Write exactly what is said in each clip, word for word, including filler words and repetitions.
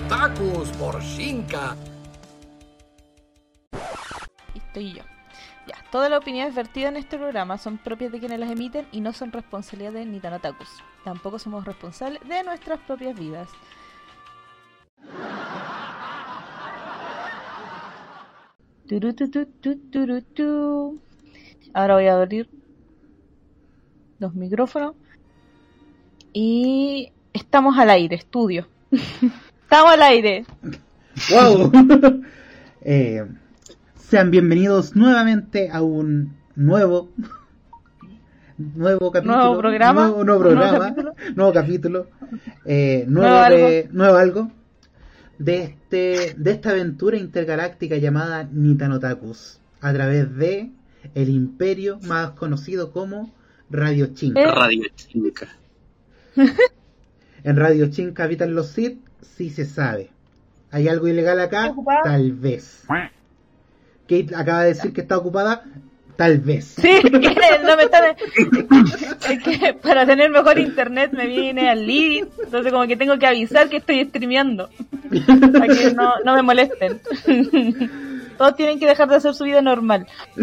Otakus por Shinka. Y estoy yo. Ya, todas las opiniones vertidas en este programa son propias de quienes las emiten y no son responsabilidad de Nitan Otakus. Tampoco somos responsables de nuestras propias vidas. Turututututurutu. Ahora voy a abrir los micrófonos. Y estamos al aire, estudio. Estamos al aire. ¡Wow! eh, sean bienvenidos nuevamente a un nuevo nuevo capítulo, nuevo programa, nuevo, nuevo programa, nuevo capítulo, nuevo, capítulo eh, nuevo, nuevo, de, algo. nuevo algo de este de esta aventura intergaláctica llamada Nitan Otakus a través de el imperio más conocido como Radio Shinka. ¿Eh? Radio Shinka. En Radio Shinka habitan los Sith, sí se sabe. ¿Hay algo ilegal acá? Tal vez. Kate acaba de decir que está ocupada. Tal vez. Sí, no me está... Es que para tener mejor internet me viene al living, entonces como que tengo que avisar que estoy streameando para que no, no me molesten. Todos tienen que dejar de hacer su vida normal.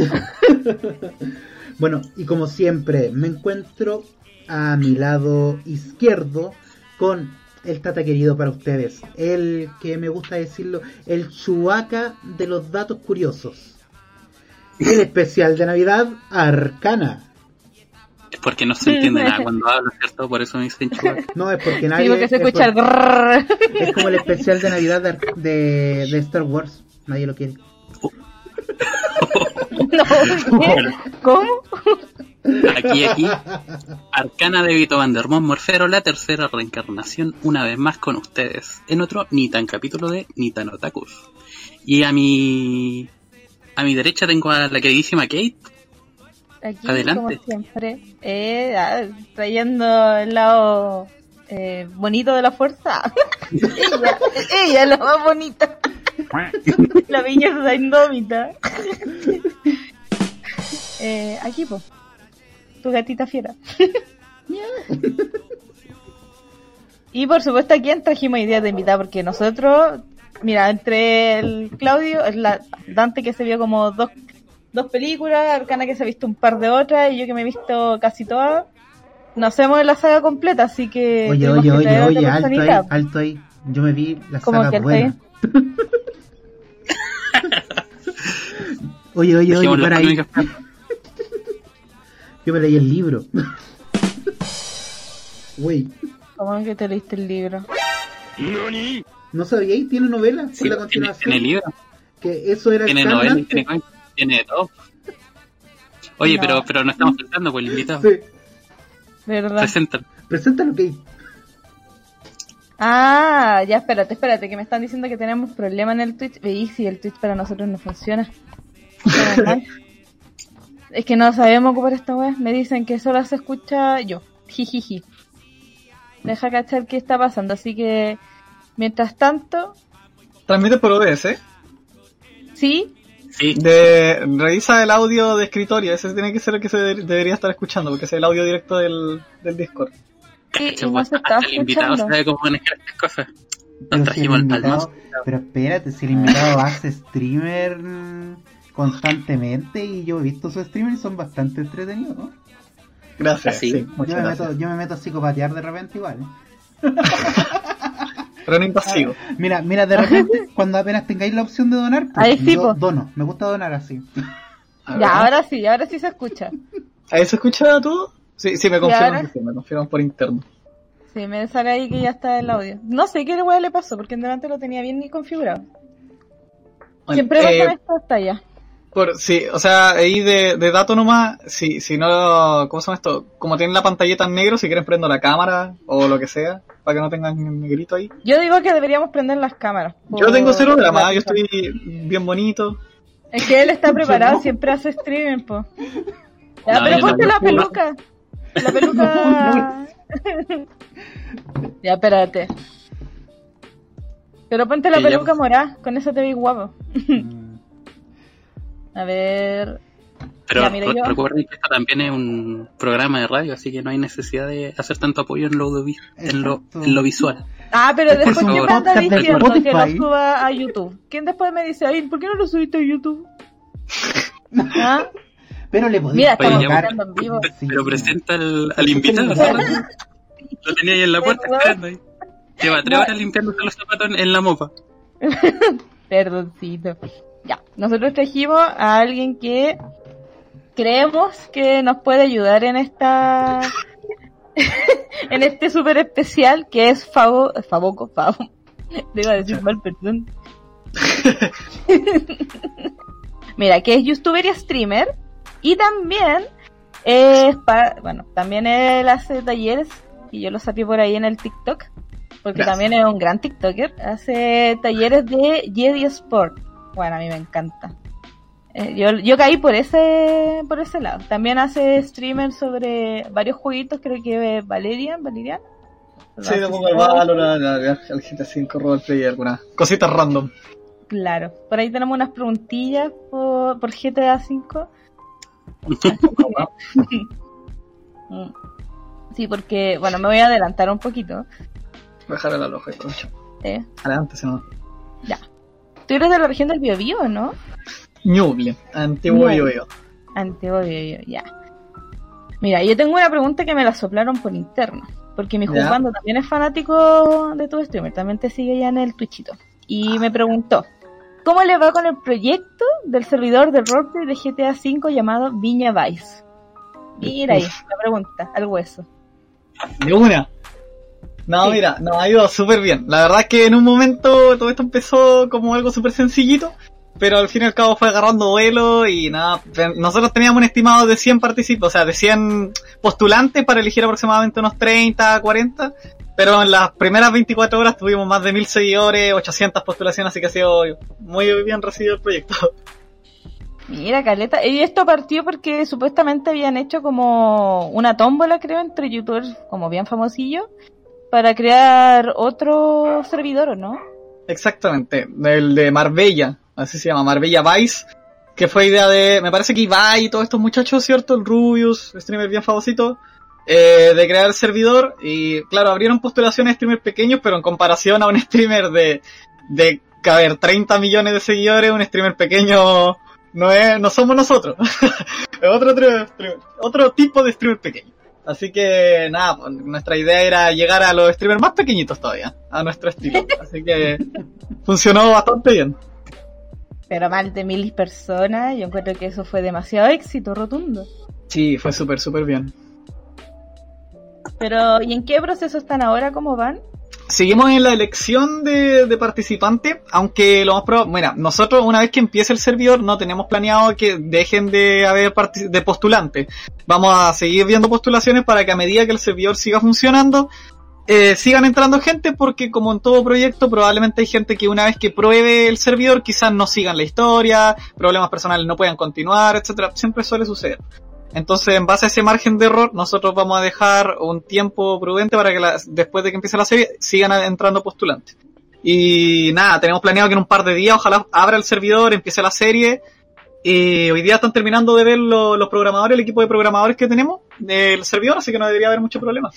Bueno, y como siempre me encuentro a mi lado izquierdo con el tata querido para ustedes, el que me gusta decirlo, el Chewbacca de los datos curiosos, el especial de Navidad Arcana. Es porque no se entiende nada cuando hablo, ¿cierto? Por eso me dicen Chewbacca. No, es porque nadie... Sí, porque se es escucha por- el grrrr. Es como el especial de Navidad de, de, de Star Wars, nadie lo quiere. No, ¿qué? ¿Cómo? Aquí, aquí, Arcana de Vito Vandermont Morfero, la tercera reencarnación, una vez más con ustedes, en otro Nitan capítulo de Nitan Otakus. Y a mi a mi derecha tengo a la queridísima Kate. Aquí, Adelante. como siempre, eh, ah, trayendo el lado eh, bonito de la fuerza. ella, ella es la más bonita. La belleza indómita. eh, aquí, pues. Tu gatita fiera. Y por supuesto, ¿a quién trajimos ideas de invitar? Porque nosotros, mira, entre el Claudio, la Dante que se vio como dos, dos películas, Arcana que se ha visto un par de otras, y yo que me he visto casi todas, no hacemos la saga completa, así que... Oye, tuvimos oye, que oye, traer a otra oye, alto ahí, personita. alto ahí. Yo me vi la ¿Cómo saga que alto buena. Oye, oye, oye, Dejemos las para ahí. polémicas. Yo me leí el libro. Wey, ¿Cómo que te leíste el libro? ¿no sabíais? ¿Tiene novela? Sí, la tiene, continuación. tiene libro, Que eso era el tiene canon novela, antes. tiene cómic, tiene de todo. Oye, No. pero pero no estamos pensando por el invitado. Sí. ¿Verdad? Presentan. Preséntalo, Kate. Ah, ya, espérate, espérate, que me están diciendo que tenemos problemas en el Twitch. Veí si el Twitch para nosotros no funciona. Está mal. Es que no sabemos ocupar esta web. Me dicen que solo se escucha yo. Jijiji. Deja cachar qué está pasando. Así que, mientras tanto, Transmite por O B S, ¿eh? sí, Sí, De, revisa el audio de escritorio, ese tiene que ser el que se de- debería estar escuchando, porque es el audio directo del, del Discord. sí, cacho, y no pues, se está hasta el invitado escuchando. sabe cómo manejar estas cosas. Nos Pero, si el trajimos al invitado, palmoso. pero espérate, si el invitado hace streamer mm, constantemente y yo he visto sus streamers y son bastante entretenidos, ¿no? Gracias, ¿Ah, sí? sí, Yo muchas me, gracias. meto, yo me meto a psicopatear de repente igual, ¿eh? Pero no invasivo. Mira, mira, de repente, cuando apenas tengáis la opción de donar, pues, Ahí sí, yo po. dono. Me gusta donar así. A ver. Ya, ahora sí, ahora sí se escucha. ¿Ahí se escucha todo? Sí, sí, me ahora? confirman que sí, me confirman por interno. Sí, me sale ahí que ya está el audio. No sé qué le pasó, porque en delante lo tenía bien configurado. Bueno, Siempre eh, pasa esto hasta allá. Por, sí, o sea, ahí de, de dato nomás, si, si no, ¿cómo se llama esto? Como tienen la pantalleta en negro, si quieren prendo la cámara o lo que sea, para que no tengan el negrito ahí. Yo digo que deberíamos prender las cámaras. Yo tengo cero drama, la- yo estoy bien bonito. Es que él está preparado, siempre hace streaming, po. Ya, No, pero yo ponte no. la peluca. La peluca... Ya, espérate. Pero ponte la Sí, ya, peluca pues. morada, con eso te ves guapo. A ver... Pero Ya, mira, re- yo- recuerden que esto también es un programa de radio, así que no hay necesidad de hacer tanto apoyo en lo, audio- en lo, Exacto. en lo visual. Ah, pero Por después, ¿quién favor. me anda Podcast de diciendo que lo Spotify. suba a YouTube? ¿Quién después me dice, ay, ¿por qué no lo subiste a YouTube? ¿Ah? Pero le podéis Mira, estamos Oye, ya, mirando en vivo. Sí. Pero presenta al, al invitado, ¿no? Lo tenía ahí en la puerta esperando ahí. Lleva tres No. horas limpiándose los zapatos en, en la mopa. Perdoncito. Ya, nosotros trajimos a alguien que creemos que nos puede ayudar en esta en este súper especial que es Favo, Favoco, Favo. Le iba a decir mal, perdón. Mira, que es youtuber y streamer y también es para, bueno, también él hace talleres y yo lo saqué por ahí en el TikTok porque Gracias. también es un gran TikToker, hace talleres de Jedi Sport. Bueno, a mí me encanta. Eh, yo, yo caí por ese por ese lado. También hace streamer sobre varios jueguitos, creo que Valerian, Valerian. Sí, le pongo el Valorant, al al G T A cinco, Roleplay y algunas cositas random. Claro, por ahí tenemos unas preguntillas por, por G T A cinco. Mm. Sí, porque, bueno, me voy a adelantar un poquito. Bajar el alojo, concha. Eh, Adelante, se nos. ya. Tú eres de la región del Biobío, ¿no? Ñuble, antiguo Ñuble. yo yo. Antiguo Biobío, ya. Mira, yo tengo una pregunta que me la soplaron por interno. Porque mi Ya. juzgando también es fanático de tu streamer, también te sigue ya en el Twitchito. Y me preguntó, ¿cómo le va con el proyecto del servidor de roleplay de G T A cinco llamado Viña Vice? Mira ahí, la pregunta, al hueso. De una. No, Sí. mira, nos ha ido súper bien. La verdad es que en un momento todo esto empezó como algo súper sencillito, pero al fin y al cabo fue agarrando vuelo y nada, nosotros teníamos un estimado de cien participantes, o sea, de cien postulantes para elegir aproximadamente unos treinta, cuarenta, pero en las primeras veinticuatro horas tuvimos más de mil seguidores, ochocientas postulaciones, así que ha sido muy bien recibido el proyecto. Mira, Caleta, y esto partió porque supuestamente habían hecho como una tómbola, creo, entre youtubers como bien famosillos, para crear otro servidor, ¿o no? Exactamente, el de Marbella, así se llama, Marbella Vice, que fue idea de, me parece que Ibai y todos estos muchachos, ¿cierto? El Rubius, streamer bien famosito, eh, de crear el servidor, y claro, abrieron postulaciones de streamers pequeños, pero en comparación a un streamer de, de, que, a ver, treinta millones de seguidores, un streamer pequeño no es, no somos nosotros, es otro, otro, otro tipo de streamer pequeño. Así que nada, pues, nuestra idea era llegar a los streamers más pequeñitos todavía, a nuestro estilo. Así que funcionó bastante bien. Pero más de mil personas, yo encuentro que eso fue demasiado éxito rotundo. Sí, fue súper, súper bien. Pero, ¿y en qué proceso están ahora? ¿Cómo van? Seguimos en la elección de, de participantes, aunque lo más probable, mira, nosotros una vez que empiece el servidor no tenemos planeado que dejen de haber partic- de postulantes. Vamos a seguir viendo postulaciones para que a medida que el servidor siga funcionando, eh, sigan entrando gente, porque como en todo proyecto probablemente hay gente que una vez que pruebe el servidor quizás no sigan la historia, problemas personales no puedan continuar, etcétera. Siempre suele suceder. Entonces, en base a ese margen de error, nosotros vamos a dejar un tiempo prudente para que la, después de que empiece la serie sigan entrando postulantes. Y nada, tenemos planeado que en un par de días ojalá abra el servidor, empiece la serie. Y hoy día están terminando de ver lo, los programadores, el equipo de programadores que tenemos del servidor, así que no debería haber mucho problema.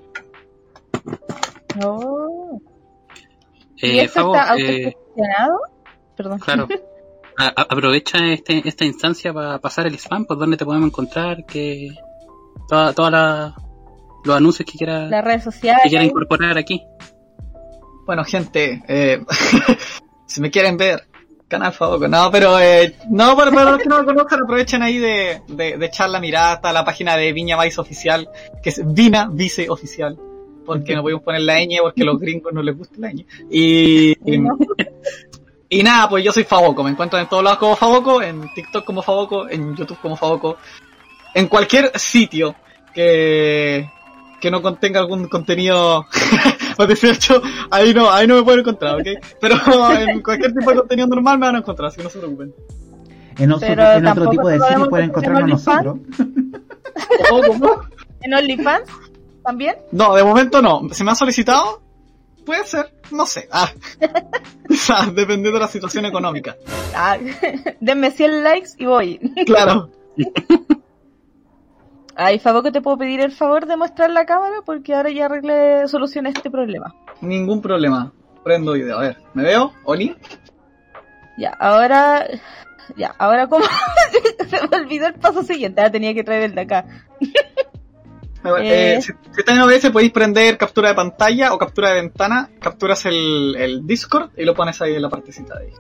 No. ¿Y Eh, esto Fabo, está eh, autogestionado? Perdón. claro. A- a- aprovecha este, esta instancia para pasar el spam, por donde te podemos encontrar, que toda, toda la, los anuncios que quiera, Las redes que sociales. quiera incorporar aquí. Bueno, gente, eh, si me quieren ver, canal Faboco, no, pero eh, no, para, para los que no lo conozcan, aprovechen ahí de, de, de echar la mirada hasta la página de Viña Vice Oficial, que es Vina Vice Oficial, porque no podemos poner la ñ, porque a los gringos no les gusta la ñ. Y, y, No. y nada, pues yo soy Faboco, me encuentran en todos lados como Faboco, en TikTok como Faboco, en YouTube como Faboco, en cualquier sitio que, que no contenga algún contenido más dieciocho, ahí no, ahí no me pueden encontrar, ¿ok? Pero en cualquier tipo de contenido normal me van a encontrar, así que no se preocupen. En, otro- Pero en otro tampoco tipo de podemos sitio pueden meter encontrarnos en nosotros. ¿Cómo, cómo? ¿En OnlyFans? ¿También? No, de momento no. ¿Se me ha solicitado? Puede ser, no sé. Ah. O sea, dependiendo de la situación económica. Ah, denme cien likes y voy. Claro. Ay, favor, que te puedo pedir el favor de mostrar la cámara porque ahora ya arreglé, solucioné este problema. Ningún problema. Prendo video. A ver, ¿me veo? ¿Oli? Ya, ahora... Ya, ahora como... Se me olvidó el paso siguiente, ahora tenía que traer el de acá. Eh, eh, si, si estás en O B S podéis prender captura de pantalla o captura de ventana, capturas el, el Discord y lo pones ahí en la partecita de ahí.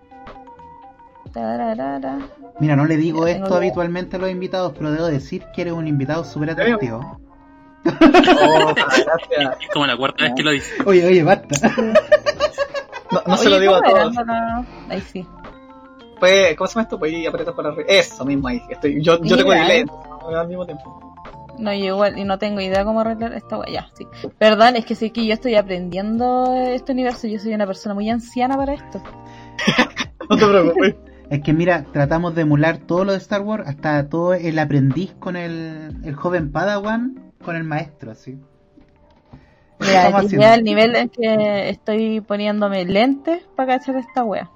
Tararara. Mira, no le digo Ya, esto tengo habitualmente a los invitados, pero debo decir que eres un invitado súper atractivo. Oh, gracias. Es como la cuarta vez que lo dice. Oye, oye, basta. No, no se Oye, lo digo a ¿cómo era? todos. No, no. Ahí sí. Pues, ¿cómo se llama esto? Pues apretas para arriba. Eso mismo ahí. Estoy, yo, yo tengo Mira, delay eh. al mismo tiempo. No, yo igual, y no tengo idea cómo arreglar esta wea. Ya, sí. Perdón, es que sí que yo estoy aprendiendo este universo. Yo soy una persona muy anciana para esto. No te preocupes. Es que mira, tratamos de emular todo lo de Star Wars, hasta todo el aprendiz con el, el joven Padawan, con el maestro, así. Mira, Estamos llegué haciendo. al nivel en que estoy poniéndome lentes para cachar esta wea.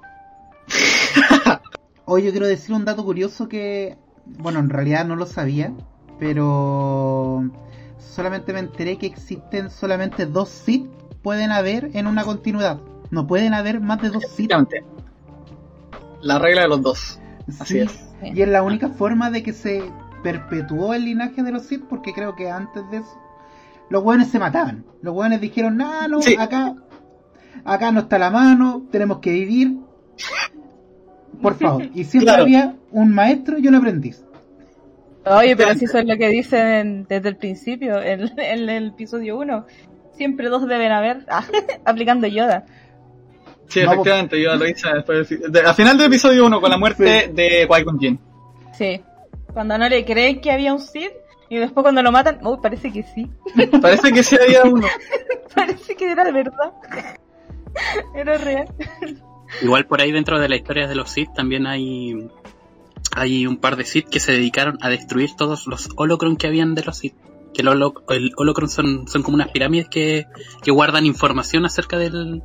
Hoy yo quiero decir un dato curioso que, bueno, en realidad no lo sabía, pero solamente me enteré que existen solamente dos Sith pueden haber en una continuidad. No pueden haber más de dos Sith. Efectivamente. La regla de los dos. Así Sí, es. y es la única forma de que se perpetuó el linaje de los Sith, porque creo que antes de eso los hueones se mataban. Los hueones dijeron, no, no, Sí. acá acá no está la mano, tenemos que vivir. Por favor. Y siempre Claro. había un maestro y un aprendiz. Oye, pero si eso es lo que dicen desde el principio, en, en el episodio uno. Siempre dos deben haber, ah, aplicando Yoda. Sí, No, efectivamente, yo lo hice después del fi- de- al final del episodio uno con la muerte Sí. de Qui-Gon Jinn. Sí. Cuando no le creen que había un Sith, y después cuando lo matan, uy, parece que sí. Parece que sí había uno. Parece que era verdad. Era real. Igual por ahí dentro de la historia de los Sith también hay hay un par de Sith que se dedicaron a destruir todos los holocron que habían de los Sith. Que el, holo, el holocron son, son como unas pirámides que, que guardan información acerca del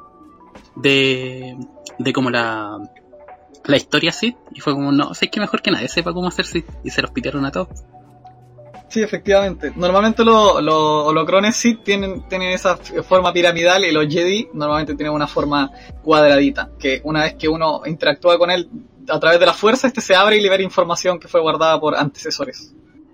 de de como la la historia Sith, y fue como, no, sé que mejor que nadie sepa cómo hacer Sith, y se los pitearon a todos. Sí, efectivamente. Normalmente los los holocrones sí tienen, tienen esa f- forma piramidal y los Jedi normalmente tienen una forma cuadradita. Que una vez que uno interactúa con él a través de la fuerza, este se abre y libera información que fue guardada por antecesores.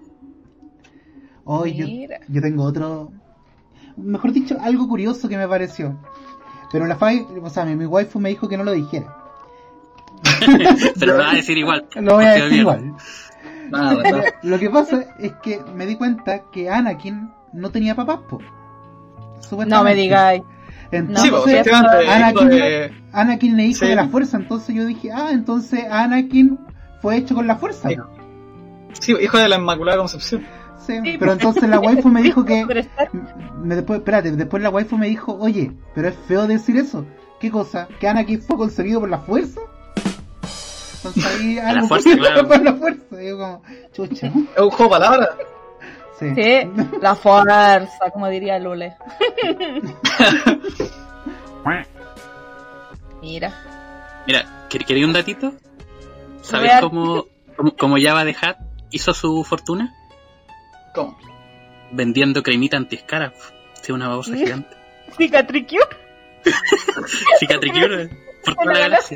Hoy yo, Mira. yo tengo otro, mejor dicho, algo curioso que me pareció. Pero la fa, o sea, mi, mi waifu me dijo que no lo dijera. Pero lo va a decir igual. Lo voy a Partido decir mierda. igual. Nada, ¿verdad? Lo que pasa es que me di cuenta que Anakin no tenía papás, po. No Supuestamente. me digáis. Entonces, Sí, pues, sí, efectivamente, Anakin- hijo de- Anakin le hizo Sí. de la fuerza, entonces yo dije, ah, entonces Anakin fue hecho con la fuerza. Sí. po. sí, hijo de la Inmaculada Concepción. Sí, Sí, pero entonces la waifu me dijo que... Por estar- Me, después, espérate, después la waifu me dijo, oye, pero es feo decir eso. ¿Qué cosa? ¿Que Anakin fue concebido por la fuerza? Entonces ahí la algo fuerza, fue claro. por la fuerza. Y yo como, chucha. Es un juego de palabras. Sí. Sí, la fuerza, como diría Lule. Mira. Mira, ¿quer- ¿quería un datito? ¿Sabes Real. cómo, cómo, cómo Jabba the Hutt hizo su fortuna? ¿Cómo? Vendiendo cremita antiescara. Sí, una babosa Sí. gigante. Cicatricure. Cicatricure por toda En la la galaxia.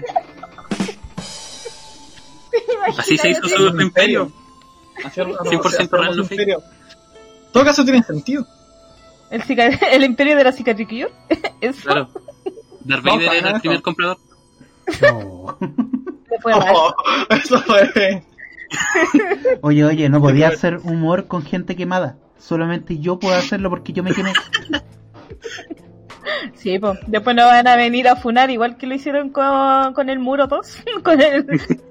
Así se hizo su imperio. cien por ciento real, no fake. En todo caso tiene sentido. El, cica- el imperio de la cicatricure. Eso Claro. Darth Vamos Vader a era ganar el primer eso. comprador. No. le fue mal. Oh, eso fue. Oye, oye, no podía hacer humor con gente quemada. Solamente yo puedo hacerlo porque yo me quemé. Sí, pues. Después nos van a venir a funar igual que lo hicieron con, con el muro dos. Con el...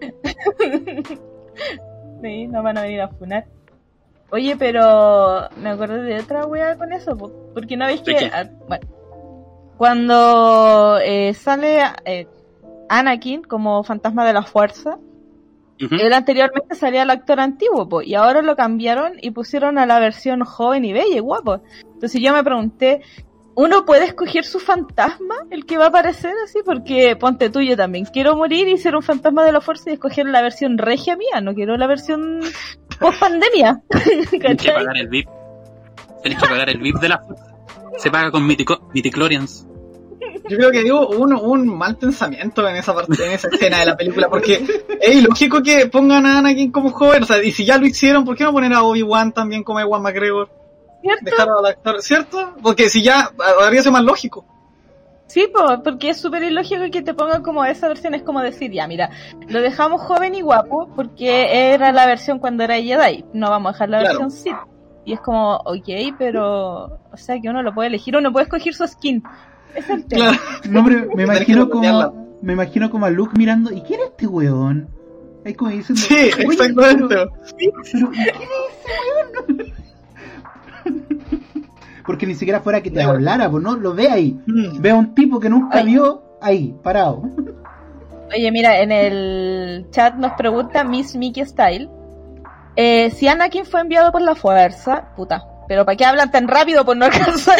Sí, nos van a venir a funar. Oye, pero me acordé de otra wea con eso, po, porque no veis ¿De que... qué? ah, bueno, cuando eh, sale eh, Anakin como fantasma de la fuerza, Ujú. él anteriormente salía el actor antiguo, po, y ahora lo cambiaron y pusieron a la versión joven y bella y guapo. Entonces yo me pregunté, uno puede escoger su fantasma, el que va a aparecer así, porque ponte tú, yo también quiero morir y ser un fantasma de la fuerza y escoger la versión regia mía, no quiero la versión post pandemia. Tienes que pagar el V I P. Tienes que pagar el V I P de la fuerza. Se paga con Mitico- Miticlorians. Yo creo que digo un, un mal pensamiento en esa parte, en esa escena de la película, porque es ilógico que pongan a Anakin como joven, o sea, y si ya lo hicieron, ¿por qué no poner a Obi-Wan también como Ewan McGregor? ¿Cierto? Dejar al actor, ¿cierto? Porque si ya, habría sido más lógico. Sí, po, porque es súper ilógico que te pongan como esa versión, es como decir, ya, mira, lo dejamos joven y guapo porque era la versión cuando era Jedi, no vamos a dejar la Claro. versión Sith. Y es como, ok, pero, o sea, que uno lo puede elegir, uno puede escoger su skin. Ese es el tema. Claro. No, pero me imagino bloquearla. como me imagino como a Luke mirando, ¿y quién es este weón? Ahí como diciendo, Sí, "Oye, exactamente. pero, pero, ¿y quién es ese weón?" Porque ni siquiera fuera que te hablara, pues no, lo ve ahí. Mm. Ve a un tipo que nunca Ay. vio ahí, parado. Oye, mira, en el chat nos pregunta Miss Mickey Style, eh, si Anakin fue enviado por la fuerza, puta, pero ¿para qué hablan tan rápido por no alcanzar?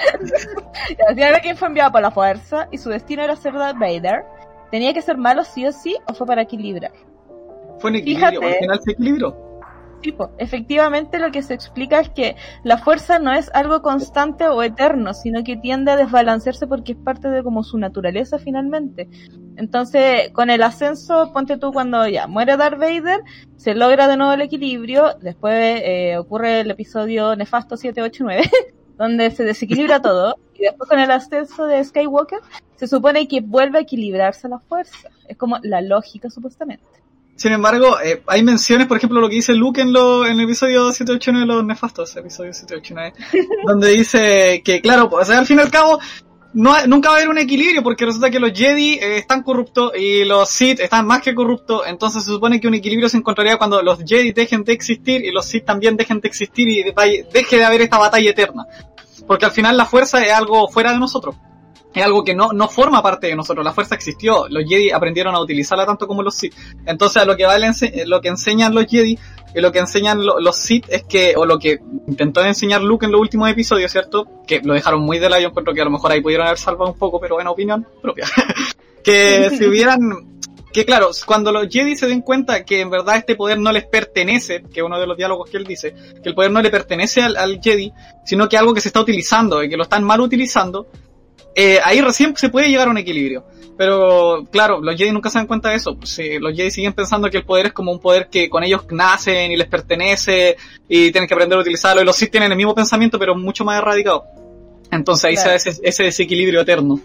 Si Anakin fue enviado por la fuerza y su destino era ser Darth Vader, ¿tenía que ser malo sí o sí o fue para equilibrar? Fue un equilibrio, Fíjate. al final se equilibró. Tipo, efectivamente lo que se explica es que la fuerza no es algo constante o eterno, sino que tiende a desbalancearse porque es parte de como su naturaleza finalmente. Entonces, con el ascenso, ponte tú cuando ya muere Darth Vader, se logra de nuevo el equilibrio, después eh, ocurre el episodio nefasto siete, ocho, nueve, donde se desequilibra todo, y después con el ascenso de Skywalker, se supone que vuelve a equilibrarse la fuerza. Es como la lógica, supuestamente. Sin embargo, eh, hay menciones, por ejemplo, lo que dice Luke en, lo, en el episodio siete ocho nueve, los nefastos, episodio siete ocho nueve, donde dice que, claro, pues, o sea, al fin y al cabo, no hay- nunca va a haber un equilibrio, porque resulta que los Jedi eh, están corruptos y los Sith están más que corruptos, entonces se supone que un equilibrio se encontraría cuando los Jedi dejen de existir y los Sith también dejen de existir y de- vaya- deje de haber esta batalla eterna. Porque al final la fuerza es algo fuera de nosotros. Es algo que no, no forma parte de nosotros. La fuerza existió. Los Jedi aprendieron a utilizarla tanto como los Sith. Entonces, a lo que va el ense- lo que enseñan los Jedi y lo que enseñan lo- los Sith es que, o lo que intentó enseñar Luke en los últimos episodios, ¿cierto? Que lo dejaron muy de lado. Yo encuentro que a lo mejor ahí pudieron haber salvado un poco, pero en opinión propia. Que si hubieran, que claro, cuando los Jedi se den cuenta que en verdad este poder no les pertenece, que es uno de los diálogos que él dice, que el poder no le pertenece al, al Jedi, sino que algo que se está utilizando y que lo están mal utilizando, eh, ahí recién se puede llegar a un equilibrio. Pero claro, los Jedi nunca se dan cuenta de eso. Pues, eh, los Jedi siguen pensando que el poder es como un poder que con ellos nacen y les pertenece y tienen que aprender a utilizarlo, y los Sith tienen el mismo pensamiento pero mucho más erradicado. Entonces ahí Claro. se da ese, ese desequilibrio eterno.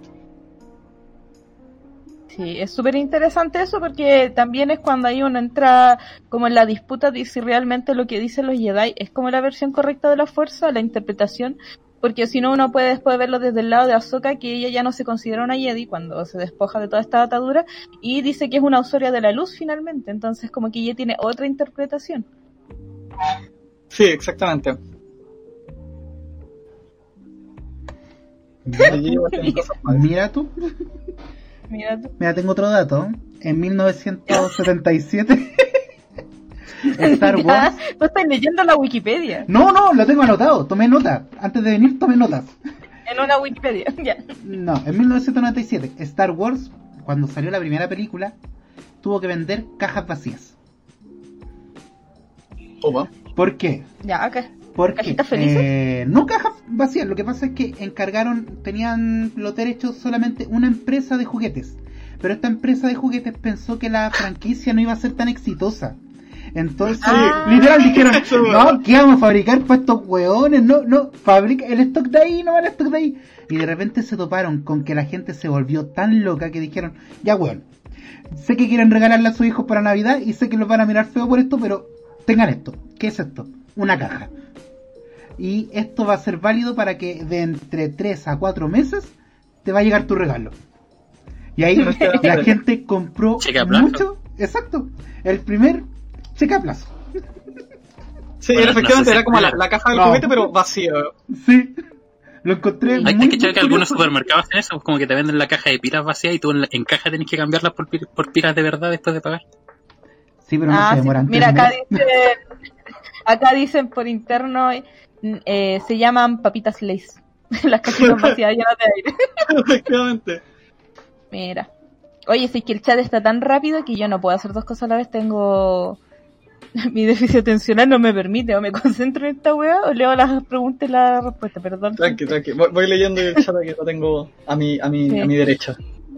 Sí, es súper interesante eso porque también es cuando ahí uno entra como en la disputa de si realmente lo que dicen los Jedi es como la versión correcta de la fuerza, la interpretación, porque si no uno puede después verlo desde el lado de Ahsoka, que ella ya no se considera una Jedi cuando se despoja de toda esta atadura y dice que es una usuaria de la luz finalmente, entonces como que ella tiene otra interpretación. Sí, exactamente. Mira, Allí igual tienen cosas malas. mira tú. Mira tú. Mira, tengo otro dato. En mil novecientos setenta y siete Star Wars. Ya, tú estás leyendo la Wikipedia, No, no, lo tengo anotado. Tomé nota. Antes de venir tomé notas. en una Wikipedia, ya. No, en mil novecientos noventa y siete Star Wars, cuando salió la primera película, tuvo que vender cajas vacías. Toma. ¿Por qué? Ya, acá. Porque ¿Cajitas felices? eh, no cajas vacías, lo que pasa es que encargaron, tenían los derechos solamente una empresa de juguetes, pero esta empresa de juguetes pensó que la franquicia no iba a ser tan exitosa. Entonces, Ah. literal dijeron, no, ¿qué vamos a fabricar para estos hueones? No, no, fabrica el stock de ahí, no va el stock de ahí. Y de repente se toparon con que la gente se volvió tan loca que dijeron, ya hueón, sé que quieren regalarle a sus hijos para Navidad y sé que los van a mirar feo por esto, pero tengan esto. ¿Qué es esto? Una caja. Y esto va a ser válido para que de entre tres a cuatro meses te va a llegar tu regalo. Y ahí la gente compró Cheque a plazo. mucho. Exacto. El primer cheque a plazo. Sí, Bueno, efectivamente no sé si era como la, es- la caja del No. juguete, pero vacío. Sí. Lo encontré Hay muy que checar que muy algunos curioso. supermercados hacen eso, pues como que te venden la caja de pilas vacía y tú en, la- en caja tenés que cambiarlas por, pi- por pilas de verdad después de pagar. Sí, pero no Ah, se sí. demoran Mira, tres acá meses. dice, acá dicen por interno, eh, se llaman papitas Lays. Las cajitas vacías llenas de aire. Efectivamente. Mira. Oye, si es que el chat está tan rápido que yo no puedo hacer dos cosas a la vez. Tengo... Mi déficit atencional no me permite. O me concentro en esta weá o leo las preguntas y la respuesta. Perdón. Tranqui, tranqui. Voy, voy leyendo el chat que lo tengo a mi, a mi, Sí. a mi derecha.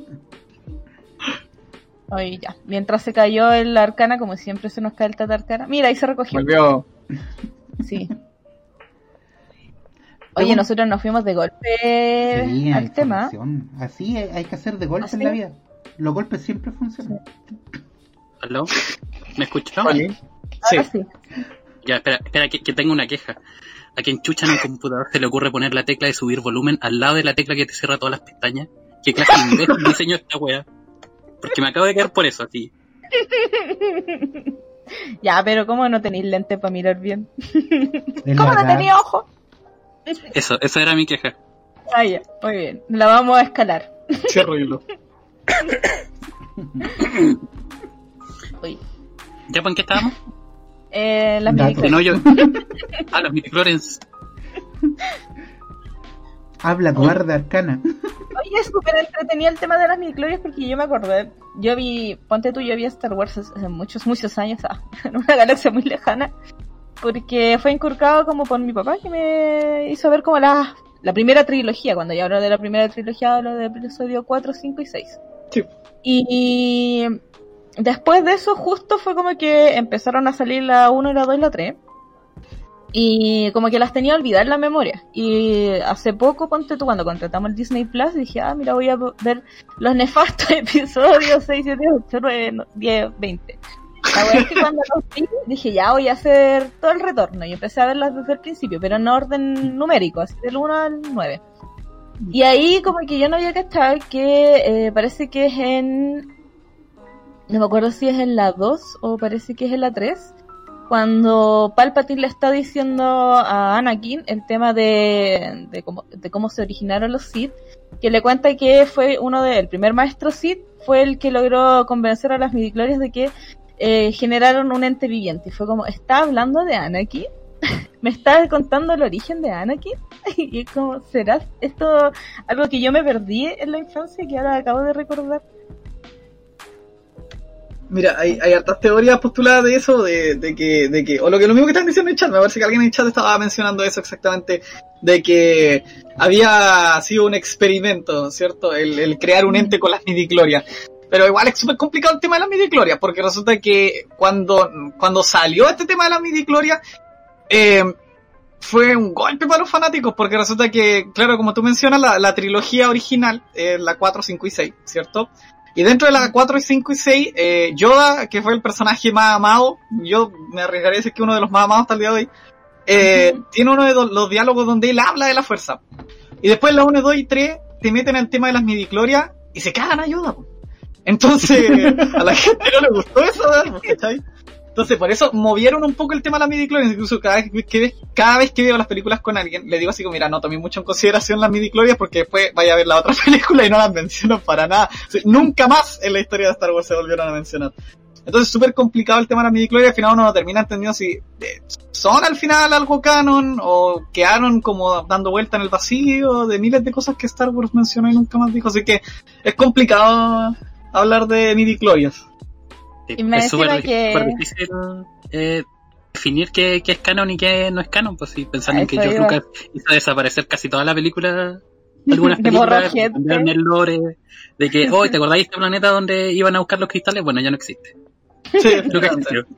Oye, ya. Mientras se cayó el arcana, como siempre se nos cae el tata arcana. Mira, ahí se recogió. Volvió. Sí. Oye, nosotros nos fuimos de golpe Sí, al tema. información. Así hay que hacer de golpes ¿Así? en la vida. Los golpes siempre funcionan. ¿Aló? ¿Me escuchó? Oli. Sí. Ahora sí. Ya, espera, espera que, que tengo una queja. ¿A quien chucha en un computador se le ocurre poner la tecla de subir volumen al lado de la tecla que te cierra todas las pestañas? ¿Qué clase de imbécil diseño esta wea? Porque me acabo de quedar por eso, así. Ya, pero ¿cómo no tenéis lente para mirar bien? Es ¿Cómo la no edad. tenéis ojo? Eso, esa era mi queja. Ah, ya, muy bien. La vamos a escalar. Cierro hilo. Oye, ¿Ya pues en qué estábamos? eh, las Datos. Que miniclorians. no yo. Ah, los midichlorians. Habla cobarde arcana. Oye, es súper entretenido el tema de las midichlorians porque yo me acordé. Yo vi, ponte tú, yo vi Star Wars hace muchos, muchos años, ah, en una galaxia muy lejana. Porque fue inculcado como por mi papá que me hizo ver como la, la primera trilogía. Cuando yo hablo de la primera trilogía, hablo de episodio cuatro, cinco y seis. Sí. Y después de eso justo fue como que empezaron a salir la uno, la dos y la tres. Y como que las tenía olvidadas en la memoria. Y hace poco, ponte tú, cuando contratamos el Disney Plus, dije, ah, mira, voy a ver los nefastos episodios seis, siete, ocho, nueve, diez, veinte. La verdad es que cuando los vi, dije, ya voy a hacer todo el retorno. Y empecé a verlas desde el principio, pero en orden numérico, así del uno al nueve. Y ahí como que yo no había cachado que eh, parece que es en... No me acuerdo si es en la dos o parece que es en la tres. Cuando Palpatine le está diciendo a Anakin el tema de, de, cómo, de cómo se originaron los Sith, que le cuenta que fue uno de, el primer maestro Sith fue el que logró convencer a las midichlorians de que eh, generaron un ente viviente. Y fue como, ¿está hablando de Anakin? ¿Me está contando el origen de Anakin? Y es como, ¿será esto algo que yo me perdí en la infancia que ahora acabo de recordar? Mira, hay, hay hartas teorías postuladas de eso, de, de que, de que, o lo que lo mismo que están diciendo en el chat, me parece que alguien en el chat estaba mencionando eso exactamente, de que había sido un experimento, ¿cierto? El, el crear un ente con las midichlorians. Pero igual es súper complicado el tema de las midichlorians, porque resulta que cuando, cuando salió este tema de las midichlorians, eh, fue un golpe para los fanáticos, porque resulta que, claro, como tú mencionas, la, la trilogía original, eh, la cuatro, cinco y seis, ¿cierto? Y dentro de la cuatro, cinco y seis, eh, Yoda, que fue el personaje más amado, yo me arriesgaría a decir que uno de los más amados hasta el día de hoy, eh, uh-huh. tiene uno de do- los diálogos donde él habla de la fuerza. Y después la uno, dos y tres te meten en el tema de las midichlorians y se cagan a Yoda. Po. Entonces, a la gente no le gustó eso, ¿cachai? Entonces, por eso movieron un poco el tema de las midichlorians. Incluso cada vez que, cada vez que veo las películas con alguien, le digo así como, mira, no tomé mucho en consideración las midichlorians porque después vaya a ver la otra película y no las menciono para nada. O sea, nunca más en la historia de Star Wars se volvieron a mencionar. Entonces, súper complicado el tema de las midichlorians. Al final uno no termina entendiendo si eh, son al final algo canon o quedaron como dando vuelta en el vacío de miles de cosas que Star Wars mencionó y nunca más dijo. Así que es complicado hablar de midichlorians. Sí, y me es súper que... difícil eh, definir qué, qué es canon y qué no es canon, pues sí, pensando en que Eso George iba. Lucas hizo desaparecer casi toda la película, algunas De borrar películas, gente. cambiaron el lore, de que, oh, ¿te acordáis de este planeta donde iban a buscar los cristales? Bueno, ya no existe. Sí, Lucas existió.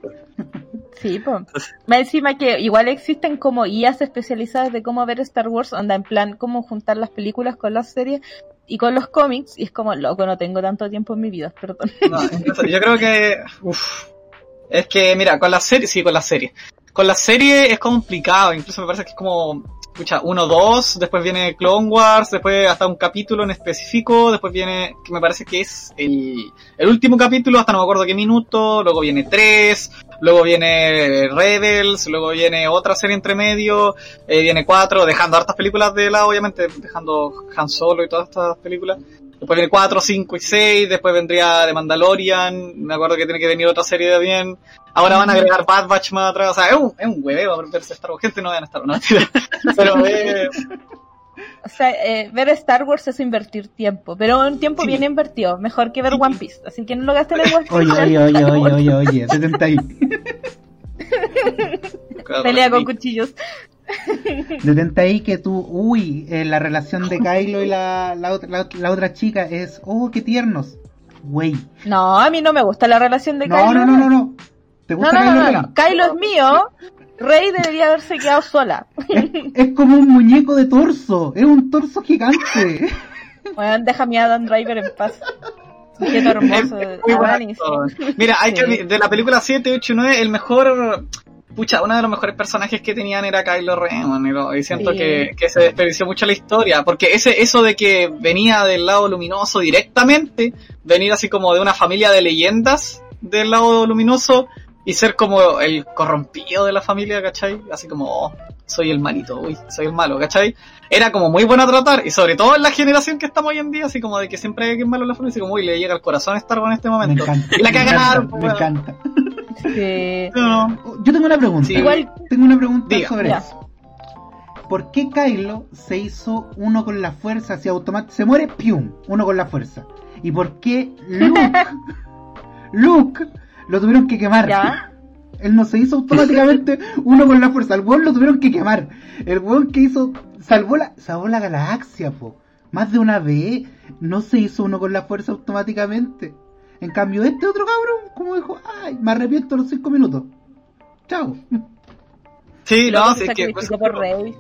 Sí, pues. Más encima que igual existen como guías especializadas de cómo ver Star Wars, onda en plan cómo juntar las películas con las series y con los cómics, y es como, loco, no tengo tanto tiempo en mi vida, perdón. No, entonces, yo creo que, uff, es que, mira, con la serie, sí, con la serie. Con la serie es complicado, incluso me parece que es como, escucha, uno, dos, después viene Clone Wars, después hasta un capítulo en específico, después viene, que me parece que es el, el último capítulo, hasta no me acuerdo qué minuto, luego viene tres, luego viene Rebels, luego viene otra serie entre medio, eh, viene cuatro, dejando hartas películas de lado, obviamente, dejando Han Solo y todas estas películas. Después viene cuatro, cinco y seis, después vendría The Mandalorian, me acuerdo que tiene que venir otra serie también. Ahora van a agregar Bad Batch más atrás, o sea, es un, es un hueveo verse Star Wars, gente no vean Star Wars, no, pero eh, O sea, eh, ver Star Wars es invertir tiempo, pero un tiempo Sí. bien invertido, mejor que ver One Piece. Así que no lo gasten en One Piece. Oye, oye, oye, oye, oye, oye, detente ahí. Pelea con cuchillos. Detente ahí que tú, uy, eh, la relación de Kylo y la, la, otra, la, la otra chica es, oh, qué tiernos. Güey. No, a mí no me gusta la relación de No, Kylo. no, no, no, no. ¿Te No, gusta no, no, Kylo no, Ren? no. Kylo es mío. Rey debería haberse quedado sola. Es, es como un muñeco de torso. Es un torso gigante. Bueno, deja a mi Adam Driver en paz. Sujeto hermoso. Es muy Aranis. bonito. Mira, hay Sí. que, de la película siete, ocho y nueve, el mejor, pucha, uno de los mejores personajes que tenían era Kylo Ren, man, y, lo- y siento Sí. que, que se desperdició mucho la historia, porque ese eso de que venía del lado luminoso directamente, venir así como de una familia de leyendas del lado luminoso, y ser como el corrompido de la familia, ¿cachai? Así como, oh, soy el malito, uy, soy el malo, ¿cachai? Era como muy bueno a tratar, y sobre todo en la generación que estamos hoy en día, así como de que siempre hay alguien malo en la familia, así como, uy, le llega al corazón Star Wars en este Me momento. encanta. Y la me cagaron, encanta, pues, me weón. encanta. Sí. No. Yo tengo una pregunta. Sí. Igual- Tengo una pregunta Diga. sobre Ya. eso. ¿Por qué Kylo se hizo uno con la fuerza, así automático? Se muere, pium, uno con la fuerza. ¿Y por qué Luke, Luke, lo tuvieron que quemar? ¿Ya? Él no se hizo automáticamente uno con la fuerza. Al weón lo tuvieron que quemar. El weón que hizo, salvó la, salvó la galaxia, po. Más de una vez no se hizo uno con la fuerza automáticamente. En cambio, este otro cabrón, como dijo, ay, me arrepiento a los cinco minutos. Chao. Sí, Luego no, se sí, es que... sacrificó por Rey.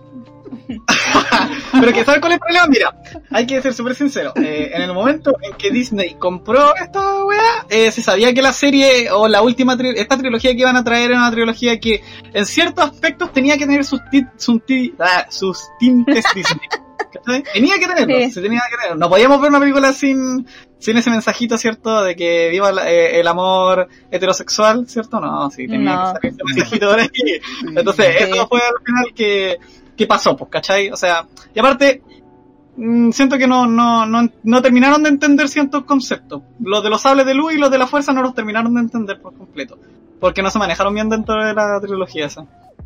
Pero que ¿sabes cuál es el problema? Mira, hay que ser súper sincero. Eh, en el momento en que Disney compró esta weá, eh, se sabía que la serie, o la última, tri- esta trilogía que iban a traer era una trilogía que en ciertos aspectos tenía que tener sus, ti- sus, ti- ah, sus tintes Disney. ¿Cachai? Tenía que tenerlo, Sí. se tenía que tener. No podíamos ver una película sin, sin ese mensajito, ¿cierto? De que viva la- eh, el amor heterosexual, ¿cierto? No, sí, tenía No. que salir ese mensajito por ahí. Entonces, Sí. eso fue al final que, que pasó, pues, ¿cachai? O sea, y aparte, mm, siento que no, no, no, no terminaron de entender ciertos conceptos. Los de los sables de luz y los de la fuerza no los terminaron de entender por completo. Porque no se manejaron bien dentro de la trilogía esa.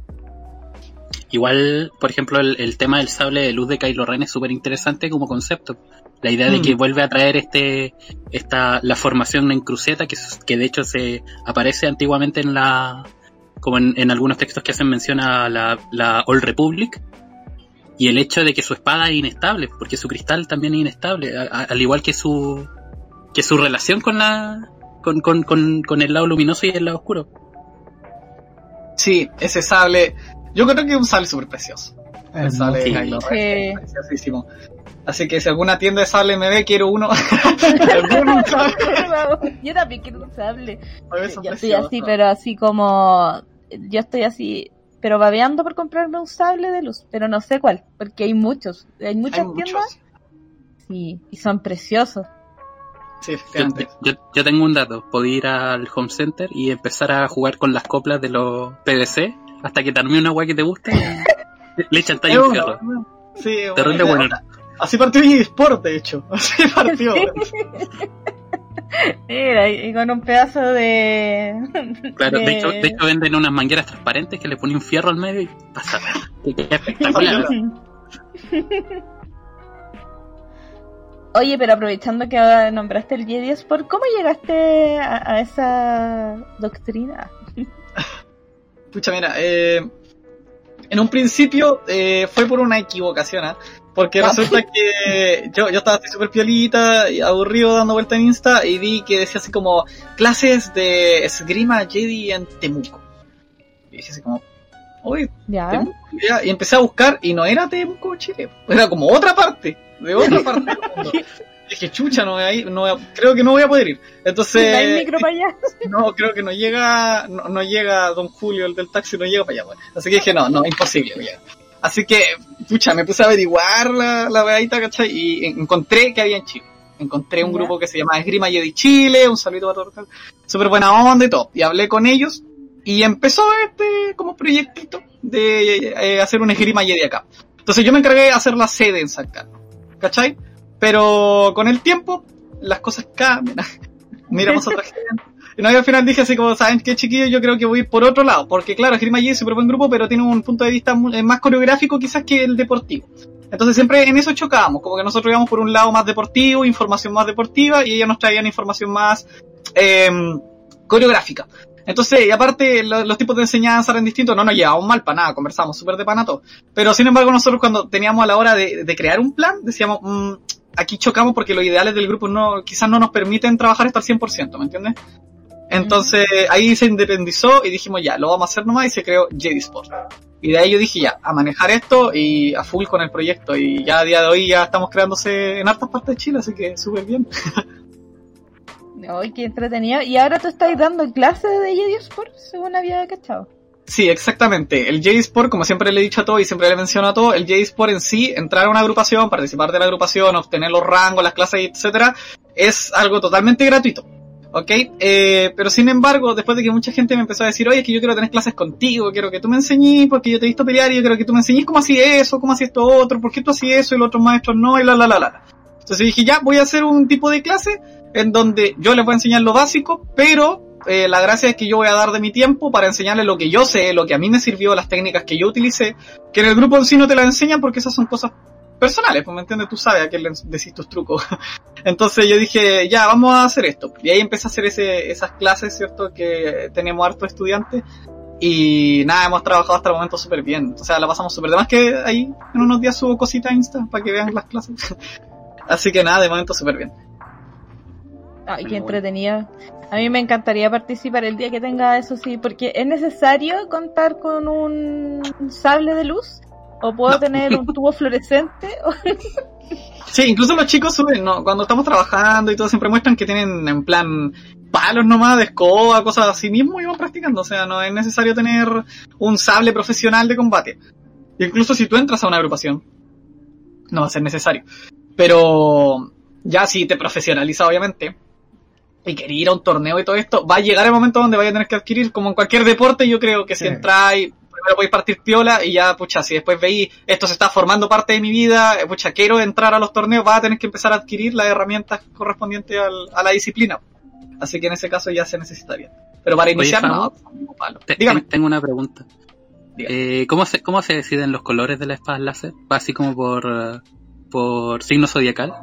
Igual, por ejemplo, el, el tema del sable de luz de Kylo Ren es súper interesante como concepto. La idea de Mm. que vuelve a traer este esta la formación en cruceta, que, s- que de hecho se aparece antiguamente en la como en, en algunos textos que hacen mención a la, la Old Republic, y el hecho de que su espada es inestable, porque su cristal también es inestable, a- a- al igual que su que su relación con la con, con, con, con el lado luminoso y el lado oscuro. Sí, ese sable, yo creo que es un sable súper precioso. El Hermoso. sable de Sí. Kylo Ren, Sí. preciosísimo. Así que si alguna tienda de sable me ve, quiero uno. Alguno, un sable. Yo también quiero un sable. A ver, son Yo estoy preciosos. así, pero así como... Yo estoy así, pero babeando por comprarme un sable de luz, pero no sé cuál, porque hay muchos. Hay muchas Hay muchos. tiendas. Sí, y son preciosos. Sí, Yo, efectivamente. yo, yo tengo un dato, podía ir al home center y empezar a jugar con las coplas de los P V C hasta que te arme una guay que te gusta y le echan Es tallo un uno, fierro. ¿no? Sí, Terrible bueno. bueno. Así partió eSport, de hecho. Así partió. Mira, y y con un pedazo de... Claro, de hecho, de hecho venden unas mangueras transparentes que le ponen un fierro al medio y pasa. Qué, qué espectacular. Oye, pero aprovechando que ahora nombraste el Jedi Sport, ¿cómo llegaste a, a esa doctrina? Pucha, mira, eh, en un principio eh, fue por una equivocación, ¿ah? Porque Ah. resulta que yo, yo estaba así súper piolita y aburrido dando vuelta en Insta y vi que decía así como clases de esgrima Jedi en Temuco. Y dije así como, oye, Ya. Temuco, ya, y empecé a buscar y no era Temuco, Chile, era como otra parte, de otra parte del mundo. Dije, chucha, no voy a ir, no voy a- creo que no voy a poder ir. Entonces, ¿No hay micro para allá? no, creo que no llega, no, no llega Don Julio, el del taxi, no llega para allá, bueno. Así que dije, no, no, imposible, no llega. Así que, pucha, me puse a averiguar la, la weadita, ¿cachai? Y encontré que había en Chile. Encontré un Ya. grupo que se llama Esgrima Jedi Chile, un saludo para todos, súper buena onda y todo. Y hablé con ellos, y empezó este, como proyectito de eh, hacer un Esgrima Jedi acá. Entonces yo me encargué de hacer la sede en San Carlos, ¿cachai? Pero con el tiempo, las cosas cambian. Miramos a otra gente. Y no, y al final dije así como, ¿saben qué, chiquillos? Yo creo que voy a ir por otro lado. Porque claro, Esgrima Jedi es súper buen grupo, pero tiene un punto de vista mu- eh, más coreográfico quizás que el deportivo. Entonces siempre en eso chocábamos, como que nosotros íbamos por un lado más deportivo, información más deportiva, y ellos nos traían información más eh, coreográfica. Entonces, y aparte, lo, los tipos de enseñanza eran distintos, no nos llevábamos mal para nada, conversábamos súper de pana todo. Pero sin embargo, nosotros cuando teníamos a la hora de, de crear un plan, decíamos, mmm, aquí chocamos porque los ideales del grupo no, quizás no nos permiten trabajar esto al cien por ciento, ¿me entiendes? Entonces, ahí se independizó y dijimos, ya, lo vamos a hacer nomás, y se creó Jedi Sport. Y de ahí yo dije, ya, a manejar esto y a full con el proyecto. Y ya a día de hoy ya estamos creándose en hartas partes de Chile, así que súper bien. Ay, qué entretenido. Y ahora tú estás dando clases de Jedi Sport, según había cachado. Sí, exactamente. El Jedi Sport, como siempre le he dicho a todos y siempre le menciono a todos, el Jedi Sport en sí, entrar a una agrupación, participar de la agrupación, obtener los rangos, las clases, etcétera, es algo totalmente gratuito. ¿Ok? Eh, pero sin embargo, después de que mucha gente me empezó a decir, oye, es que yo quiero tener clases contigo, quiero que tú me enseñes, porque yo te he visto pelear y yo quiero que tú me enseñes cómo hacía eso, cómo hacía esto otro, por qué tú hacías eso y los otros maestros no, y la la la la. Entonces dije, ya, voy a hacer un tipo de clase en donde yo les voy a enseñar lo básico, pero eh, la gracia es que yo voy a dar de mi tiempo para enseñarles lo que yo sé, lo que a mí me sirvió, las técnicas que yo utilicé, que en el grupo en sí no te las enseñan porque esas son cosas personales, pues me entiendes, tú sabes a qué le decís tus trucos. Entonces yo dije, ya, vamos a hacer esto. Y ahí empecé a hacer ese, esas clases, ¿cierto? Que tenemos hartos estudiantes. Y nada, hemos trabajado hasta el momento súper bien. O sea, la pasamos súper. Además que ahí en unos días subo cositas a Insta para que vean las clases. Así que nada, de momento súper bien. Ay, qué entretenido. A mí me encantaría participar el día que tenga eso, sí, porque es necesario contar con un sable de luz. ¿O puedo no. tener un tubo fluorescente? Sí, incluso los chicos suben, ¿no? Cuando estamos trabajando y todo, siempre muestran que tienen en plan palos nomás de escoba, cosas así mismo, y van practicando. O sea, no es necesario tener un sable profesional de combate. Y incluso si tú entras a una agrupación, no va a ser necesario. Pero ya si te profesionalizas, obviamente, y querés ir a un torneo y todo esto, va a llegar el momento donde vaya a tener que adquirir, como en cualquier deporte. Yo creo que si sí. entráis, primero podéis partir piola y ya, pucha, si después veis, esto se está formando parte de mi vida, pucha, quiero entrar a los torneos, vas a tener que empezar a adquirir las herramientas correspondientes al, a la disciplina. Así que en ese caso ya se necesitaría. Pero para iniciar, Oye, no, no palo. Te, Dígame. Tengo una pregunta. Eh, ¿cómo, se, ¿Cómo se deciden los colores de la espada láser? ¿Va así como por, uh, por signo zodiacal?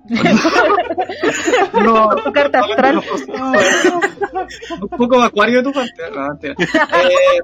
No, tu carta astral. Un poco acuario de tu parte. No, eh,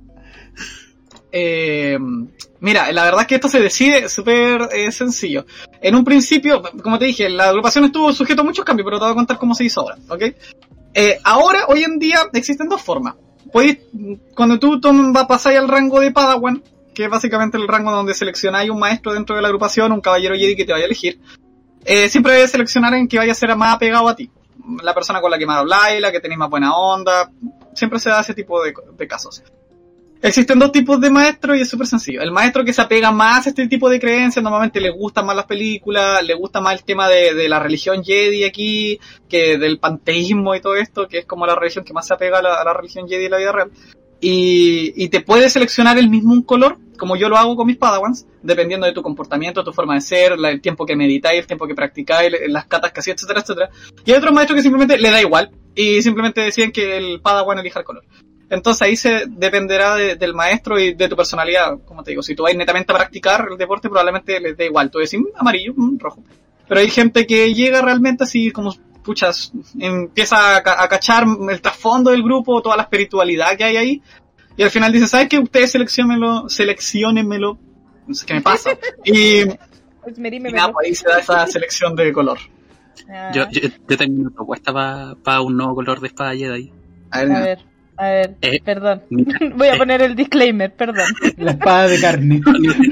eh, mira, la verdad es que esto se decide súper eh, sencillo. En un principio, como te dije, la agrupación estuvo sujeto a muchos cambios, pero te voy a contar cómo se hizo ahora, ¿ok? Eh, ahora, hoy en día, existen dos formas. Puedes, cuando tú vas a pasar al rango de Padawan, que es básicamente el rango donde seleccionáis un maestro dentro de la agrupación, un caballero Jedi que te vaya a elegir, eh, siempre debes seleccionar en que vaya a ser más apegado a ti. La persona con la que más habláis, la que tenéis más buena onda, siempre se da ese tipo de, de casos. Existen dos tipos de maestros y es súper sencillo. El maestro que se apega más a este tipo de creencias, normalmente le gustan más las películas, le gusta más el tema de, de la religión Jedi aquí, que del panteísmo y todo esto, que es como la religión que más se apega a la, a la religión Jedi en la vida real. Y, y te puede seleccionar el mismo un color, como yo lo hago con mis Padawans, dependiendo de tu comportamiento, tu forma de ser, la, el tiempo que meditáis, el tiempo que practicáis, las catas que hacéis, etcétera, etcétera. Y hay otros maestros que simplemente le da igual, y simplemente deciden que el Padawan elija el color. Entonces ahí se dependerá de, del maestro y de tu personalidad, como te digo. Si tú vas netamente a practicar el deporte, probablemente les dé igual. Tú decís amarillo, mm, rojo. Pero hay gente que llega realmente así como, puchas, empieza a, a cachar el trasfondo del grupo, toda la espiritualidad que hay ahí. Y al final dice, ¿sabes qué? Ustedes selecciónenmelo, selecciónenmelo. No sé qué me pasa. Y, pues y nada, pues ahí se da esa selección de color. Ah. Yo, yo, yo tengo una propuesta para pa un nuevo color de espada Jedi. A ver, a ver. A ver, eh, perdón. Mira, Voy a poner el disclaimer, perdón. La espada de carne.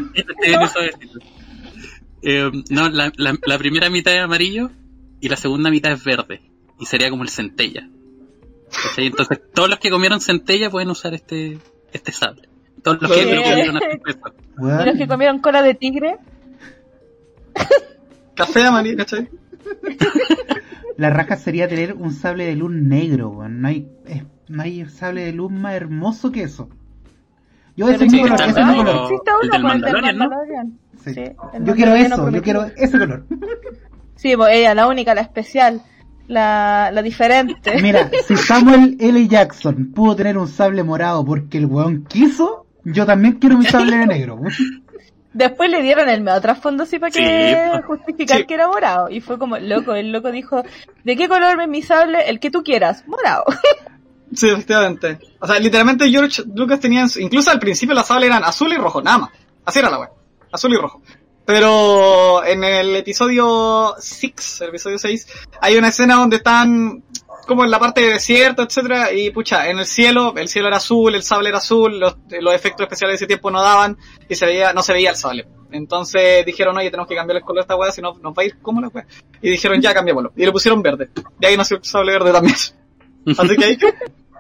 eh, no, la, la, la primera mitad es amarillo y la segunda mitad es verde. Y sería como el centella. ¿Cachai? Entonces, todos los que comieron centella pueden usar este este sable. Todos los que ¿Qué? no comieron este ¿Y los que comieron cola de tigre? Café amarillo, ¿cachai? La raja sería tener un sable de luz negro, weón. No hay, es, no hay sable de luz más hermoso que eso. Yo ese es mi color, ese es mi color. Existe uno, el del pues, el Mandalorian, ¿no? Mandalorian. Sí. Sí, el Yo quiero Mandalorian eso, yo prometido. quiero ese color. Sí, pues ella, la única, la especial, la, la diferente. Mira, si Samuel L. Jackson pudo tener un sable morado porque el weón quiso, yo también quiero mi sable de negro. Después le dieron el medio trasfondo así para que Sí, pues. justificar Sí. que era morado. Y fue como, loco, el loco dijo, ¿de qué color es mi sable? El que tú quieras, morado. Sí, efectivamente. O sea, literalmente George Lucas tenía, en su- incluso al principio las sables eran azul y rojo, nada más. Así era la wea. Azul y rojo. Pero en el episodio seis, el episodio seis, hay una escena donde están como en la parte de desierto, etcétera, y pucha, en el cielo, el cielo era azul, el sable era azul, los, los efectos especiales de ese tiempo no daban, y se veía, no se veía el sable. Entonces dijeron, oye, tenemos que cambiar el color de esta wea, si no nos va a ir como la wea. Y dijeron, ya, cambiémoslo. Y le pusieron verde. Y ahí nació el sable verde también. Así que ahí...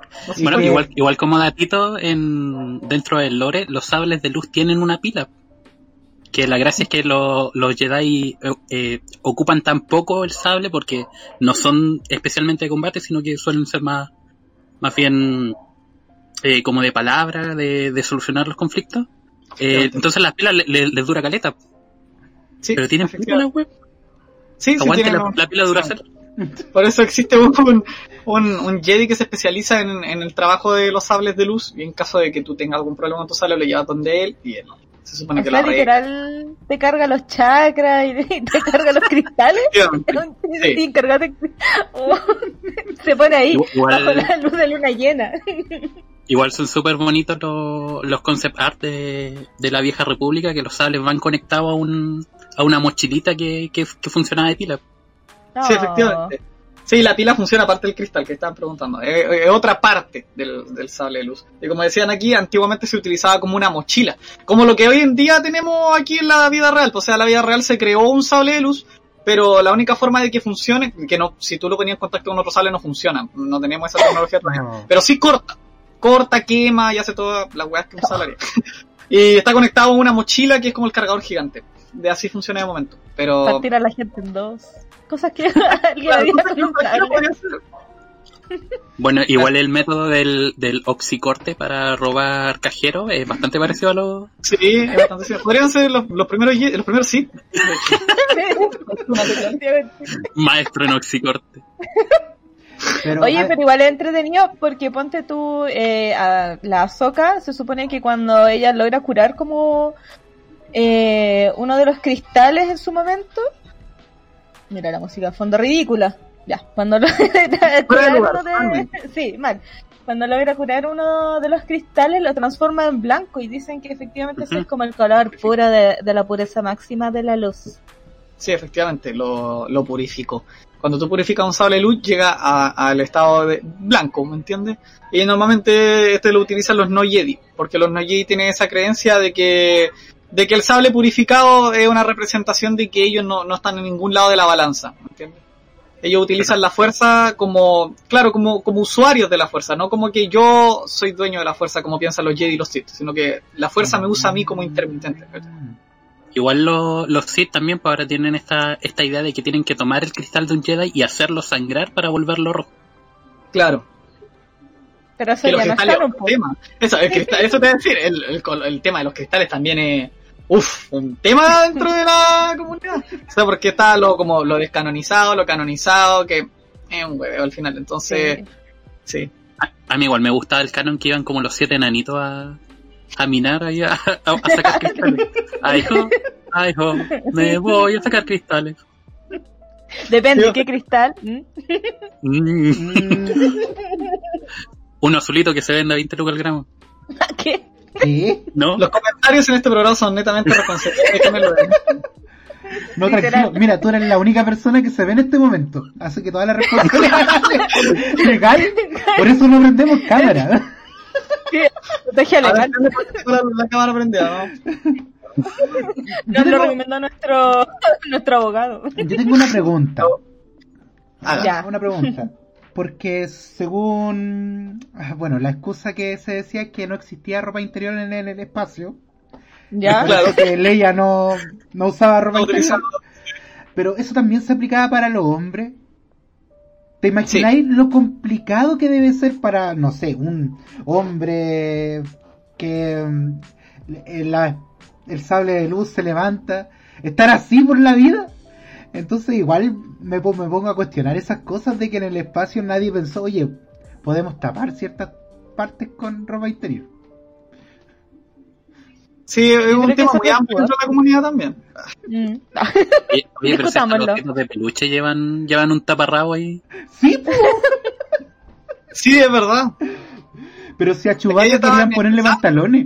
Y Bueno, que- igual, igual como datito, en, dentro del lore, los sables de luz tienen una pila. Que la gracia es que lo- los Jedi eh, eh, ocupan tan poco el sable porque no son especialmente de combate, sino que suelen ser más, más bien eh, como de palabra, de, de solucionar los conflictos. Eh, entonces las pilas le- le- les dura caleta. Sí, Pero tienen pila la web. Sí, sí, Aguante tienen la, un- la pila dura ser. Por eso existe un, un, un Jedi que se especializa en, en el trabajo de los sables de luz, y en caso de que tú tengas algún problema con tu sable, lo llevas donde él y él se supone O que sea, lo arregla. literal, te carga los chakras y te, te carga los cristales. Sí. Y cargate- oh, se pone ahí, Igual- bajo la luz de luna llena. Igual son súper bonitos los, los concept art de, de la vieja república, que los sables van conectados a un a una mochilita que, que, que funcionaba de pila. Sí, efectivamente. Sí, la pila funciona aparte del cristal que estaban preguntando. Es, es otra parte del, del sable de luz. Y como decían aquí, antiguamente se utilizaba como una mochila. Como lo que hoy en día tenemos aquí en la vida real. O sea, en la vida real se creó un sable de luz, pero la única forma de que funcione, que no, si tú lo ponías en contacto con otro sable no funciona. No tenemos esa tecnología todavía. No. Pero sí corta. Corta, quema y hace todas las weas que un sable haría. Y está conectado a una mochila que es como el cargador gigante. De así funciona de momento. Pero... Partir a la gente en dos. Cosas que alguien Claro, había cosas que pensado. cualquiera podría hacer. Bueno, igual el método del, del oxicorte para robar cajero es bastante parecido a los... Sí, es bastante simple. Podrían ser los, los primeros ye- los primeros sí. Maestro en oxicorte. pero, Oye, a- pero igual es entretenido porque ponte tú, eh, a la Ahsoka, se supone que cuando ella logra curar como eh, uno de los cristales en su momento, mira la música de fondo ridícula, ya, cuando logra curar lugar, uno de... Sí, mal. Cuando logra curar uno de los cristales lo transforma en blanco y dicen que efectivamente ese Ujú. es como el color puro de, de la pureza máxima de la luz. Sí, efectivamente, lo, lo purificó. Cuando tú purificas un sable de luz, llega a- al estado de blanco, ¿me entiendes? Y normalmente este lo utilizan los no Jedi, porque los no Jedi tienen esa creencia de que de que el sable purificado es una representación de que ellos no, no están en ningún lado de la balanza, ¿me entiendes? Ellos utilizan la fuerza como, claro, como, como usuarios de la fuerza, no como que yo soy dueño de la fuerza como piensan los Jedi y los Sith, sino que la fuerza me usa a mí como intermitente. Igual lo- los Sith también pues, ahora tienen esta, esta idea de que tienen que tomar el cristal de un Jedi y hacerlo sangrar para volverlo rojo. Claro. Pero eso Que los ya no cristales está es un tema. Eso, el cristal- eso te voy a decir, el, el, col- el tema de los cristales también es, uff, un tema dentro de la comunidad. O sea, porque está lo como lo descanonizado, lo canonizado, que es un hueveo al final. Entonces, sí. A, a mí igual me gustaba el canon que iban como los siete enanitos a, a minar ahí, a, a- a sacar cristales. Ay, jo, ay, jo, me voy a sacar cristales. Depende, Sí. ¿qué cristal? ¿Mm? Mm. Mm, Uno azulito que se vende a veinte lucas al gramo. ¿Qué? ¿qué? ¿No? Los comentarios en este programa son netamente responsables. Déjame lo ver. No, Literal. tranquilo. Mira, tú eres la única persona que se ve en este momento. Así que toda la responsabilidad legal. Por eso no prendemos cámara. Protege Ahora legal. entiende por qué la, la cámara prendida, ¿no? Nos lo recomendó nuestro, nuestro abogado. Yo tengo una pregunta. Ah, Ya. Una pregunta. Porque según... ah, bueno, la excusa que se decía es que no existía ropa interior en el, el espacio. ¿Ya? Por eso que Leia no, no usaba ropa No interior. utilizaba. Pero eso también se aplicaba para los hombres. ¿Te imagináis lo complicado que debe ser para, no sé, un hombre que mm, el, la- el sable de luz se levanta? ¿Estar así por la vida? Entonces igual me, po- me pongo a cuestionar esas cosas de que en el espacio nadie pensó, oye, podemos tapar ciertas partes con ropa interior. Sí, es Yo un creo que tema eso muy fue amplio jugar. dentro de la comunidad también. Mm. Oye, oye, pero si hasta los Discutámoslo. ositos de peluche llevan, llevan un taparrabo ahí. Sí, po. Sí, es verdad. Pero si a Ella Chewbacca estaba querían en- ponerle pantalones.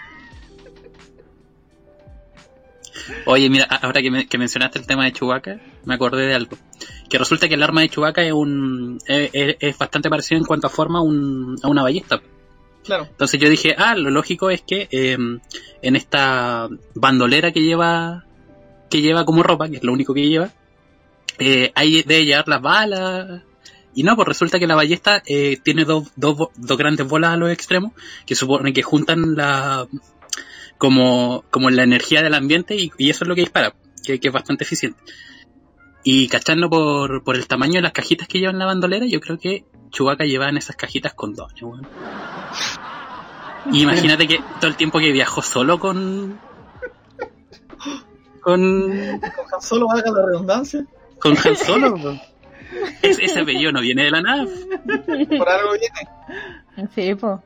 Oye, mira, ahora que, me, que mencionaste el tema de Chewbacca, me acordé de algo. Que resulta que el arma de Chewbacca es un es, es- es bastante parecido en cuanto a forma a, un, a una ballesta. Claro. Entonces yo dije, ah, lo lógico es que eh, en esta bandolera que lleva que lleva como ropa, que es lo único que lleva, eh, ahí debe llevar las balas. Y no, pues resulta que la ballesta eh, tiene dos, dos, bo- dos grandes bolas a los extremos que supone que juntan la como, como la energía del ambiente y, y eso es lo que dispara, que, que es bastante eficiente. Y cachando por, por el tamaño de las cajitas que llevan la bandolera, yo creo que Chewbacca llevaba en esas cajitas condones, weón. Y imagínate que todo el tiempo que viajó solo con con Con Han Solo, valga la redundancia. con Han Solo, weón. Es- ese apellido no viene de la nada. Por algo viene. Sí, po.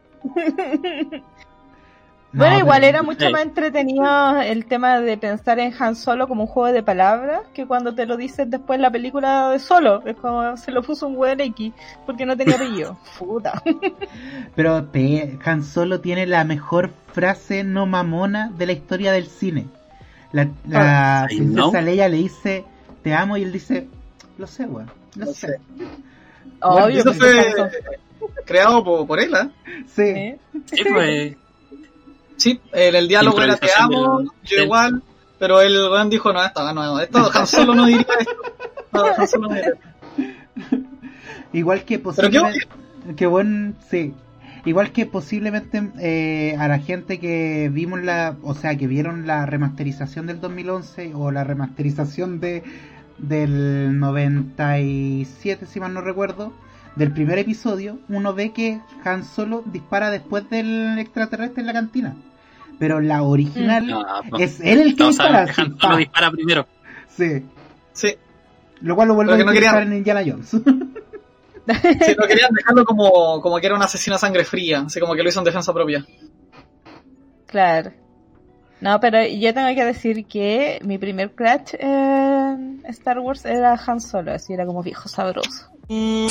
No, Bueno, igual pero- era mucho Sí. más entretenido el tema de pensar en Han Solo como un juego de palabras que cuando te lo dices después la película de Solo. Es como se lo puso un weón X porque no tenía apellido. Puta. Pero pe- Han Solo tiene la mejor frase no mamona de la historia del cine. La, la I princesa know. Leia le dice, te amo, y él dice, lo sé, weón, lo Lo sé. sé. Obvio, Eso porque fue Han Solo- creado por, por él, ¿eh? Sí. ¿Sí? Sí, pues, Sí, el, el diálogo era te Improvisación amo, del- yo del- igual, pero el weón dijo, no, esto no, esto Han Solo no diría esto. No, Han Solo no diría esto. Igual que Pero qué posiblemente... Que buen... Sí. Igual que posiblemente eh, a la gente que vimos la... O sea, que vieron la remasterización del dos mil once o la remasterización de del noventa y siete, si mal no recuerdo, del primer episodio, uno ve que Han Solo dispara después del extraterrestre en la cantina. Pero la original no, pues, es él el que todos dispara. sabemos que así, Han Solo pa. dispara primero. Sí. Sí, Lo cual lo vuelve Lo que a no utilizar querían- en Indiana Jones. sí, no querían dejarlo como, como que era un asesino a sangre fría, así como que lo hizo en defensa propia. Claro. No, pero yo tengo que decir que mi primer crush en Star Wars era Han Solo, así era como viejo sabroso. ¿De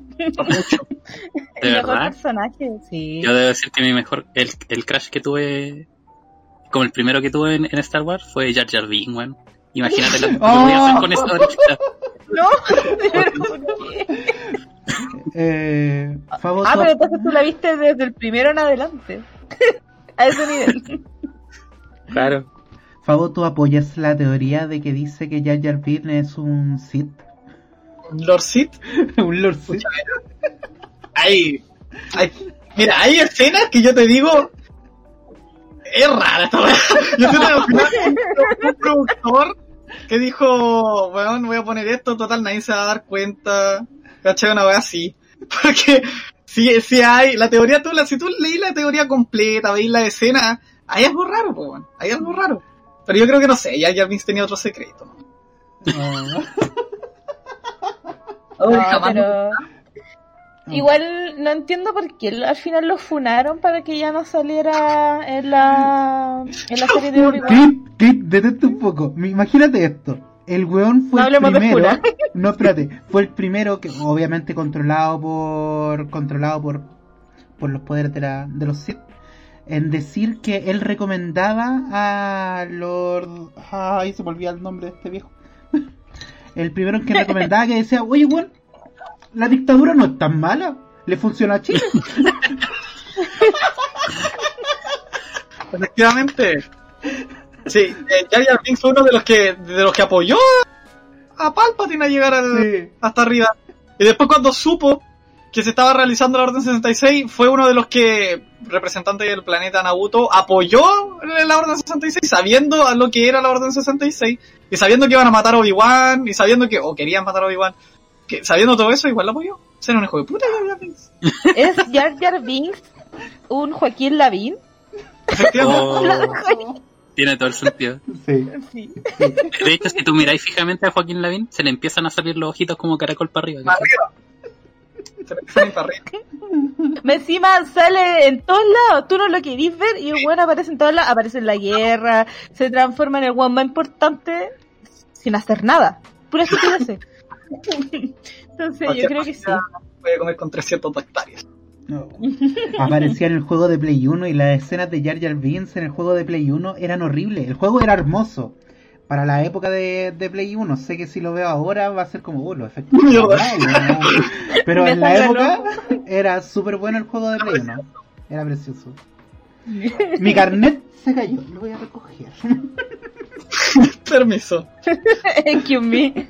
El mejor verdad? personaje, sí. Yo debo decir que mi mejor, el, el crash que tuve, como el primero que tuve en, en Star Wars, fue Jar Jar Binks, weón. Imagínate lo que voy a hacer con esa orejita. No, de verdad, ¿por qué? eh, Favo, Ah, tú- pero entonces tú la viste desde el primero en adelante. A ese nivel. Claro. Favo, ¿tú apoyas la teoría de que dice que Jar Jar Binks es un Sith? Lord Sith, Un Lord Sith. hay, hay, mira, hay escenas que yo te digo, es rara esta weá. Yo siento que al final un productor que dijo, weón, voy a poner esto, total, nadie se va a dar cuenta, ¿cachai? Una weá así. Porque si, si hay, la teoría, tú, la, si tú leí la teoría completa, veis la escena, hay algo raro, po, weón, hay algo raro. Pero yo creo que no sé, ya Jar Binks tenía otro secreto. Ah. Uy, No, jamás pero... Igual no entiendo por qué al final lo funaron para que ya no saliera en la, en la serie de Obi-Wan. Kate, Kate, detente un poco. Imagínate esto. El weón fue No el hablemos de primero. funa. No, espérate. Fue el primero que, obviamente, controlado por. Controlado por. Por los poderes de, la, de los Sith. En decir que él recomendaba a Lord. Ay, se me olvida el nombre de este viejo. El primero en que recomendaba que decía: oye, weón, la dictadura no es tan mala. Le funciona a Chile. Efectivamente. Sí, eh, Jar Jar Binks fue uno de los que de los que apoyó a Palpatine a llegar al, Sí. hasta arriba. Y después cuando supo que se estaba realizando la Orden sesenta y seis, fue uno de los que, representante del planeta Nabuto, apoyó la Orden sesenta y seis, sabiendo a lo que era la Orden sesenta y seis, y sabiendo que iban a matar a Obi-Wan, y sabiendo que, o querían matar a Obi-Wan, que sabiendo todo eso, igual lo apoyó. O sea, era un hijo de puta Jar Jar Binks. ¿Es Jar Jar Binks un Joaquín Lavín? Efectivamente. Oh, tiene todo el sentido. Sí. Sí. De hecho, si tú miráis fijamente a Joaquín Lavín, se le empiezan a salir los ojitos como caracol para arriba. ¿cachai? Arriba. Sale para arriba. Encima sale en todos lados, tú no lo querís ver y el weón aparece en todos lados, aparece en la guerra, se transforma en el weón más importante sin hacer nada, pura estupidez. Entonces yo creo que sí. Voy a comer con trescientos hectáreas. No. Aparecía en el juego de Play uno y las escenas de Jar Jar Binks en el juego de Play uno eran horribles. El juego era hermoso para la época de, de Play uno. Sé que si lo veo ahora va a ser como, oh, los efectos. Pero en la época era súper bueno el juego de Play uno. Era precioso. Mi carnet se cayó, lo voy a recoger. Permiso. Excuse me.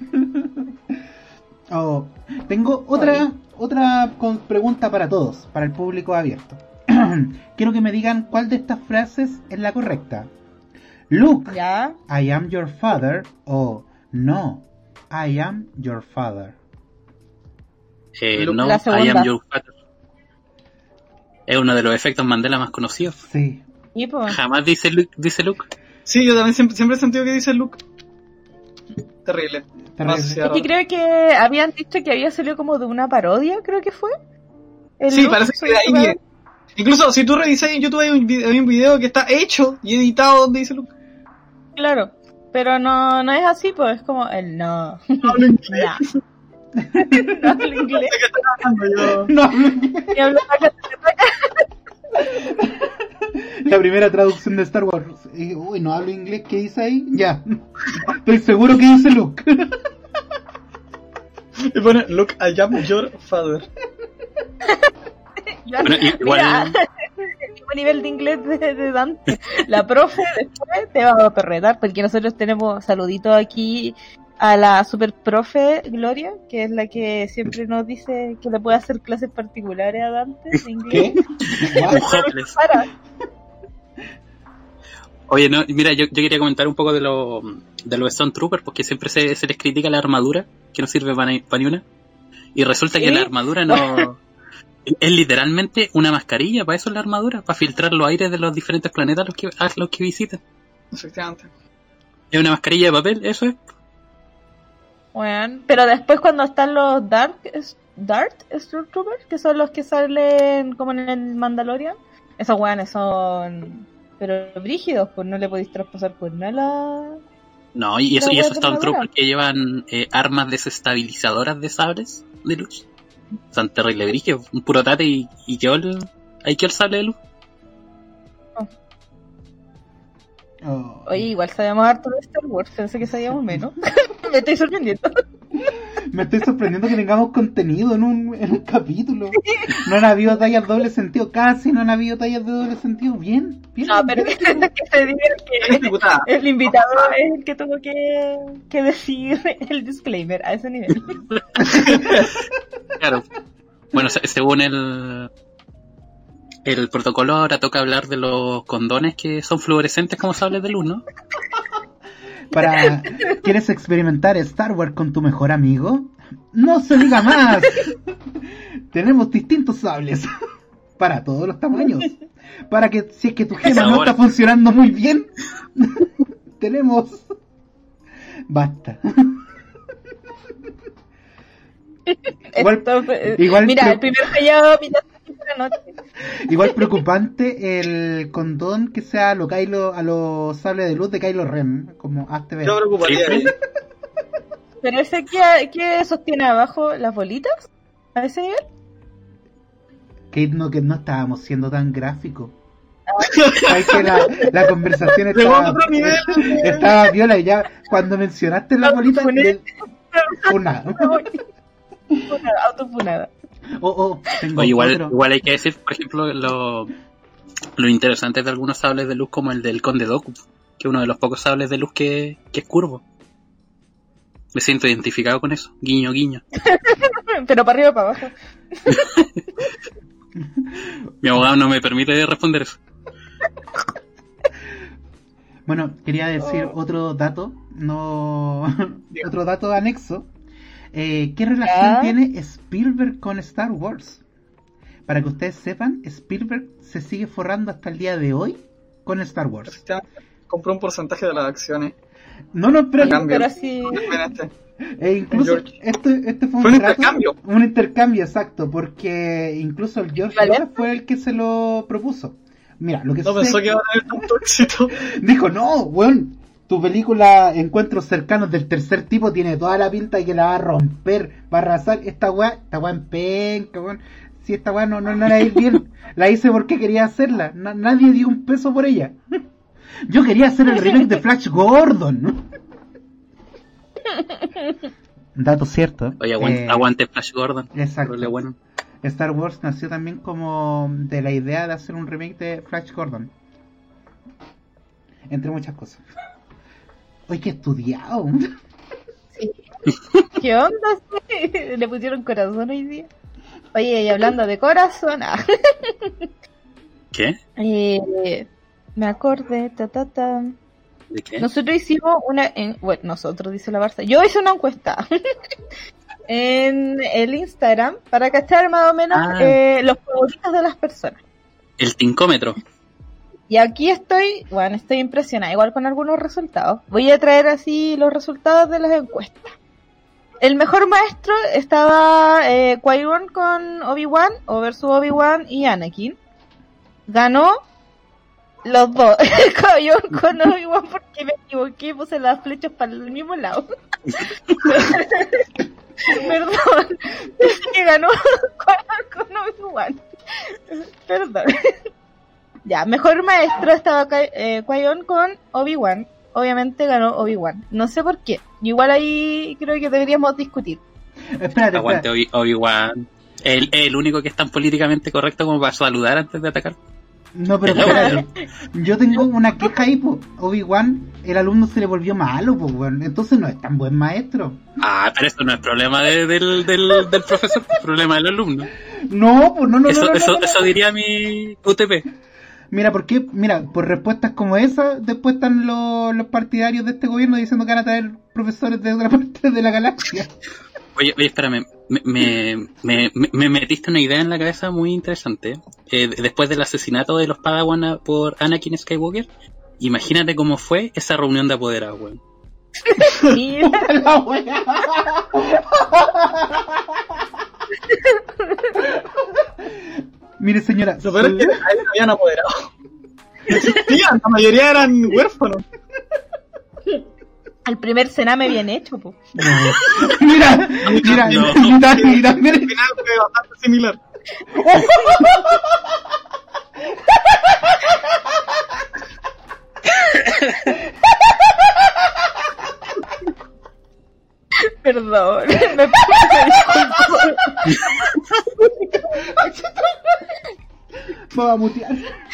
Oh, tengo otra otra con pregunta para todos, para el público abierto. Quiero que me digan cuál de estas frases es la correcta. Luke, ¿Ya? I am your father, o no, I am your father. Eh, La no, segunda. I am your father. Es uno de los efectos Mandela más conocidos. Sí. Y pues, Jamás dice Luke, dice Luke. Sí, yo también siempre, siempre he sentido que dice Luke. Terrible. Terrible. No sé si es que creo que habían dicho que había salido como de una parodia, creo que fue. El Sí, Luke parece que soy de ahí super- viene. Incluso si tú revisas en YouTube hay un, video, hay un video que está hecho y editado donde dice Luke. Claro, pero no, no es así, pues es como el no. No hablo inglés. No. No hablo inglés. ¿De qué estás hablando yo? No hablo inglés. Y hablo taca, taca, taca. La primera traducción de Star Wars. Y, uy, no hablo inglés, ¿qué dice ahí? Ya. Estoy seguro que dice Luke. Y pone Luke, I am your father. Ya, Bueno, igual- mira, el mismo nivel de inglés de, de Dante. La profe después te va a perretar porque nosotros tenemos saluditos aquí a la super profe Gloria, que es la que siempre nos dice que le puede hacer clases particulares a Dante de inglés. ¿Qué? Un hopeless. Para. Oye, no, mira, yo, yo quería comentar un poco de, lo, de los Stormtroopers, porque siempre se, se les critica la armadura, que no sirve para ni, pa' ni una. Y resulta que ¿Sí? la armadura no... Es literalmente una mascarilla, para eso es la armadura, para filtrar los aires de los diferentes planetas a los que, a los que visitan. Efectivamente. Es una mascarilla de papel, eso es. Bueno, pero después cuando están los Dark Dart Stormtroopers, que son los que salen como en el Mandalorian, esos weones son pero brígidos, pues no le podéis traspasar por nada la... No, y eso, La y wea esos de armadura. Stormtroopers que llevan eh, armas desestabilizadoras de sables de luz. Son terrible brígidos, un puro tate y, y quedó el, ahí quedó el sable de luz. Oh. Oye, igual sabíamos harto de Star Wars, pensé que sabíamos menos. Me estoy sorprendiendo. Me estoy sorprendiendo que tengamos contenido en un, en un capítulo. No han habido tallas doble sentido, casi no han habido tallas de doble sentido. Bien, bien. No, pero que, que se diga Eres que diputada. el invitado es el que tuvo que, que decir el disclaimer a ese nivel. Claro. Bueno, se- según el el protocolo ahora toca hablar de los condones que son fluorescentes como sables de luz, ¿no? Para, ¿quieres experimentar Star Wars con tu mejor amigo? No se diga más. Tenemos distintos sables para todos los tamaños. Para que si es que tu gema no Ahora. está funcionando muy bien, tenemos. Basta. Igual- Esto, eh, igual mira, pre- el primer callado mira la noche. Igual preocupante el condón que sea a lo Kylo, a los sables de luz de Kylo Ren, como hazte ver. Yo me preocuparía. Sí, sí. Pero ese que, que sostiene abajo las bolitas, a ese nivel. Kate, no, que no estábamos siendo tan gráficos. Ay, que la, la conversación Llegó estaba, a otro nivel. estaba viola y ya cuando mencionaste la bolita Autofuné. del- una. Una autofunada. Oh, oh, tengo Oye, igual, otro. igual hay que decir, por ejemplo, lo, lo interesante de algunos sables de luz como el del Conde Dooku, que es uno de los pocos sables de luz que, que es curvo. Me siento identificado con eso. Guiño, guiño. Pero para arriba o para abajo. Mi abogado no me permite responder eso. Bueno, quería decir otro dato, no otro dato anexo. Eh, ¿Qué relación ¿Ah? tiene Spielberg con Star Wars? Para que ustedes sepan, Spielberg se sigue forrando hasta el día de hoy con Star Wars. Efectivamente. Compró un porcentaje de las acciones. No, no, pero A cambio. Pero así. Espérate. E incluso George. este, este fue un, Fue un trato- intercambio. un intercambio, exacto, porque incluso el George ¿Vale? Lucas fue el que se lo propuso. Mira, lo que No sucede pensó que iba a tener tanto éxito. dijo, no, weón, tu película Encuentros Cercanos del Tercer Tipo tiene toda la pinta de que la va a romper, va a arrasar. Esta weá, esta weá en penca, weón. Si esta weá no, no, no la hice bien, la hice porque quería hacerla. Na- nadie dio un peso por ella. Yo quería hacer el remake de Flash Gordon, ¿no? Dato cierto. Oye, aguante, eh, aguante Flash Gordon. exacto. Pero bueno. Star Wars nació también como de la idea de hacer un remake de Flash Gordon. Entre muchas cosas. Oye, qué estudiado. ¿Qué onda? Le pusieron corazón hoy día. Oye, y hablando de corazón, ah, ¿Qué? eh, me acordé, ta, ta, ta. ¿De qué? Nosotros hicimos una, en, bueno, nosotros, dice la Barça, yo hice una encuesta en el Instagram para cachar más o menos Ah. eh, los favoritos de las personas. El tincómetro. Y aquí estoy, bueno, estoy impresionada, igual con algunos resultados. Voy a traer así los resultados de las encuestas. El mejor maestro estaba eh, Qui-Gon con Obi-Wan, o versus Obi-Wan y Anakin. Ganó los dos. Qui-Gon con Obi-Wan porque me equivoqué, puse las flechas para el mismo lado. Perdón. Dice que ganó Qui-Gon con Obi-Wan. Perdón. Ya, mejor maestro estaba Qui- eh, Qui-Gon con Obi-Wan. Obviamente ganó Obi-Wan. No sé por qué. Igual ahí creo que deberíamos discutir. Espérate, Aguante espérate. Obi- Obi-Wan. El, el único que es tan políticamente correcto como para saludar antes de atacar. No, pero espérate. Yo tengo una queja ahí, po. Obi-Wan, el alumno se le volvió malo, pues, weón. Entonces no es tan buen maestro. Ah, pero eso no es problema de- del, del, del profesor, es problema del alumno. No, pues no, no, Eso, no, no, eso, no, no. eso diría mi U T P. Mira, ¿por qué? Mira, por respuestas como esa, después están los, los partidarios de este gobierno diciendo que van a traer profesores de otra parte de la galaxia. Oye, oye, espérame, me, me, me, me- me metiste una idea en la cabeza muy interesante. Eh, después del asesinato de los Padawan a- por Anakin Skywalker, imagínate cómo fue esa reunión de apoderados, weón. Mira, La wea. Mire, señora, Lo peor es que ahí se habían apoderado. No existían, la mayoría eran huérfanos. al primer cename bien hecho, po. mira, mira, No. mira, mira, mira. Al final fue bastante similar. Perdón, me pido Vamos a mutear.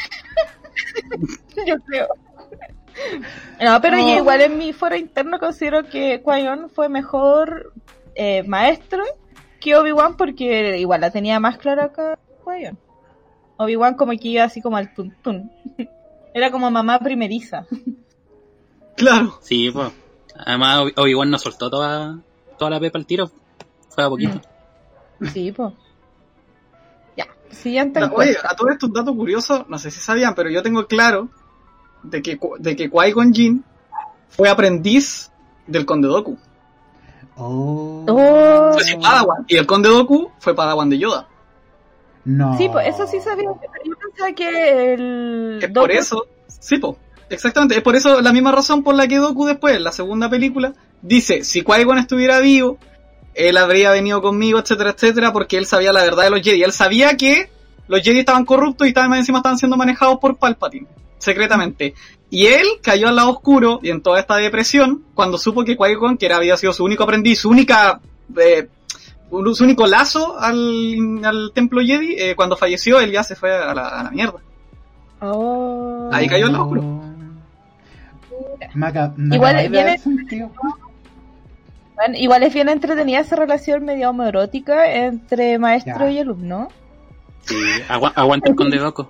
yo creo. No, pero Oh. yo igual en mi foro interno considero que Qui-Gon fue mejor eh, maestro que Obi-Wan porque igual la tenía más clara que Qui-Gon. Obi-Wan como que iba así como al tuntún. Era como mamá primeriza. Claro. Sí, pues. Además, Obi- Obi-Wan no soltó toda, toda la pepa al tiro. Fue a poquito. Sí, po. Ya, siguiente No, oye, encuesta. a todo esto un dato curioso, no sé si sabían, pero yo tengo claro de que, de que Qui-Gon Jinn fue aprendiz del Conde Dooku. Oh. Oh. Fue su Padawan. Y el Conde Dooku fue Padawan de Yoda. No. Sí, pues eso sí sabía. Pero yo pensaba que el. Es por Dooku- eso, sí, po, exactamente, es por eso la misma razón por la que Dooku después, en la segunda película, dice, si Qui-Gon estuviera vivo, él habría venido conmigo, etcétera, etcétera, porque él sabía la verdad de los Jedi. Él sabía que los Jedi estaban corruptos y estaban encima estaban siendo manejados por Palpatine, secretamente. Y él cayó al lado oscuro y en toda esta depresión cuando supo que Qui-Gon, que era, había sido su único aprendiz, su única... Eh, su único lazo al, al templo Jedi, eh, cuando falleció él ya se fue a la, a la mierda. Oh. Ahí cayó el lado oscuro. Maca, me Igual acabáis de viene- dar sentido. Bueno, igual es bien entretenida esa relación medio homoerótica entre maestro Ya. y alumno. Sí, agua- aguanta el Conde Dooku.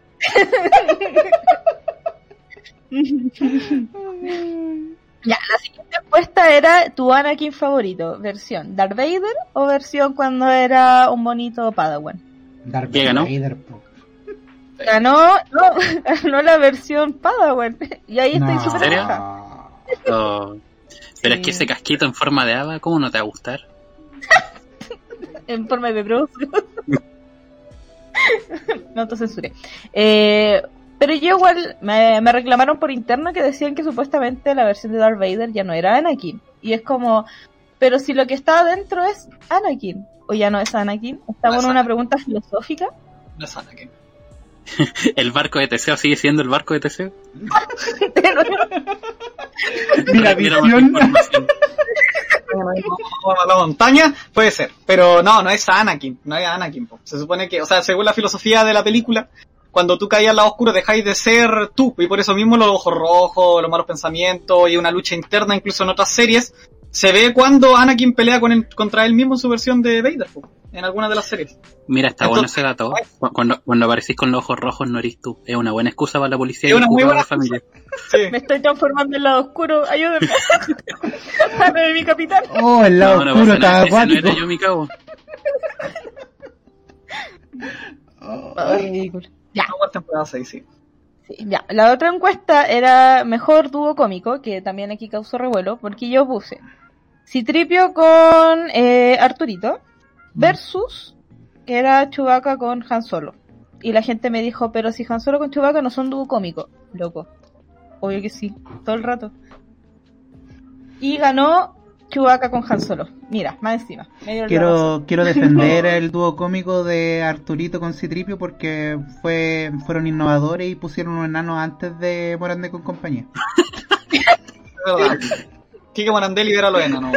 Ya, la siguiente encuesta era tu Anakin favorito, versión Darth Vader o versión cuando era un bonito Padawan. Darth ¿Quién ganó? Vader, po. Ganó, no, ganó la versión Padawan. Y ahí estoy No. súper ¿En serio? enojada. Oh. Pero es que ese casquito en forma de haba, ¿cómo no te va a gustar? En forma de bros. Me autocensuré. Eh, pero yo igual me, me reclamaron por interno que decían que supuestamente la versión de Darth Vader ya no era Anakin. Y es como, pero si lo que está adentro es Anakin, o ya no es Anakin. Estamos no en una Anakin. Pregunta filosófica. No es Anakin. ¿El barco de Teseo sigue siendo el barco de Teseo? Mira, visión. La montaña puede ser, pero no, no es Anakin, no es Anakin. Po. Se supone que, o sea, según la filosofía de la película, cuando tú caes al lado oscuro dejáis de ser tú, y por eso mismo los ojos rojos, los malos pensamientos y una lucha interna, incluso en otras series, se ve cuando Anakin pelea con el, contra él mismo en su versión de Vader, po, en algunas de las series. Mira, está Entonces, bueno ese dato. Cuando, cuando aparecís con los ojos rojos no eres tú. Es una buena excusa para la policía es y una muy buena la familia. Sí. Me estoy transformando en lado oscuro, ayúdenme. Dame mi capitán. Oh, el lado No, no oscuro pasa nada, está ese no acuático. era yo, mi cabo. Oh, ridículo. Ya. No, temporada seis, sí. Sí, ya. La otra encuesta era mejor dúo cómico, que también aquí causó revuelo, porque yo puse Citripio con eh, Arturito versus que era Chewbacca con Han Solo. Y la gente me dijo, pero si Han Solo con Chewbacca no son dúo cómico. Loco. Obvio que sí, todo el rato. Y ganó Chewbacca con Han Solo. Mira, más encima. Me dio la razón. Quiero, quiero defender el dúo cómico de Arturito con Citripio porque fue, fueron innovadores y pusieron un enano antes de Morandé con compañía. Es verdad. Kike Morandé libera a los enanos.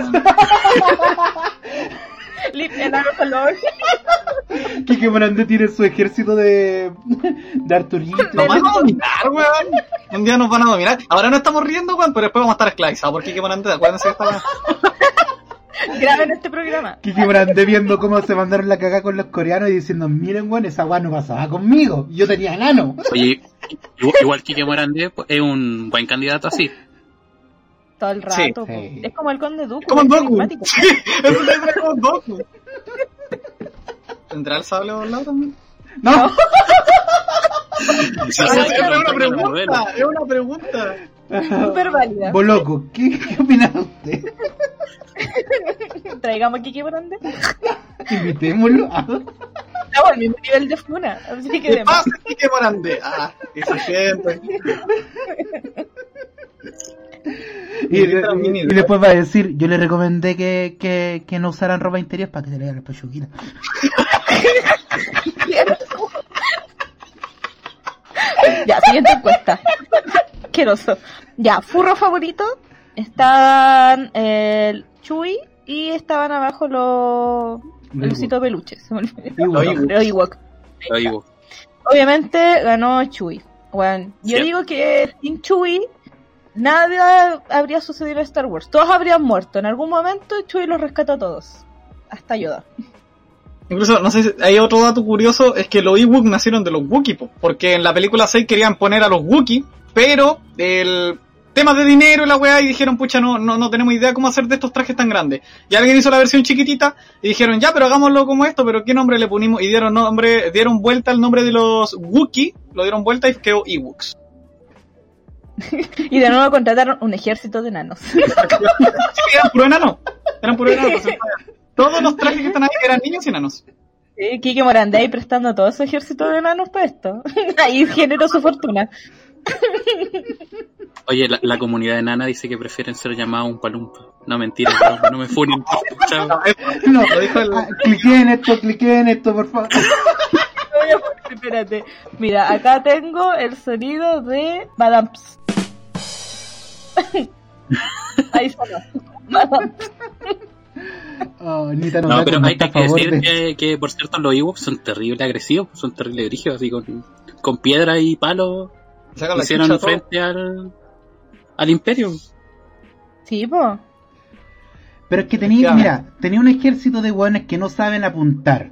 Lip enano color. Kike Morandé tiene su ejército de, de Arturito. Nos van a dominar, weón. Un día nos van a dominar. Ahora no estamos riendo, weón, pero después vamos a estar esclavizados por Kike Morandé. Acuérdense que está... Graben este programa. Kike Morandé viendo cómo se mandaron la cagada con los coreanos y diciendo, miren, weón, esa weá no pasaba conmigo. Yo tenía enano. Oye, igual, igual Kike Morandé pues, es un buen candidato así. Todo el rato. Sí, po. sí. Es como el conde Dooku. Como es en Goku. carismático. Sí, eso es como en Goku. ¿Tendrá el sable volado también? No. Sí, Ah, sí, es sí, una sí, pregunta, es una pregunta. Súper válida. Boloco, ¿qué, qué opina usted? Traigamos a Kike Morandé. Invitémoslo. Ah. Estamos al mismo nivel de funa. Así que ¿Qué demás. pasa, Kike Morandé? Ah, que se siente. Y, de- y- y después va a decir, yo le recomendé que, que, que no usaran ropa interior para que se le vean las pechuguitas. Ya, siguiente encuesta. Asqueroso. Ya, furro favorito. Estaban el Chewie y estaban abajo los el osito peluche. Se me olvidó. Ewok. Los Ewok. Ewok. Lo digo. Obviamente ganó Chewie. Bueno, yo Sí. digo que sin Chewie nada habría sucedido en Star Wars. Todos habrían muerto. En algún momento Chewie los rescató a todos. Hasta Yoda. Incluso, no sé si hay otro dato curioso, es que los Ewok nacieron de los Wookiee, po, porque en la película seis querían poner a los Wookiee, pero el tema de dinero y la weá, y dijeron, pucha, no, no, no tenemos idea cómo hacer de estos trajes tan grandes. Y alguien hizo la versión chiquitita, y dijeron, ya, pero hagámoslo como esto, pero ¿qué nombre le ponimos? Y dieron nombre, dieron vuelta al nombre de los Wookiee, lo dieron vuelta y quedó Ewoks. Y de nuevo contrataron un ejército de enanos. Sí, eran puro enano, eran puro enano. Pues, todos los trajes que están ahí eran niños y enanos. Sí, Kike Morandé ahí prestando todo su ejército de enanos para esto. Ahí generó su fortuna. Oye, la, la comunidad enana dice que prefieren ser llamados un palumpa. No, mentira, no, no me funen. Chao. No, Lo dijo el- ah, cliqué en esto, cliqué en esto, por favor. Espérate. Mira, acá tengo el sonido de Badamps. Ahí sonó. Badamps. Oh, Nita nos No, da pero como hay está que a favor decir de... que, que, por cierto, los Ewoks son terribles agresivos, son terribles brígidos, así con, con piedra y palo Sacan la hicieron chucha a todo. frente al, al imperio. Sí, po. Pero es que tenía, mira, tenía un ejército de hueones que no saben apuntar.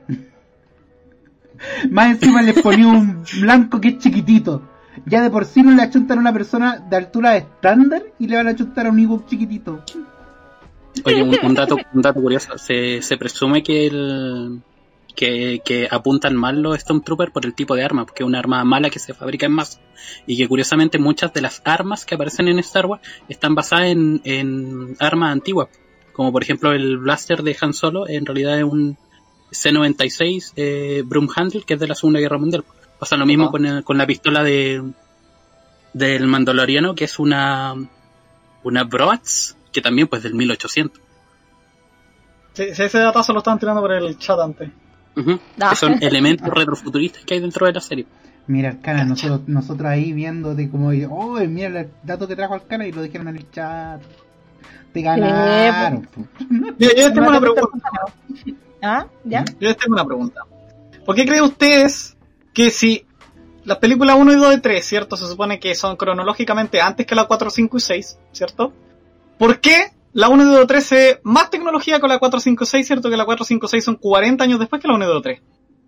Más encima les ponía un blanco que es chiquitito. Ya de por sí no le achuntan a una persona de altura estándar y le van a achuntar a un Ewok chiquitito. Oye, un, un dato un dato curioso, se, se presume que el que, que apuntan mal los Stormtroopers por el tipo de arma, porque es una arma mala que se fabrica en masa. Y que curiosamente muchas de las armas que aparecen en Star Wars están basadas en, en armas antiguas. Como por ejemplo el blaster de Han Solo, en realidad es un C noventa y seis eh, Broomhandle, que es de la Segunda Guerra Mundial. Pasa lo mismo uh-huh. con, el, con la pistola de del Mandaloriano, que es una una Broads, que también pues del mil ochocientos. Sí, sí, ese datazo lo estaban tirando por el chat antes. Uh-huh. Ah. Que son elementos retrofuturistas que hay dentro de la serie. Mira, Arcana, nosotros, nosotros ahí viendo de como, oh, mira el dato que trajo Arcana y lo dijeron en el chat. Te ganaron. Yo, yo les tengo una pregunta. ¿Ah? ¿Ya? Yo les tengo una pregunta. ¿Por qué creen ustedes que si las películas uno y dos y tres, ¿cierto? Se supone que son cronológicamente antes que la cuatro, cinco y seis, ¿cierto? ¿Por qué la uno y dos y tres es más tecnología con la cuatro, cinco y seis, ¿cierto? Que la cuatro, cinco y seis son cuarenta años después que la uno y dos y tres.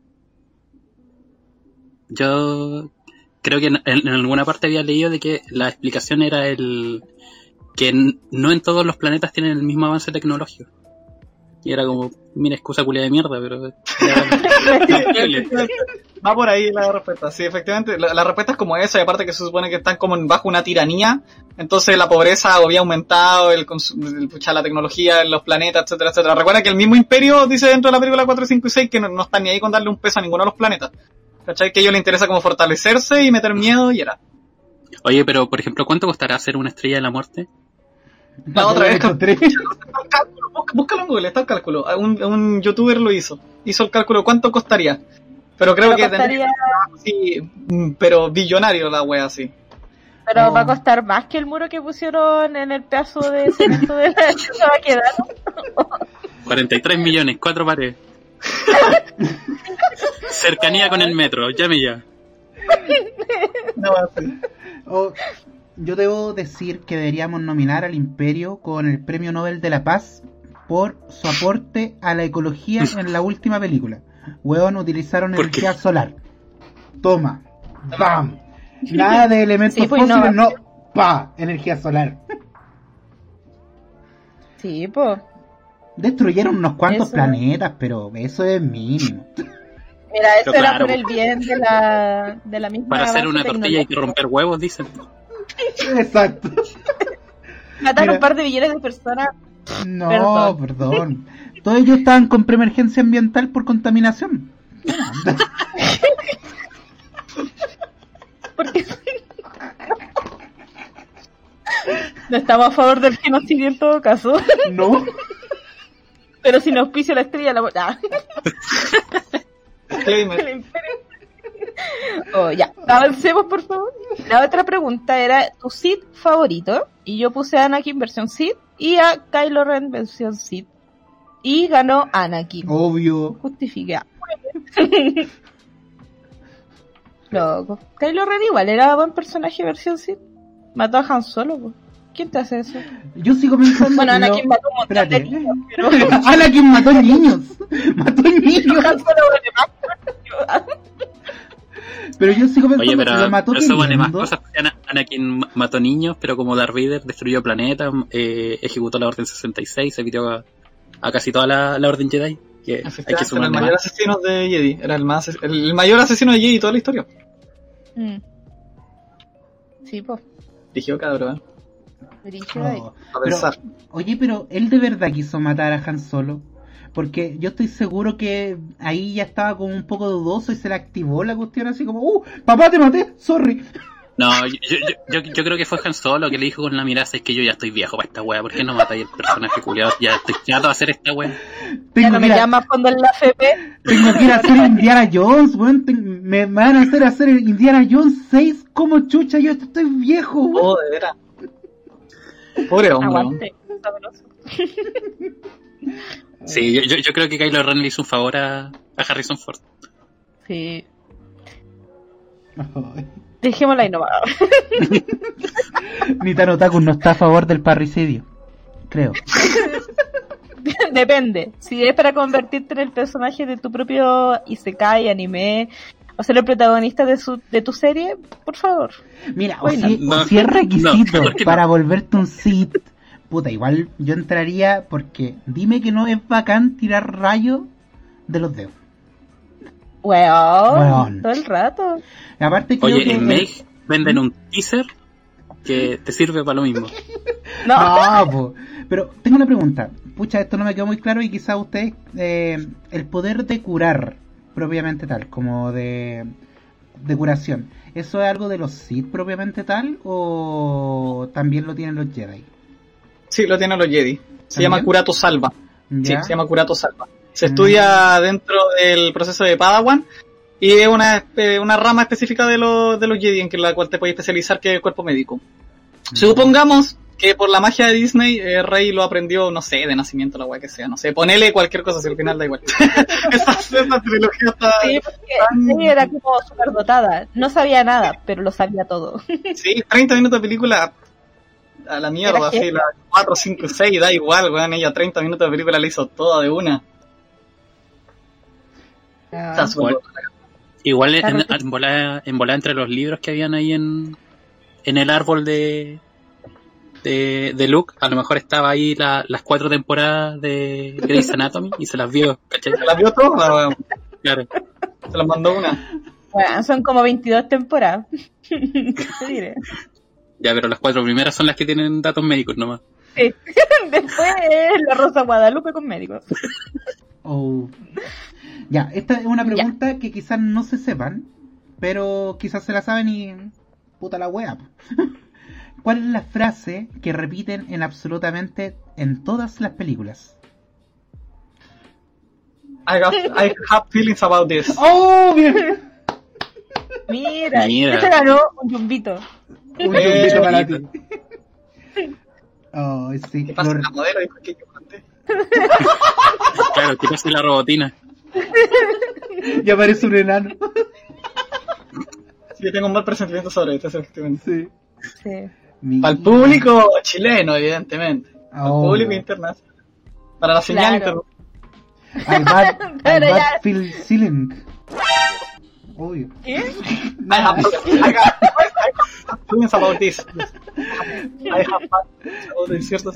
Yo creo que en, en alguna parte había leído de que la explicación era el que n- no en todos los planetas tienen el mismo avance tecnológico. Y era como, mira, excusa culia de mierda, pero... Va por ahí la respuesta. Sí, efectivamente, la, la respuesta es como esa, y aparte que se supone que están como bajo una tiranía, entonces la pobreza había aumentado, el, el, el la tecnología en los planetas, etcétera, etcétera. Recuerda que el mismo imperio dice dentro de la película cuatro, cinco y seis que no, no están ni ahí con darle un peso a ninguno de los planetas. ¿Cachai? Que a ellos les interesa como fortalecerse y meter miedo y era. Oye, pero por ejemplo, ¿cuánto costará hacer una estrella de la muerte? La otra vez, búscalo en Google, está el cálculo. Un, un youtuber lo hizo. Hizo el cálculo cuánto costaría. Pero creo pero que costaría... tendría, sí, pero billonario la wea así. Pero oh. va a costar más que el muro que pusieron en el pedazo de cemento de la se va a quedar, ¿no? cuarenta y tres millones, cuatro paredes. Cercanía con el metro, llame ya. No va a ser. Oh, yo debo decir que deberíamos nominar al Imperio con el Premio Nobel de la Paz por su aporte a la ecología en la última película. Huevón, utilizaron energía solar. Toma. ¡Bam! Nada de elementos sí, pues fósiles, no. no. ¡Pa! Energía solar. Sí, pues. Destruyeron unos cuantos eso. planetas, pero eso es mínimo. Mira, eso pero era claro, por el bien de la, de la misma. Para hacer una tortilla hay que romper huevos, dicen. Exacto. Matar un par de millones de personas. No, perdón. perdón. Todos ellos estaban con preemergencia ambiental por contaminación. Porque no estamos a favor del genocidio en todo caso. No. Pero si nos pisa la estrella la ah. Oh, ya, avancemos por favor. La otra pregunta era tu Sith favorito. Y yo puse a Anakin versión Sith y a Kylo Ren versión Sith. Y ganó Anakin. Obvio. Justifica. Loco. Kylo Ren igual era buen personaje versión Sith. Mató a Han Solo, po. ¿Quién te hace eso? Yo sigo pensando. Bueno, Anakin lo... mató un montón de niños, pero... Anakin mató niños. Mató niños. Han Solo vale más. Pero yo sigo pensando. Oye, pero, que lo mató pero eso vale más cosas. Anakin mató niños, pero como Darth Vader destruyó planetas, eh, ejecutó la Orden sesenta y seis, se pidió a, a casi toda la, la Orden Jedi. Que hay que el mayor más. asesino de Jedi. Era el más el, el mayor asesino de Jedi de toda la historia. Mm. Sí, pues. Dirigió cabrón. Oh, pero, oye, pero él de verdad quiso matar a Han Solo. Porque yo estoy seguro que ahí ya estaba como un poco dudoso y se le activó la cuestión así como, ¡uh! ¡Papá, te maté! ¡Sorry! No, yo, yo, yo, yo creo que fue Han Solo que le dijo con la mirada, es que yo ya estoy viejo para esta wea, ¿por qué no matáis el personaje culiado? Ya estoy chato de hacer esta wea. Ya no me llamas cuando en la F P. Tengo que ir a hacer Indiana Jones, weón. Ten, me van a hacer hacer Indiana Jones seis, como chucha, yo estoy viejo, weón. Oh, de veras. Pobre hombre. Aguante. Sí, yo, yo, yo creo que Kylo Ren le hizo un favor a, a Harrison Ford. Sí. Dejémosla ahí nomás. Nitano Taku no está a favor del parricidio, creo. Depende. Si es para convertirte en el personaje de tu propio isekai, anime, o ser el protagonista de su de tu serie, por favor. Mira, o si, no, o si es requisito no, para no. volverte un Sith, puta, igual yo entraría porque dime que no es bacán tirar rayos de los dedos. Weón, Weón. todo el rato. Aparte creo Oye, que en Meg venden un teaser que te sirve para lo mismo. No, No, po. Pero tengo una pregunta. Pucha, esto no me quedó muy claro y quizá ustedes... Eh, el poder de curar, propiamente tal, como de... de curación, ¿eso es algo de los Sith propiamente tal? ¿O también lo tienen los Jedi? Sí, lo tienen los Jedi. Se ¿También? llama Curato Salva. ¿Ya? Sí, se llama Curato Salva. Se Mm. estudia dentro del proceso de Padawan y es una, eh, una rama específica de los, de los Jedi en que la cual te puedes especializar, que es el cuerpo médico. Supongamos que por la magia de Disney, eh, Rey lo aprendió, no sé, de nacimiento, la weá que sea, no sé, ponele cualquier cosa, si al final da igual. esa, esa trilogía está... sí, porque ella era como súper dotada. No sabía nada, pero lo sabía todo. Sí, treinta minutos de película a la mierda, Era así, genial. la cuatro, cinco, seis, da igual, weón, ella treinta minutos de película la hizo toda de una. Está súper Igual, buena. igual en, Claro. en, volada, en volada entre los libros que habían ahí en, en el árbol de, de, de Luke, a lo mejor estaba ahí la, las cuatro temporadas de Grey's Anatomy y se las vio, ¿cachai? Se la vio toda, weón. Claro. Se la mandó una. Bueno, son como veintidós temporadas. Te diré. Ya, pero las cuatro primeras son las que tienen datos médicos nomás. Sí. Después es la Rosa Guadalupe con médicos. Oh. Ya, esta es una pregunta que quizás no se sepan, pero quizás se la saben y... puta la wea. ¿Cuál es la frase que repiten en absolutamente en todas las películas? I, got, I have feelings about this. ¡Oh, bien! Mira, Mira. este ganó un yumbito. Un Eh, yumbito para bonito. ti. Oh, sí. ¿Qué pasa Lo- con la modelo? Dijo que yo conté. Claro, quitarse la robotina. Ya parece un enano. Sí, yo tengo un mal presentimiento sobre esto, efectivamente. Sí. Sí. Mi- Para el público chileno, evidentemente. Para el Oh. público internacional. Para la señal Claro. internacional. Al bad, al Pero bad ya- feel ceiling. Obvio. ¿Qué? I have, I got, I have feelings about this. I have feelings about this, ¿cierto?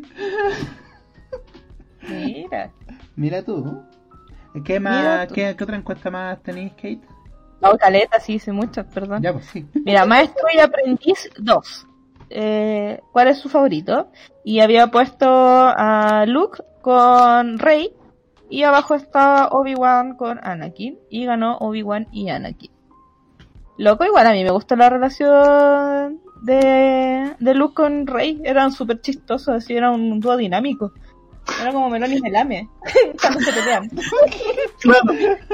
Mira. Mira tú. ¿Qué Mira más? tú. ¿Qué, qué otra encuesta más tenéis, Kate? No, caleta, sí, hice muchas, perdón. Ya, pues sí. Mira, Maestro y Aprendiz dos. Eh, ¿Cuál es su favorito? Y había puesto a Luke con Rey. Y abajo estaba Obi-Wan con Anakin. Y ganó Obi-Wan y Anakin. Loco, igual a mí me gusta la relación de, de Luke con Rey. Eran súper chistosos, así era un dúo dinámico. Era como Melón y Melame cuando se pelean. Claro.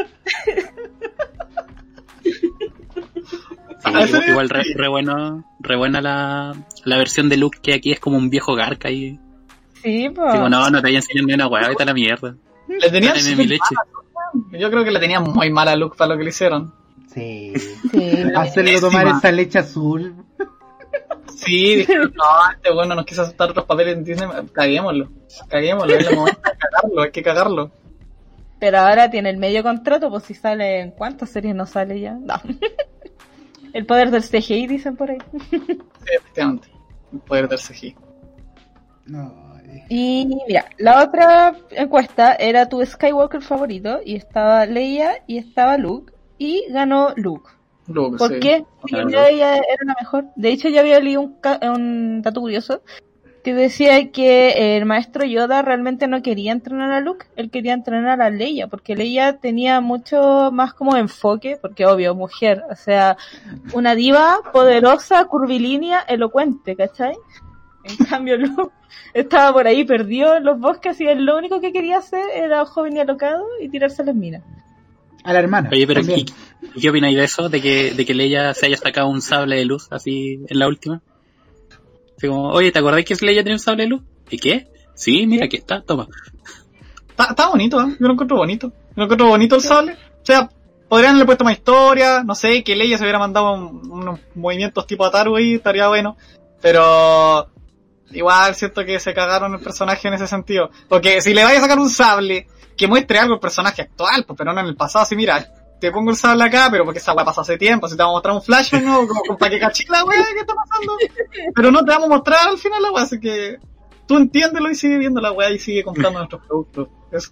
Sí, Ah, ¿sí? igual igual re, re bueno, re buena la, la versión de Luke, que aquí es como un viejo garca y Sí, pues. digo, no, no te voy a enseñar ni una hueá, vete a la mierda. Le tenían Dame mi súper leche. mala. Yo creo que le tenían muy mal a Luke para lo que le hicieron. Sí. Sí. Hacerlo tomar Pésima. esa leche azul. Sí, dijeron, no, este bueno nos quiso aceptar otros papeles en Disney, caguémoslo. Caguémoslo, es el momento de cagarlo, hay que cagarlo. Pero ahora tiene el medio contrato, pues si sale en cuántas series no sale ya. No. El poder del C G I dicen por ahí. Sí, efectivamente. El poder del C G I. No. Y mira, la otra encuesta era tu Skywalker favorito y estaba Leia y estaba Luke y ganó Luke. Luke, ¿Por sí. qué? Porque Claro. ya ella era la mejor. De hecho, yo había leído un, ca- un dato curioso que decía que el maestro Yoda realmente no quería entrenar a Luke, él quería entrenar a Leia, porque Leia tenía mucho más como enfoque, porque obvio, mujer, o sea, una diva poderosa, curvilínea, elocuente, ¿cachai? En cambio, Luke estaba por ahí perdido en los bosques y él lo único que quería hacer era joven y alocado y tirarse a las minas. A la hermana. Oye, pero también. ¿qué, ¿qué opináis de eso? De que, de que Leia se haya sacado un sable de luz así en la última. Así como, oye, ¿te acordás que Leia tenía un sable de luz? ¿Y qué? Sí, mira, aquí está, toma. Está, está bonito, ¿eh? Yo lo encuentro bonito. Yo lo encuentro bonito el sable. O sea, podrían haberle puesto más historia, no sé, que Leia se hubiera mandado un- unos movimientos tipo Ataru ahí, estaría bueno. Pero igual siento que se cagaron el personaje en ese sentido. Porque si le vaya a sacar un sable, que muestre algo el personaje actual, pues, pero no en el pasado, así mira, te pongo el sable acá, pero porque esa weá pasó hace tiempo, si te vamos a mostrar un flashback, ¿no? Como, como para que cachis la weá, ¿qué está pasando? Pero no te vamos a mostrar al final la weá, así que tú entiéndelo y sigue viendo la weá y sigue comprando nuestros productos. Eso Eso.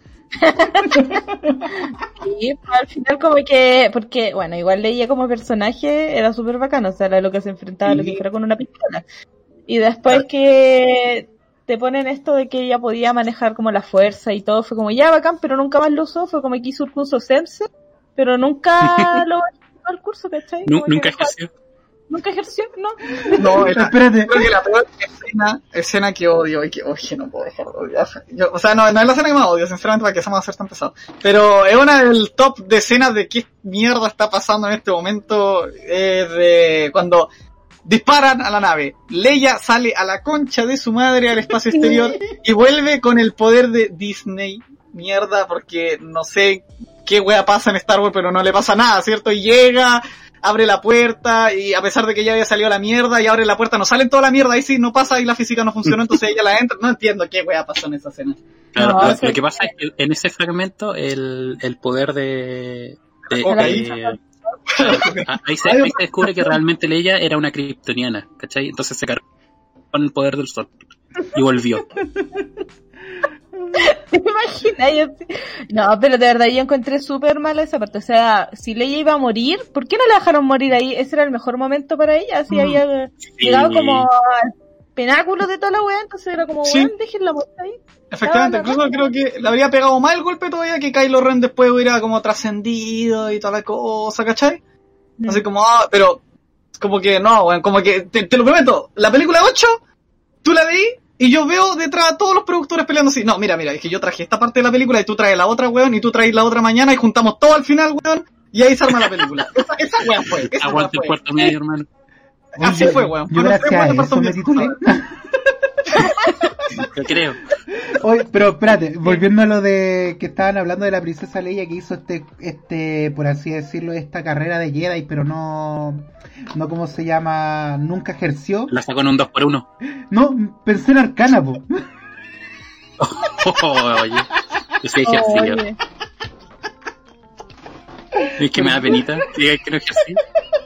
Y al final como que, porque, bueno, igual Leia como personaje era súper bacano, o sea, era lo que se enfrentaba a lo que fuera con una pistola. Y después que te ponen esto de que ella podía manejar como la fuerza y todo, fue como ya bacán, pero nunca más lo usó, fue como que hizo el curso Sense, pero nunca lo hizo al curso, ¿cachai? Nu- Como nunca que dejó- ejerció. Nunca ejerció, ¿no? No, era, Espérate. creo que la peor escena, escena que odio y que, oye, no puedo dejar de odiar. Yo, o sea, no, no es la escena que más odio, sinceramente, para que se me va a hacer tan pesado. Pero es una del top de escenas de qué mierda está pasando en este momento, eh, de cuando disparan a la nave. Leia sale a la concha de su madre al espacio exterior y vuelve con el poder de Disney. Mierda, porque no sé qué wea pasa en Star Wars, pero no le pasa nada, ¿cierto? Y llega, abre la puerta y a pesar de que ya había salido la mierda y abre la puerta, no sale toda la mierda, ahí sí no pasa y la física no funcionó, entonces ella la entra. No entiendo qué wea pasó en esa escena. Claro, No, lo, sí. lo que pasa es que en ese fragmento el, el poder de... de- Ok. de- ah, ahí, se, ahí se descubre que realmente Leia era una kryptoniana, ¿cachai? Entonces se cargó con el poder del sol y volvió. ¿Te imaginas? Yo sí- No, pero de verdad yo encontré súper mala esa parte. O sea, si Leia iba a morir, ¿por qué no la dejaron morir ahí? Ese era el mejor momento para ella. Así Mm. había llegado como al pináculo de toda la weá. Entonces era como, Sí. weón, déjenla morir ahí. Efectivamente, No, no, incluso no. creo que le habría pegado más el golpe todavía que Kylo Ren después hubiera como trascendido y toda la cosa, ¿cachai? Mm. Así como, ah, pero como que no, weón, como que, te, te lo prometo, la película ocho, tú la veí y yo veo detrás a todos los productores peleando así. No, mira, mira, es que yo traje esta parte de la película y tú traes la otra, weón, y tú traes la otra mañana y juntamos todo al final, weón, y ahí se arma la película. Esa, esa weón fue, esa weón Aguante el fue. cuarto medio, hermano. Así Oye, fue, weón. Yo Fueron gracias tres a weones eso por me titulé. Yo creo. Oye, pero espérate, volviendo a lo de que estaban hablando de la princesa Leia que hizo este, este, por así decirlo, esta carrera de Jedi, pero no, no como se llama, nunca ejerció. La sacó en un dos por uno. No, pensé en Arcana, po. Oye, yo soy ejercido. Oye. Es que me da penita que diga que no ejercí.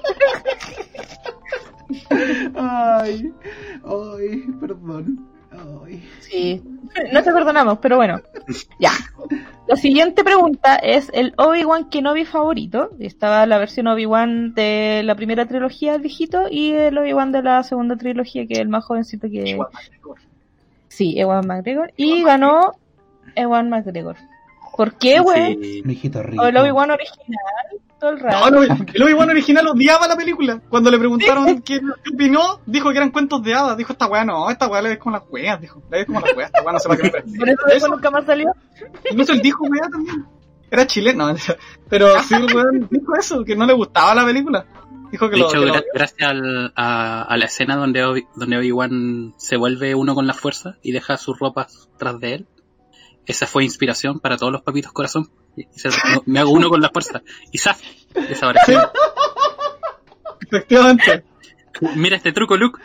Ay, ay, perdón. Ay. Sí, no te perdonamos, pero bueno. Ya. La siguiente pregunta es el Obi-Wan Kenobi favorito. Estaba la versión Obi-Wan de la primera trilogía, el viejito, y el Obi-Wan de la segunda trilogía, que es el más jovencito que... Igual, Sí, Ewan McGregor. Y ganó Ewan McGregor. ¿Por qué, weón? Sí. Mi hijito rico. O el Obi-Wan original, todo el rato. No, no, el Obi-Wan original odiaba la película. Cuando le preguntaron qué, qué opinó, dijo que eran cuentos de hadas. Dijo, esta weá no, esta weá le ves como las weas, dijo. Le ves como las weas, esta weá no se va a creer. Por eso después nunca más salió. Incluso él dijo weá también. Era chileno, pero sí el weón dijo eso, que no le gustaba la película. Dijo que De lo, hecho, que lo gra- gracias al- a, a la escena donde, Obi, donde Obi-Wan se vuelve uno con la fuerza y deja sus ropas tras de él, esa fue inspiración para todos los papitos corazón. Y dice, "No, me hago uno con la fuerza. Y ¡zaf! Desapareció. efectivamente. Mira este truco, Luke.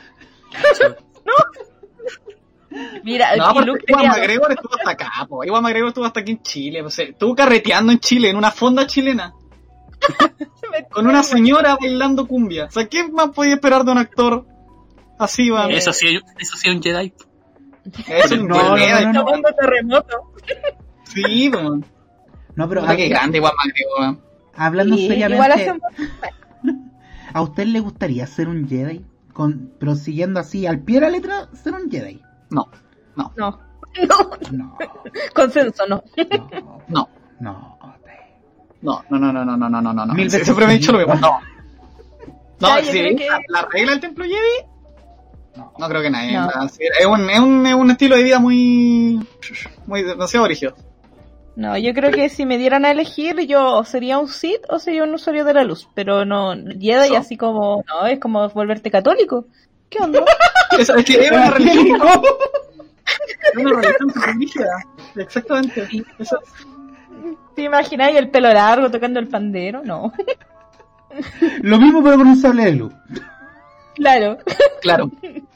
Mira, No, y porque Luke Iwan tenía- McGregor estuvo hasta acá, po. Iwan McGregor estuvo hasta aquí en Chile, o sea, estuvo carreteando en Chile, en una fonda chilena, con una señora bailando cumbia. O sea, ¿qué más podía esperar de un actor así, Iván? Eh, Eso sí, eso sí es un Jedi. Eso No, no, no, no, no, no. Tomando terremoto. Sí, po. No, pero Puta, qué grande Iwan McGregor. hablando Sí, seriamente, igual hacen... ¿a usted le gustaría ser un Jedi? Con, pero siguiendo así, al pie de la letra, ser un Jedi. No, no, No, no, No, consenso, no. no, no, no. no, no, no, no, no, no, no, no, no. Mil veces Siempre me he dicho lo sí. mismo. No. No, Ya, yo sí, creo que- la, la regla del templo Jedi, No. no creo que nadie. No. o sea, sí, es, un, es, un, es un estilo de vida muy, muy demasiado rígido. No, yo creo que si me dieran a elegir, yo o sería un Sith o sería un usuario de la luz. Pero no, Jedi No. así como, no, es como volverte católico. ¿Qué onda? Es, es que es una religión. Es una religión súper rígida. Exactamente. Sí. Eso, ¿Te imaginas el pelo largo tocando el pandero? No. Lo mismo pero con un sable de luz. Claro. claro.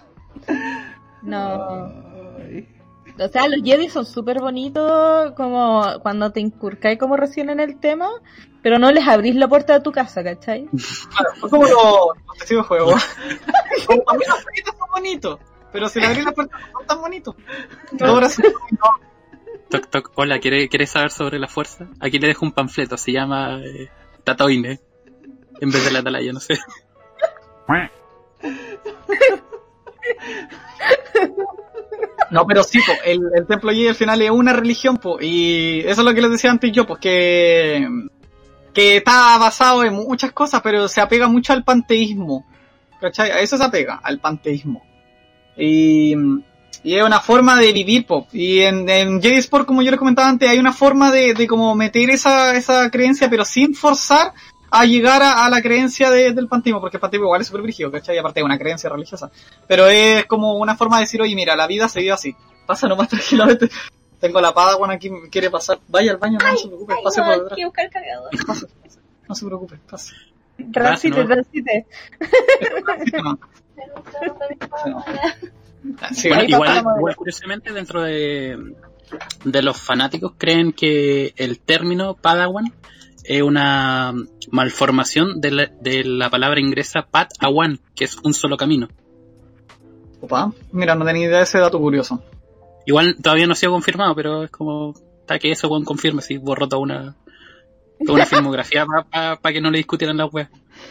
No. Ay. O sea, los Jedi son súper bonitos como cuando te incurcáis como recién en el tema, pero no les abrís la puerta de tu casa, ¿cachai? Claro, son como los, los testigos de juego. Como para mí los jueguitos son bonitos, pero si le abrís la puerta no son tan bonitos. No. Ahora sí, no. Toc, toc. Hola, ¿quiere, ¿quieres saber sobre la fuerza? Aquí le dejo un panfleto, se llama eh, Tatooine, en vez de la Atalaya, no sé. No, pero sí, po, el, el Templo Jedi al final es una religión, po, y eso es lo que les decía antes yo, pues que, que está basado en muchas cosas, pero se apega mucho al panteísmo, ¿cachai? A eso se apega, al panteísmo. Y, y es una forma de vivir, po, y en, en Jedi Sport, como yo les comentaba antes, hay una forma de, de como meter esa, esa creencia, pero sin forzar a llegar a, a la creencia de, del panteísmo, porque el panteísmo igual es súper brígido, ¿cachai? Y aparte es una creencia religiosa. Pero es como una forma de decir, oye, mira, la vida se vive así. Pasa nomás tranquilamente. Tengo la Padawan aquí, quiere pasar. Vaya al baño, no, no se preocupe, ay, pase no, por hay detrás. que buscar cargador. Pase, pase. No se preocupe, pase. Transite, ¿no? transite. No. No. Sí, Bueno, ahí igual, pasamos de- igual curiosamente dentro de, de los fanáticos creen que el término Padawan es una malformación de la, de la palabra inglesa Pat Awan, que es un solo camino. Opa, mira, no tenía idea de ese dato curioso. Igual todavía no ha sido confirmado, pero es como hasta que eso confirme si borró toda una, toda una filmografía para pa, pa que no le discutieran las weas.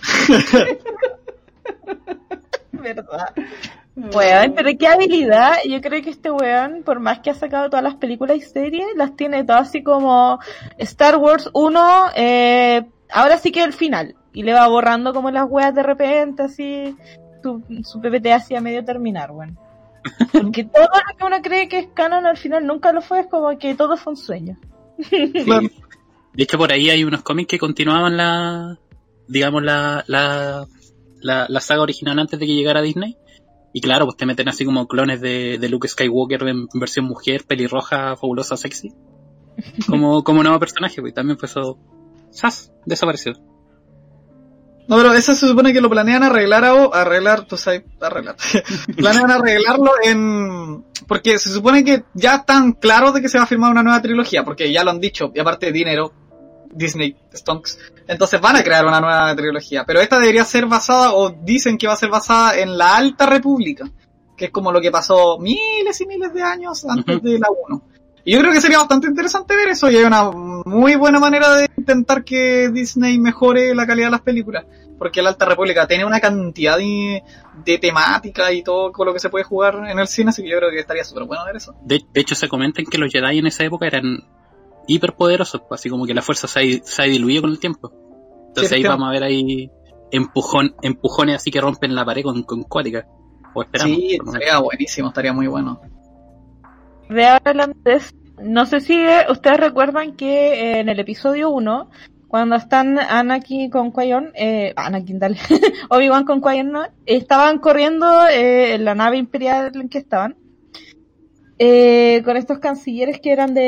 Verdad. Weón, pero qué habilidad. Yo creo que este weón, por más que ha sacado todas las películas y series, las tiene todas así como Star Wars uno, eh, ahora sí que el final. Y le va borrando como las weas de repente, así, su, su P P T así a medio terminar, weón. Porque todo lo que uno cree que es canon al final nunca lo fue, es como que todo fue un sueño. Claro. De hecho, por ahí hay unos cómics que continuaban la, digamos, la, la, la, la saga original antes de que llegara a Disney. Y claro, pues te meten así como clones de, de Luke Skywalker en versión mujer, pelirroja, fabulosa, sexy. Como, como nuevo personaje, pues también fue eso. ¡Sas! Desapareció. No, pero eso se supone que lo planean arreglar o arreglar, tú sabes, arreglar. Planean arreglarlo en... Porque se supone que ya están claros de que se va a firmar una nueva trilogía, porque ya lo han dicho, y aparte de dinero, Disney, Stonks. Entonces van a crear una nueva trilogía, pero esta debería ser basada, o dicen que va a ser basada en la Alta República, que es como lo que pasó miles y miles de años antes de la uno. Y yo creo que sería bastante interesante ver eso, y hay una muy buena manera de intentar que Disney mejore la calidad de las películas, porque la Alta República tiene una cantidad de, de temática y todo con lo que se puede jugar en el cine, así que yo creo que estaría súper bueno ver eso. De, de hecho, se comenta que los Jedi en esa época eran hiperpoderosos, pues, así como que la fuerza se ha, se ha diluido con el tiempo. Entonces Sí, ahí sí. vamos a ver ahí empujón, empujones así que rompen la pared con, con cuática. O esperamos. Sí, por lo menos. sería buenísimo, estaría muy bueno. De ahora adelante, no sé si eh, ustedes recuerdan que eh, en el episodio uno, cuando están Anakin con Qui-Gon, eh, Anakin, dale, Obi-Wan con Qui-Gon, ¿no? Estaban corriendo eh, en la nave imperial en que estaban, eh, con estos cancilleres que eran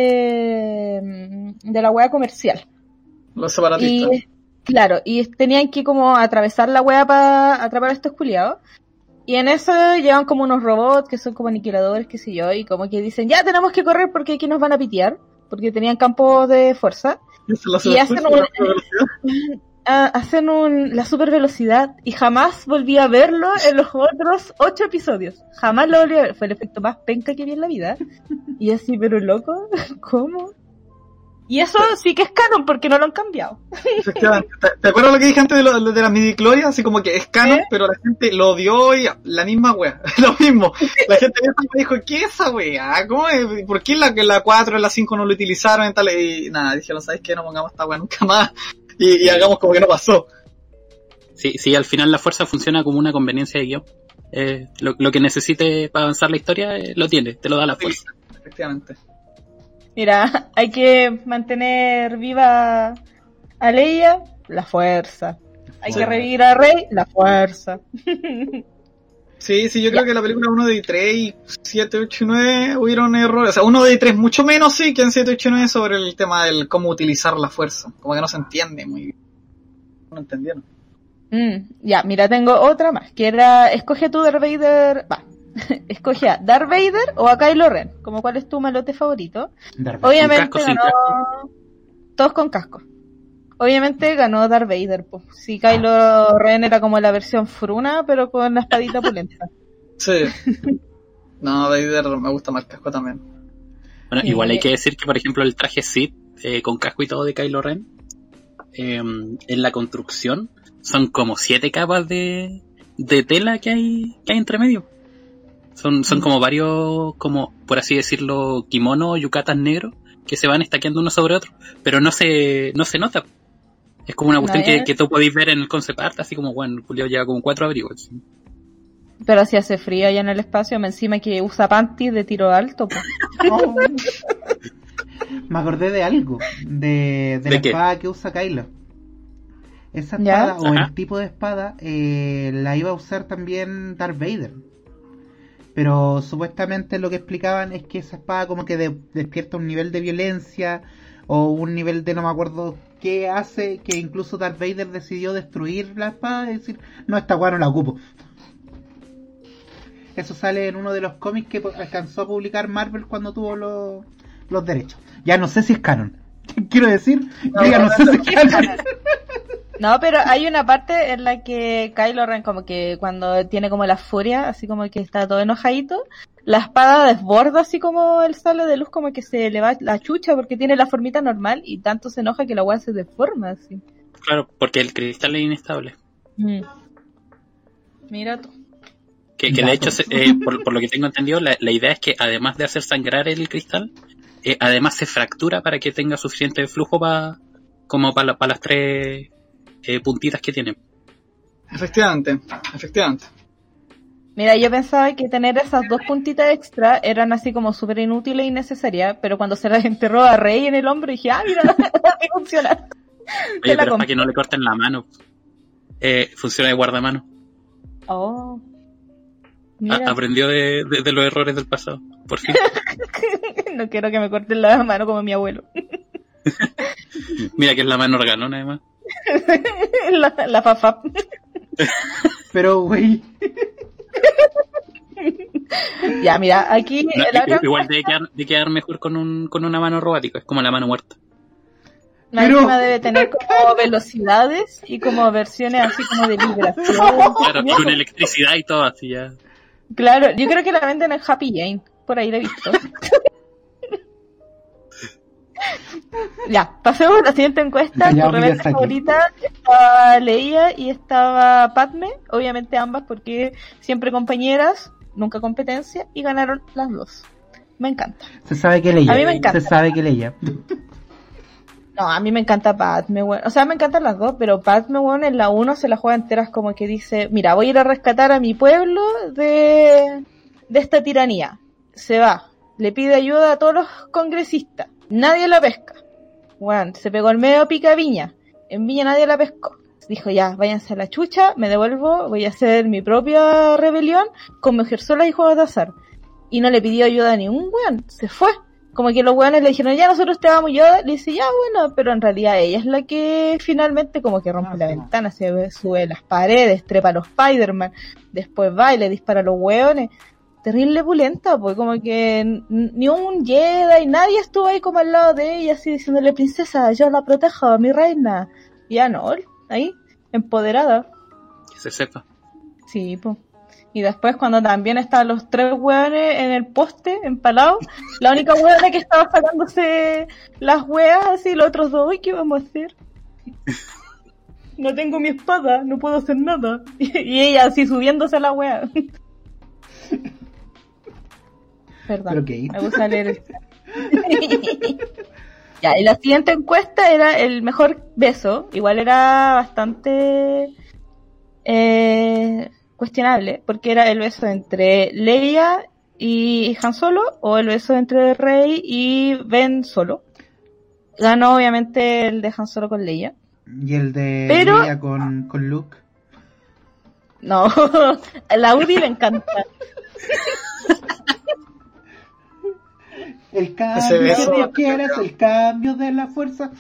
de, de la wea comercial. Los separatistas. Y, claro, y tenían que como atravesar la wea para atrapar a estos culiados. Y en eso llevan como unos robots que son como aniquiladores, qué sé yo, y como que dicen, ya tenemos que correr porque aquí nos van a pitear, porque tenían campos de fuerza. Y hacen un, a- hacen un, la super velocidad, y jamás volví a verlo en los otros ocho episodios. Jamás lo volví a ver. Fue el efecto más penca que vi en la vida. Y así, pero loco, ¿cómo? Y eso sí que es canon porque no lo han cambiado. Efectivamente. ¿Te, te acuerdas lo que dije antes de, lo, de las midichlorians? Así como que es canon, ¿Eh? pero la gente lo odió y la misma wea. Lo mismo. La gente me dijo, ¿qué es esa wea? ¿Cómo es? ¿Por qué la, la cuatro y la cinco no lo utilizaron y tal? Y nada, dijeron, ¿sabes qué? No pongamos esta wea nunca más. Y, y hagamos como que no pasó. Sí, sí, al final la fuerza funciona como una conveniencia de guión. Eh, lo, lo que necesite para avanzar la historia eh, lo tiene, te lo da la fuerza. Sí, efectivamente. Mira, hay que mantener viva a Leia, la fuerza. Hay Sí. que revivir a Rey, la fuerza. Sí, sí, yo creo que la película uno de tres y siete, ocho y nueve hubieron errores. O sea, uno de tres mucho menos sí que en siete, ocho y nueve sobre el tema del cómo utilizar la fuerza. Como que no se entiende muy bien. No entendieron. Mm, ya, mira, tengo otra más, que era, escoge tu Darth Vader, va, escoge a Darth Vader o a Kylo Ren, como cuál es tu malote favorito. Darth Vader. Obviamente casco, sin ganó, todos con casco. Obviamente ganó Darth Vader, pues. Sí, Kylo Ren era como la versión fruna, pero con la espadita pulenta. Sí. No, Vader me gusta más el casco también. Bueno, Sí. igual hay que decir que, por ejemplo, el traje Sith, eh, con casco y todo de Kylo Ren, eh, en la construcción, son como siete capas de, de tela que hay, que hay entre medio. Son, son como varios, como, por así decirlo, kimonos o yucatas negros que se van estaqueando uno sobre otro, pero no se, no se nota. Es como una cuestión No que, es- que tú podéis ver en el concept art, así como, bueno, Julio lleva como cuatro abrigos. Pero si hace frío allá en el espacio, me encima que usa panty de tiro alto, pues. Oh. Me acordé de algo, de, de, ¿De la qué? espada que usa Kylo. Esa ¿Ya? espada, o Ajá. el tipo de espada, eh, la iba a usar también Darth Vader. Pero supuestamente lo que explicaban es que esa espada como que de- despierta un nivel de violencia o un nivel de no me acuerdo qué hace, que incluso Darth Vader decidió destruir la espada y decir, no, esta weá no la ocupo. Eso sale en uno de los cómics que alcanzó a publicar Marvel cuando tuvo los, los derechos. Ya no sé si es canon. Quiero decir, No, yo ya no no, sé no, si es canon. No, pero hay una parte en la que Kylo Ren como que cuando tiene como la furia, así como que está todo enojadito, la espada desborda así como el sable de luz, como que se le va la chucha porque tiene la formita normal y tanto se enoja que la weá se deforma así. Claro, porque el cristal es inestable. Mm. Mira tú. Que, que de hecho, se- eh, por, por lo que tengo entendido, la, la idea es que además de hacer sangrar el cristal, eh, además se fractura para que tenga suficiente flujo para como para la, las tres eh, puntitas que tiene. Efectivamente, efectivamente. Mira, yo pensaba que tener esas dos puntitas extra eran así como súper inútiles y necesarias, pero cuando se las enterró a Rey en el hombro dije, ah, mira, así funciona. Oye, la pero es para compré. que no le corten la mano. Eh, funciona de guardamano. Oh. A- Mira, aprendió de, de, de los errores del pasado. Por fin. no quiero que me corten la mano como mi abuelo. Mira que es la mano organona, además. la, la fafa. Pero, güey, Ya, mira, aquí No, la otra- igual debe quedar, debe quedar mejor con, un, con una mano robótica. Es como la mano muerta. la Pero- última debe tener como velocidades y como versiones así como de vibración. Claro, y con electricidad y todo así ya. Claro, yo creo que la venden en Happy Jane. Por ahí la he visto. Ya, pasemos a la siguiente encuesta. Callao, Tu rebelde Miyazaki. favorita estaba Leia y estaba Padme. Obviamente ambas porque siempre compañeras, nunca competencia, y ganaron las dos. Me encanta. se sabe que leía. A mí me encanta. Se sabe que leía. No, a mí me encanta Padme, weón. O sea, me encantan las dos, pero Padme, weón, en la uno se la juega enteras como que dice, mira, voy a ir a rescatar a mi pueblo de, de esta tiranía. Se va, le pide ayuda a todos los congresistas. Nadie la pesca. Weón, se pegó el medio pica Viña. En Viña nadie la pescó. Dijo, ya, váyanse a la chucha, me devuelvo, voy a hacer mi propia rebelión con mujer sola y juegos de azar. Y no le pidió ayuda a ningún weón, se fue. Como que los weones le dijeron, ya nosotros te vamos ayudar. Le dice, ya bueno, pero en realidad ella es la que finalmente como que rompe Ah, la sí. ventana, se ve- sube las paredes, trepa a los Spider-Man, después va y le dispara a los weones. Terrible pulenta, pues como que n- ni un Jedi, nadie estuvo ahí como al lado de ella, así diciéndole, princesa, yo la protejo, mi reina. Y ya no, ahí, empoderada. Que se sepa. Sí, pues. Y después cuando también estaban los tres hueones en el poste, empalados, la única hueona que estaba sacándose las hueas, así, los otros dos, "Ay, ¿qué vamos a hacer? No tengo mi espada, no puedo hacer nada." Y ella así subiéndose a la hueá. Perdón, ¿Pero qué hizo? me gusta leer el chat. Ya, y la siguiente encuesta era el mejor beso. Igual era bastante eh, cuestionable, porque era el beso entre Leia y Han Solo o el beso entre Rey y Ben Solo. Ganó obviamente el de Han Solo con Leia. Y el de Pero- Leia con, con Luke. No, a la Uri le encanta. El Ese cambio beso- que quieres, el cambio de la fuerza.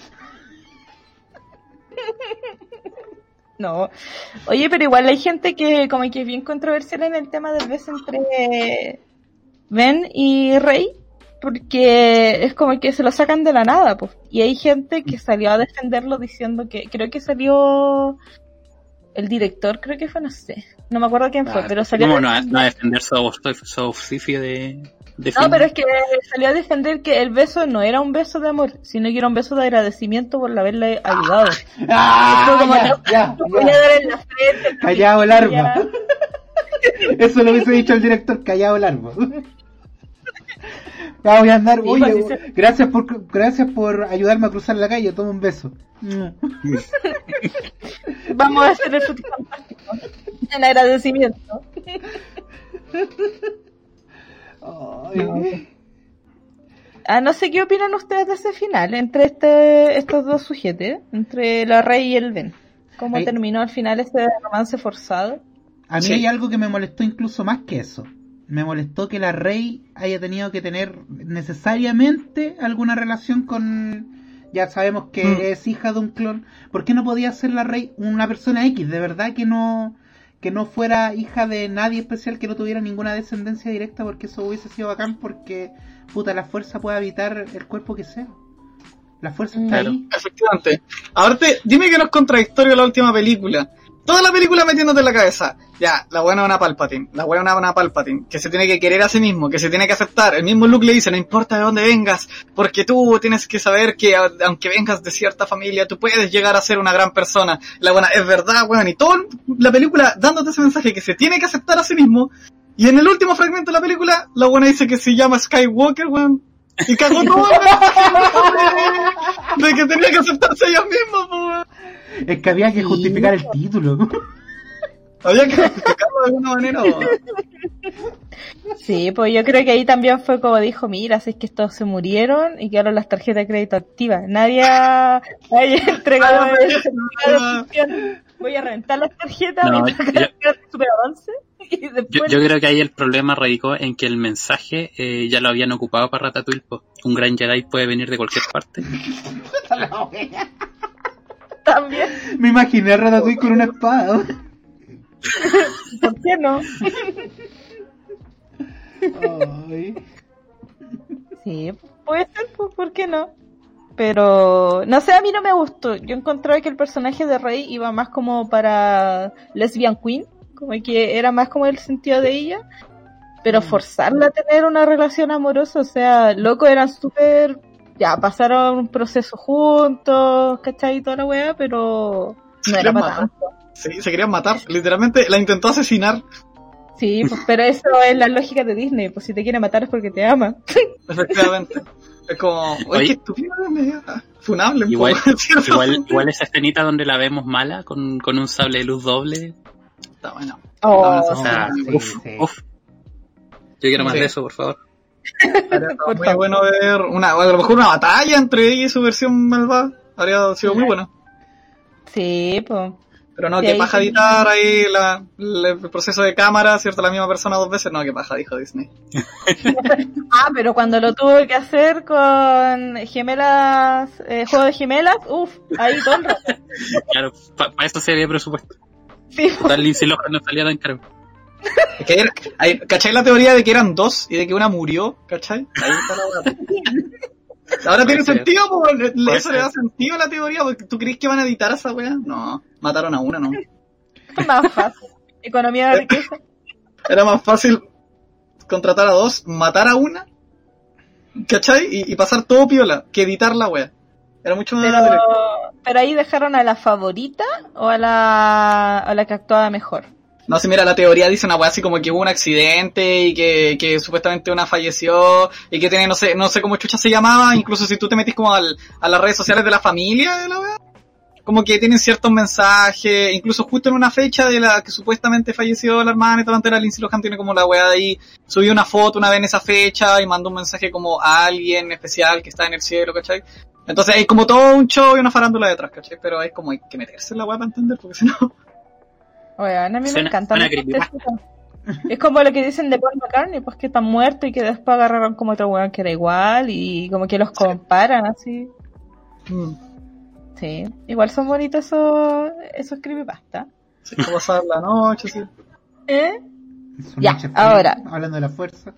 No. Oye, pero igual hay gente que como que es bien controversial en el tema del beso entre Ben y Rey, porque es como que se lo sacan de la nada, pues. Y hay gente que salió a defenderlo diciendo que, creo que salió el director, creo que fue, no sé, no me acuerdo quién fue, Ah, pero salió ¿Cómo a no, defender- no a defender su, su, su oficio de, No, pero es que salió a defender que el beso no era un beso de amor, sino que era un beso de agradecimiento por haberle ayudado. ¡Ah! Esto como Ya, te- ya, te voy a ya. dar en la frente. Callado el arma. Ya. Eso lo hubiese dicho el director, callado el arma. Ya voy a andar, Sí, oye, pues, sí, sí. gracias por gracias por ayudarme a cruzar la calle, toma un beso. Vamos a hacer el fruto fantástico. En agradecimiento. Ay. Ah, no sé qué opinan ustedes de ese final, entre este, estos dos sujetos, entre la Rey y el Ben. ¿Cómo Ahí- terminó al final este romance forzado? A mí Sí. hay algo que me molestó incluso más que eso. Me molestó que la Rey haya tenido que tener necesariamente alguna relación con... Ya sabemos que Mm. es hija de un clon. ¿Por qué no podía ser la Rey una persona X? De verdad que no que no fuera hija de nadie especial, que no tuviera ninguna descendencia directa, porque eso hubiese sido bacán, porque puta, la fuerza puede habitar el cuerpo que sea. La fuerza está Claro. ahí. Efectivamente. Ahora te, dime que no es contradictorio la última película. Toda la película metiéndote en la cabeza. Ya, la buena es una Palpatine. La buena es una Palpatine. Que se tiene que querer a sí mismo. Que se tiene que aceptar. El mismo Luke le dice, no importa de dónde vengas. Porque tú tienes que saber que a- aunque vengas de cierta familia, tú puedes llegar a ser una gran persona. La buena, es verdad, weón. Y toda la película dándote ese mensaje que se tiene que aceptar a sí mismo. Y en el último fragmento de la película, la buena dice que se llama Skywalker, weón. Y cagó todo el mensaje de, de que tenía que aceptarse ellos mismos, po, weón. Es que había que justificar el título. Había que justificarlo de alguna manera, weón. Sí, pues yo creo que ahí también fue como dijo, mira, si es que estos se murieron y quedaron las tarjetas de crédito activas. Nadie ha, haya entregado Ah, el certificado de suscripción. Voy a reventar las tarjetas, No, voy a sacar yo- las cartas de Super Avance y Yo, después... yo creo que ahí el problema radicó en que el mensaje eh, ya lo habían ocupado para Ratatouille. Po. Un gran Jedi puede venir de cualquier parte. También, Me imaginé a Ratatouille con una espada. ¿por qué no? Ay. Sí, puede ser, pues, ¿por qué no? Pero, no sé, a mí no me gustó. Yo encontraba que el personaje de Rey iba más como para lesbian queen, como que era más como el sentido de ella. Pero forzarla a tener una relación amorosa, o sea, loco, eran súper... Ya, pasaron un proceso juntos, ¿cachai? Y toda la weá, pero no era querían para matar. tanto. Sí, se querían matar. Literalmente la intentó asesinar. Sí, pues, pero eso es la lógica de Disney, pues si te quiere matar es porque te ama. Efectivamente. Es como, oye, Oye. qué estúpido, medio funable un Igual, poco, ¿cierto? igual, igual esa escenita donde la vemos mala con, con un sable de luz doble. Está bueno. Oh, O sea, sí, uf, sí. uf. Yo quiero más Sí. de eso, por favor. Habría estado Por muy favor. bueno ver una, a lo mejor una batalla entre ella y su versión malvada. Habría sido muy bueno. sí, pues. Pero no, Sí, que ahí paja sí. editar ahí la, la- el proceso de cámara, ¿cierto? La misma persona dos veces. No, que paja, dijo Disney. Ah, pero cuando lo tuvo que hacer con gemelas, eh, juego de gemelas, uff, ahí todo el rato. Claro, para eso se había presupuesto. Sí, po. Tal Lindsay Lohan no salía tan caro. Es que ayer, hay- ¿cachai la teoría de que eran dos y de que una murió? ¿Cachai? Ahí está la weá. Ahora tiene ser. sentido, po, le- Puede eso le ser. da sentido a la teoría, porque tú crees que van a editar a esa weá. No, mataron a una, no. Más fácil. Economía de riqueza. Era más fácil contratar a dos, matar a una, ¿cachai? Y, y pasar todo piola, que editar la wea. Era mucho más Pero, directo. pero ahí dejaron a la favorita o a la, a la que actuaba mejor. No sé, mira, la teoría dice una wea así como que hubo un accidente y que, que supuestamente una falleció y que tiene, no sé, no sé cómo chucha se llamaba, incluso si tú te metís como al, a las redes sociales de la familia de la wea, como que tienen ciertos mensajes, incluso justo en una fecha de la que supuestamente falleció la hermana y toda la entera, Lindsay Lohan tiene como la wea de ahí, subió una foto una vez en esa fecha y mandó un mensaje como a alguien especial que está en el cielo, ¿cachai? Entonces hay como todo un show y una farándula detrás, ¿cachai? Pero es como hay que meterse en la wea para entender, porque si no... Oigan, a mí me Suena- encanta. suena me creepypasta. encanta. Es como lo que dicen de Paul McCartney, pues que está muerto y que después agarraron como otro weón que era igual y como que los comparan así. Mm. Sí, igual son bonitos esos, esos creepypasta. Sí, como pasar la noche, sí. ¿Eh? Su Ya, noche feliz, ahora. hablando de la fuerza.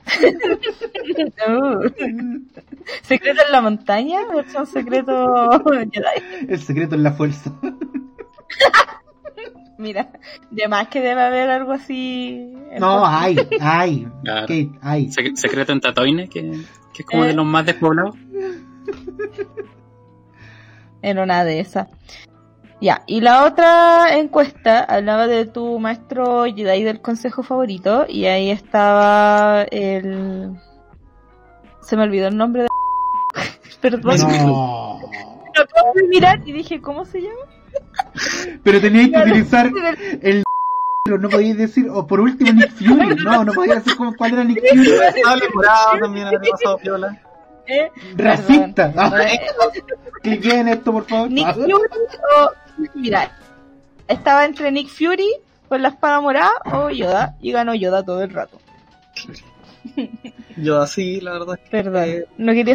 Uh. Secreto en la montaña, versión secreto Jedi. El secreto es la fuerza. Mira, de más que debe haber algo así No, hay, hay. Claro. Kate, hay. Sec- secreto en Tatooine, que, que es como Eh. de los más despoblados. En una de esas. Ya, y la otra encuesta hablaba de tu maestro Jedi del consejo favorito, y ahí estaba el... Se me olvidó el nombre de... Perdón. No. Lo acabo de mirar y dije, ¿cómo se llama? Pero teníais que utilizar el... No podíais decir, o por último Nick Fury. No, no podíais decir como cuál era Nick Fury. Sable morado también habría pasado piola. Eh, Racista. perdón. Ah, cliqué en esto, por favor. Nick Ah. Fury o... Mira, estaba entre Nick Fury con la espada morada o Yoda, y ganó Yoda todo el rato. Yo así, la verdad. Perdón, Eh, no quería...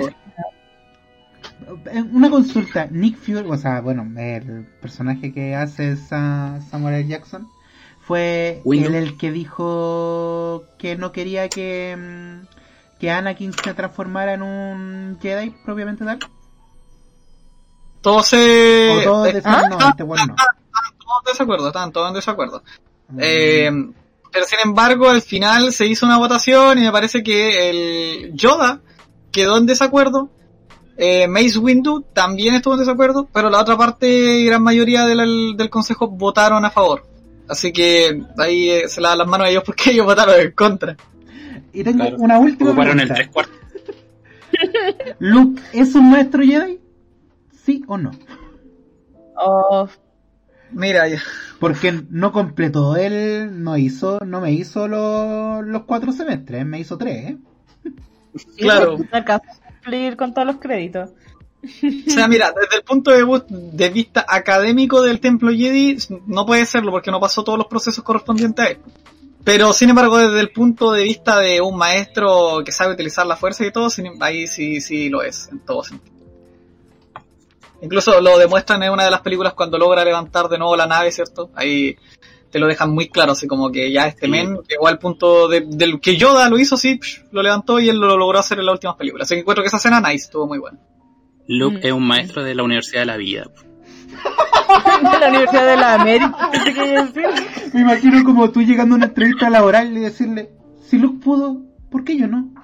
Una consulta, Nick Fury, o sea, bueno, el personaje que hace Sa- Samuel L. Jackson fue Windu. él el que dijo que no quería que, mm, que Anakin se transformara en un Jedi propiamente tal. Todos se... O todos eh, decían, ¿ah? no, este bueno no. todos en desacuerdo, estaban todos en desacuerdo. Mm. Eh, pero sin embargo, al final se hizo una votación y me parece que el Yoda quedó en desacuerdo. Eh, Mace Windu también estuvo en desacuerdo, pero la otra parte, gran mayoría del, del consejo votaron a favor. Así que ahí eh, se lavan las manos a ellos porque ellos votaron en contra. Y tengo Claro. una última Ocuparon el pregunta. tres cuartos. ¿Luke es un maestro Jedi? ¿Sí o no? Oh, Mira, ya. Porque no completó él, no hizo, no me hizo lo- los cuatro semestres, me hizo tres, ¿eh? Claro. No alcanzó a cumplir con todos los créditos. O sea, mira, desde el punto de, bu- de vista académico del Templo Jedi, no puede serlo porque no pasó todos los procesos correspondientes a él. Pero, sin embargo, desde el punto de vista de un maestro que sabe utilizar la fuerza y todo, sin- ahí sí, sí lo es, en todo sentido. Incluso lo demuestran en una de las películas cuando logra levantar de nuevo la nave, ¿cierto? Ahí te lo dejan muy claro, así como que ya este Sí. men llegó al punto de, del que Yoda lo hizo, sí, psh, lo levantó y él lo logró hacer en las últimas películas. Así que encuentro que esa escena nice, estuvo muy buena. Luke Mm. es un maestro de la Universidad de la Vida. De la Universidad de la América, ¿qué te quería decir? Me imagino como tú llegando a una entrevista laboral y decirle, si Luke pudo, ¿por qué yo no?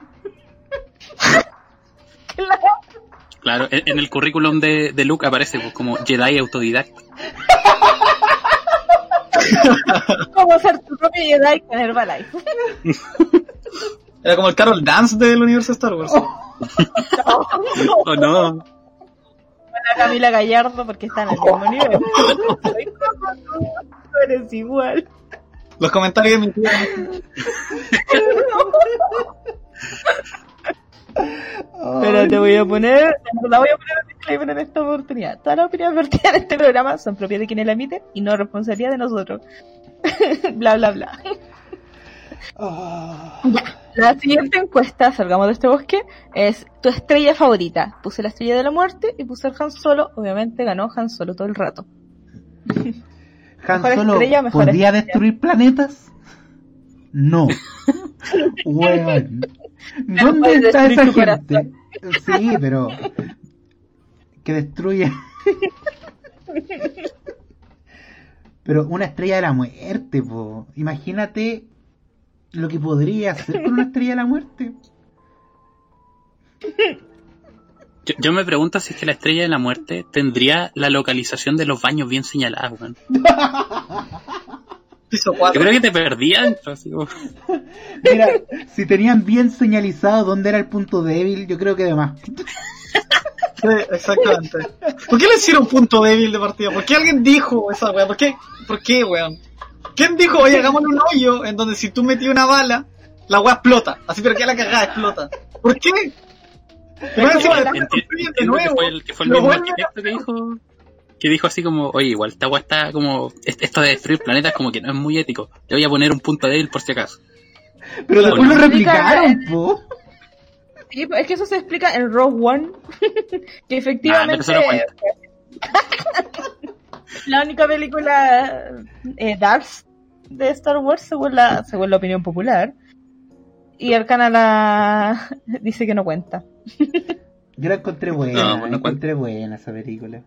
Claro, en, en el currículum de, de Luke aparece pues, como Jedi autodidacta. ¿Cómo ser tu propio Jedi con Herbalife? Era como el Carol Dance del universo de Star Wars. ¿O no? La Camila Gallardo porque están al mismo nivel. Tú eres igual. Los comentarios de mi tía. Pero te voy a poner, la voy a poner en disclaimer en esta oportunidad. Todas las opiniones vertidas en este programa son propias de quienes la emiten y no responsabilidad de nosotros. Bla, bla, bla. La siguiente encuesta, salgamos de este bosque, es tu estrella favorita. Puse la estrella de la muerte y puse el Han Solo. Obviamente ganó Han Solo todo el rato. ¿Han Mejor Solo estrella, mejor podría estrella. destruir planetas? No. Weón. ¿Dónde puede está esa destruir tu gente? Sí, pero... Que destruye... Pero una estrella de la muerte, po. Imagínate lo que podría hacer con una estrella de la muerte. Yo, yo me pregunto si es que la Estrella de la Muerte tendría la localización de los baños bien señaladas, weón. Piso Yo cuatro. creo que te perdían. Así como- Mira, si tenían bien señalizado dónde era el punto débil, yo creo que de más. Sí, exactamente. ¿Por qué le hicieron punto débil de partida? ¿Por qué alguien dijo esa weá? ¿Por qué? ¿Por qué, weón? ¿Quién dijo, oye, hagámosle un hoyo en donde si tú metías una bala, la weá explota? Así, pero que la cagada explota. ¿por qué? Pero Es como encima la- después Enti- construyen de entiendo que nuevo. fue el, que fue el lo mismo vuelven a arquitecto que hacer. dijo que dijo así como, oye, igual esta agua está como, est- esto de destruir planetas como que no es muy ético, le voy a poner un punto débil por si acaso. Pero después Bueno. lo replicaron, po. Sí, es que eso se explica en Rogue One, que Nah, efectivamente pero eso no cuenta. la única película eh, Dark de Star Wars según la, según la opinión popular, y Arcana la dice que no cuenta. Yo la encontré buena, No, la bueno, encontré buena esa película.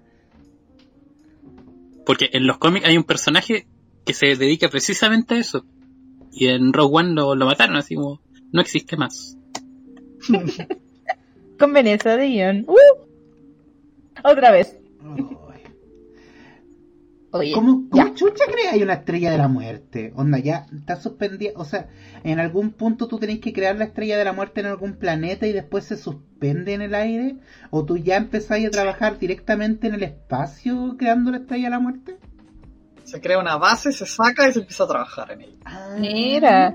Porque en los cómics hay un personaje que se dedica precisamente a eso. y en Rogue One lo, lo mataron, así como, no existe más. Conveniencia de guión. ¡Uh! Otra vez. Oye, ¿Cómo, cómo ya. chucha crees hay una estrella de la muerte? Onda, ya está suspendida. O sea, en algún punto tú tenés que crear la estrella de la muerte en algún planeta y después se suspende en el aire. ¿O tú ya empezáis a trabajar directamente en el espacio creando la estrella de la muerte? Se crea una base, se saca y se empieza a trabajar en ella. Ah. Mira.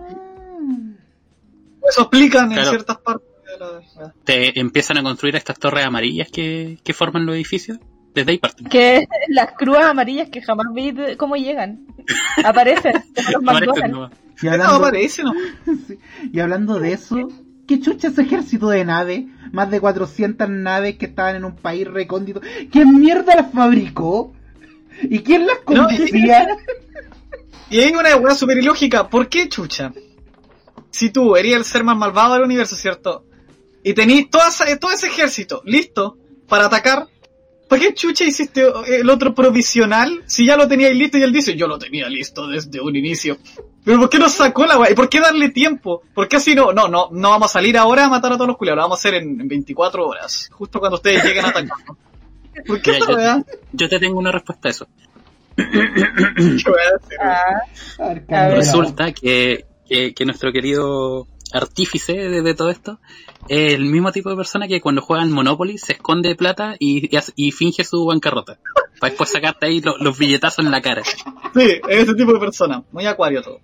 Eso explican Claro. en ciertas partes de la... Te empiezan a construir estas torres amarillas que, que forman los edificios. Desde ahí parten. Que las crúas amarillas que jamás vi de- cómo llegan. Aparecen como los Aparecen McDonald's. nomás. Y No hablando, aparece, ¿no? sí, y hablando de eso, ¿qué chucha ese ejército de naves? Más de cuatrocientas naves que estaban en un país recóndito. ¿Quién mierda las fabricó? ¿Y quién las No, conducía? Y hay una hueá súper ilógica. ¿Por qué, chucha? Si tú eres el ser más malvado del universo, ¿cierto? Y tenés toda esa- todo ese ejército listo para atacar, ¿para qué chucha hiciste el otro provisional si ya lo teníais listo? Y él dice, yo lo tenía listo desde un inicio. ¿Pero por qué nos sacó la weá? ¿Y por qué darle tiempo? ¿Por qué así no? No, no, no vamos a salir ahora a matar a todos los culiados, lo vamos a hacer en, en veinticuatro horas. Justo cuando ustedes lleguen a atacar. ¿Por qué Mira, esa yo, weá? yo te tengo una respuesta a eso. ¿Qué voy a decir? Ah, Arcana. A ver. Resulta que, que, que nuestro querido artífice de, de todo esto es el mismo tipo de persona que cuando juega al Monopoly se esconde plata y, y, hace- y finge su bancarrota. Para después sacarte ahí lo- los billetazos en la cara. Sí, es ese tipo de persona. Muy acuario todo.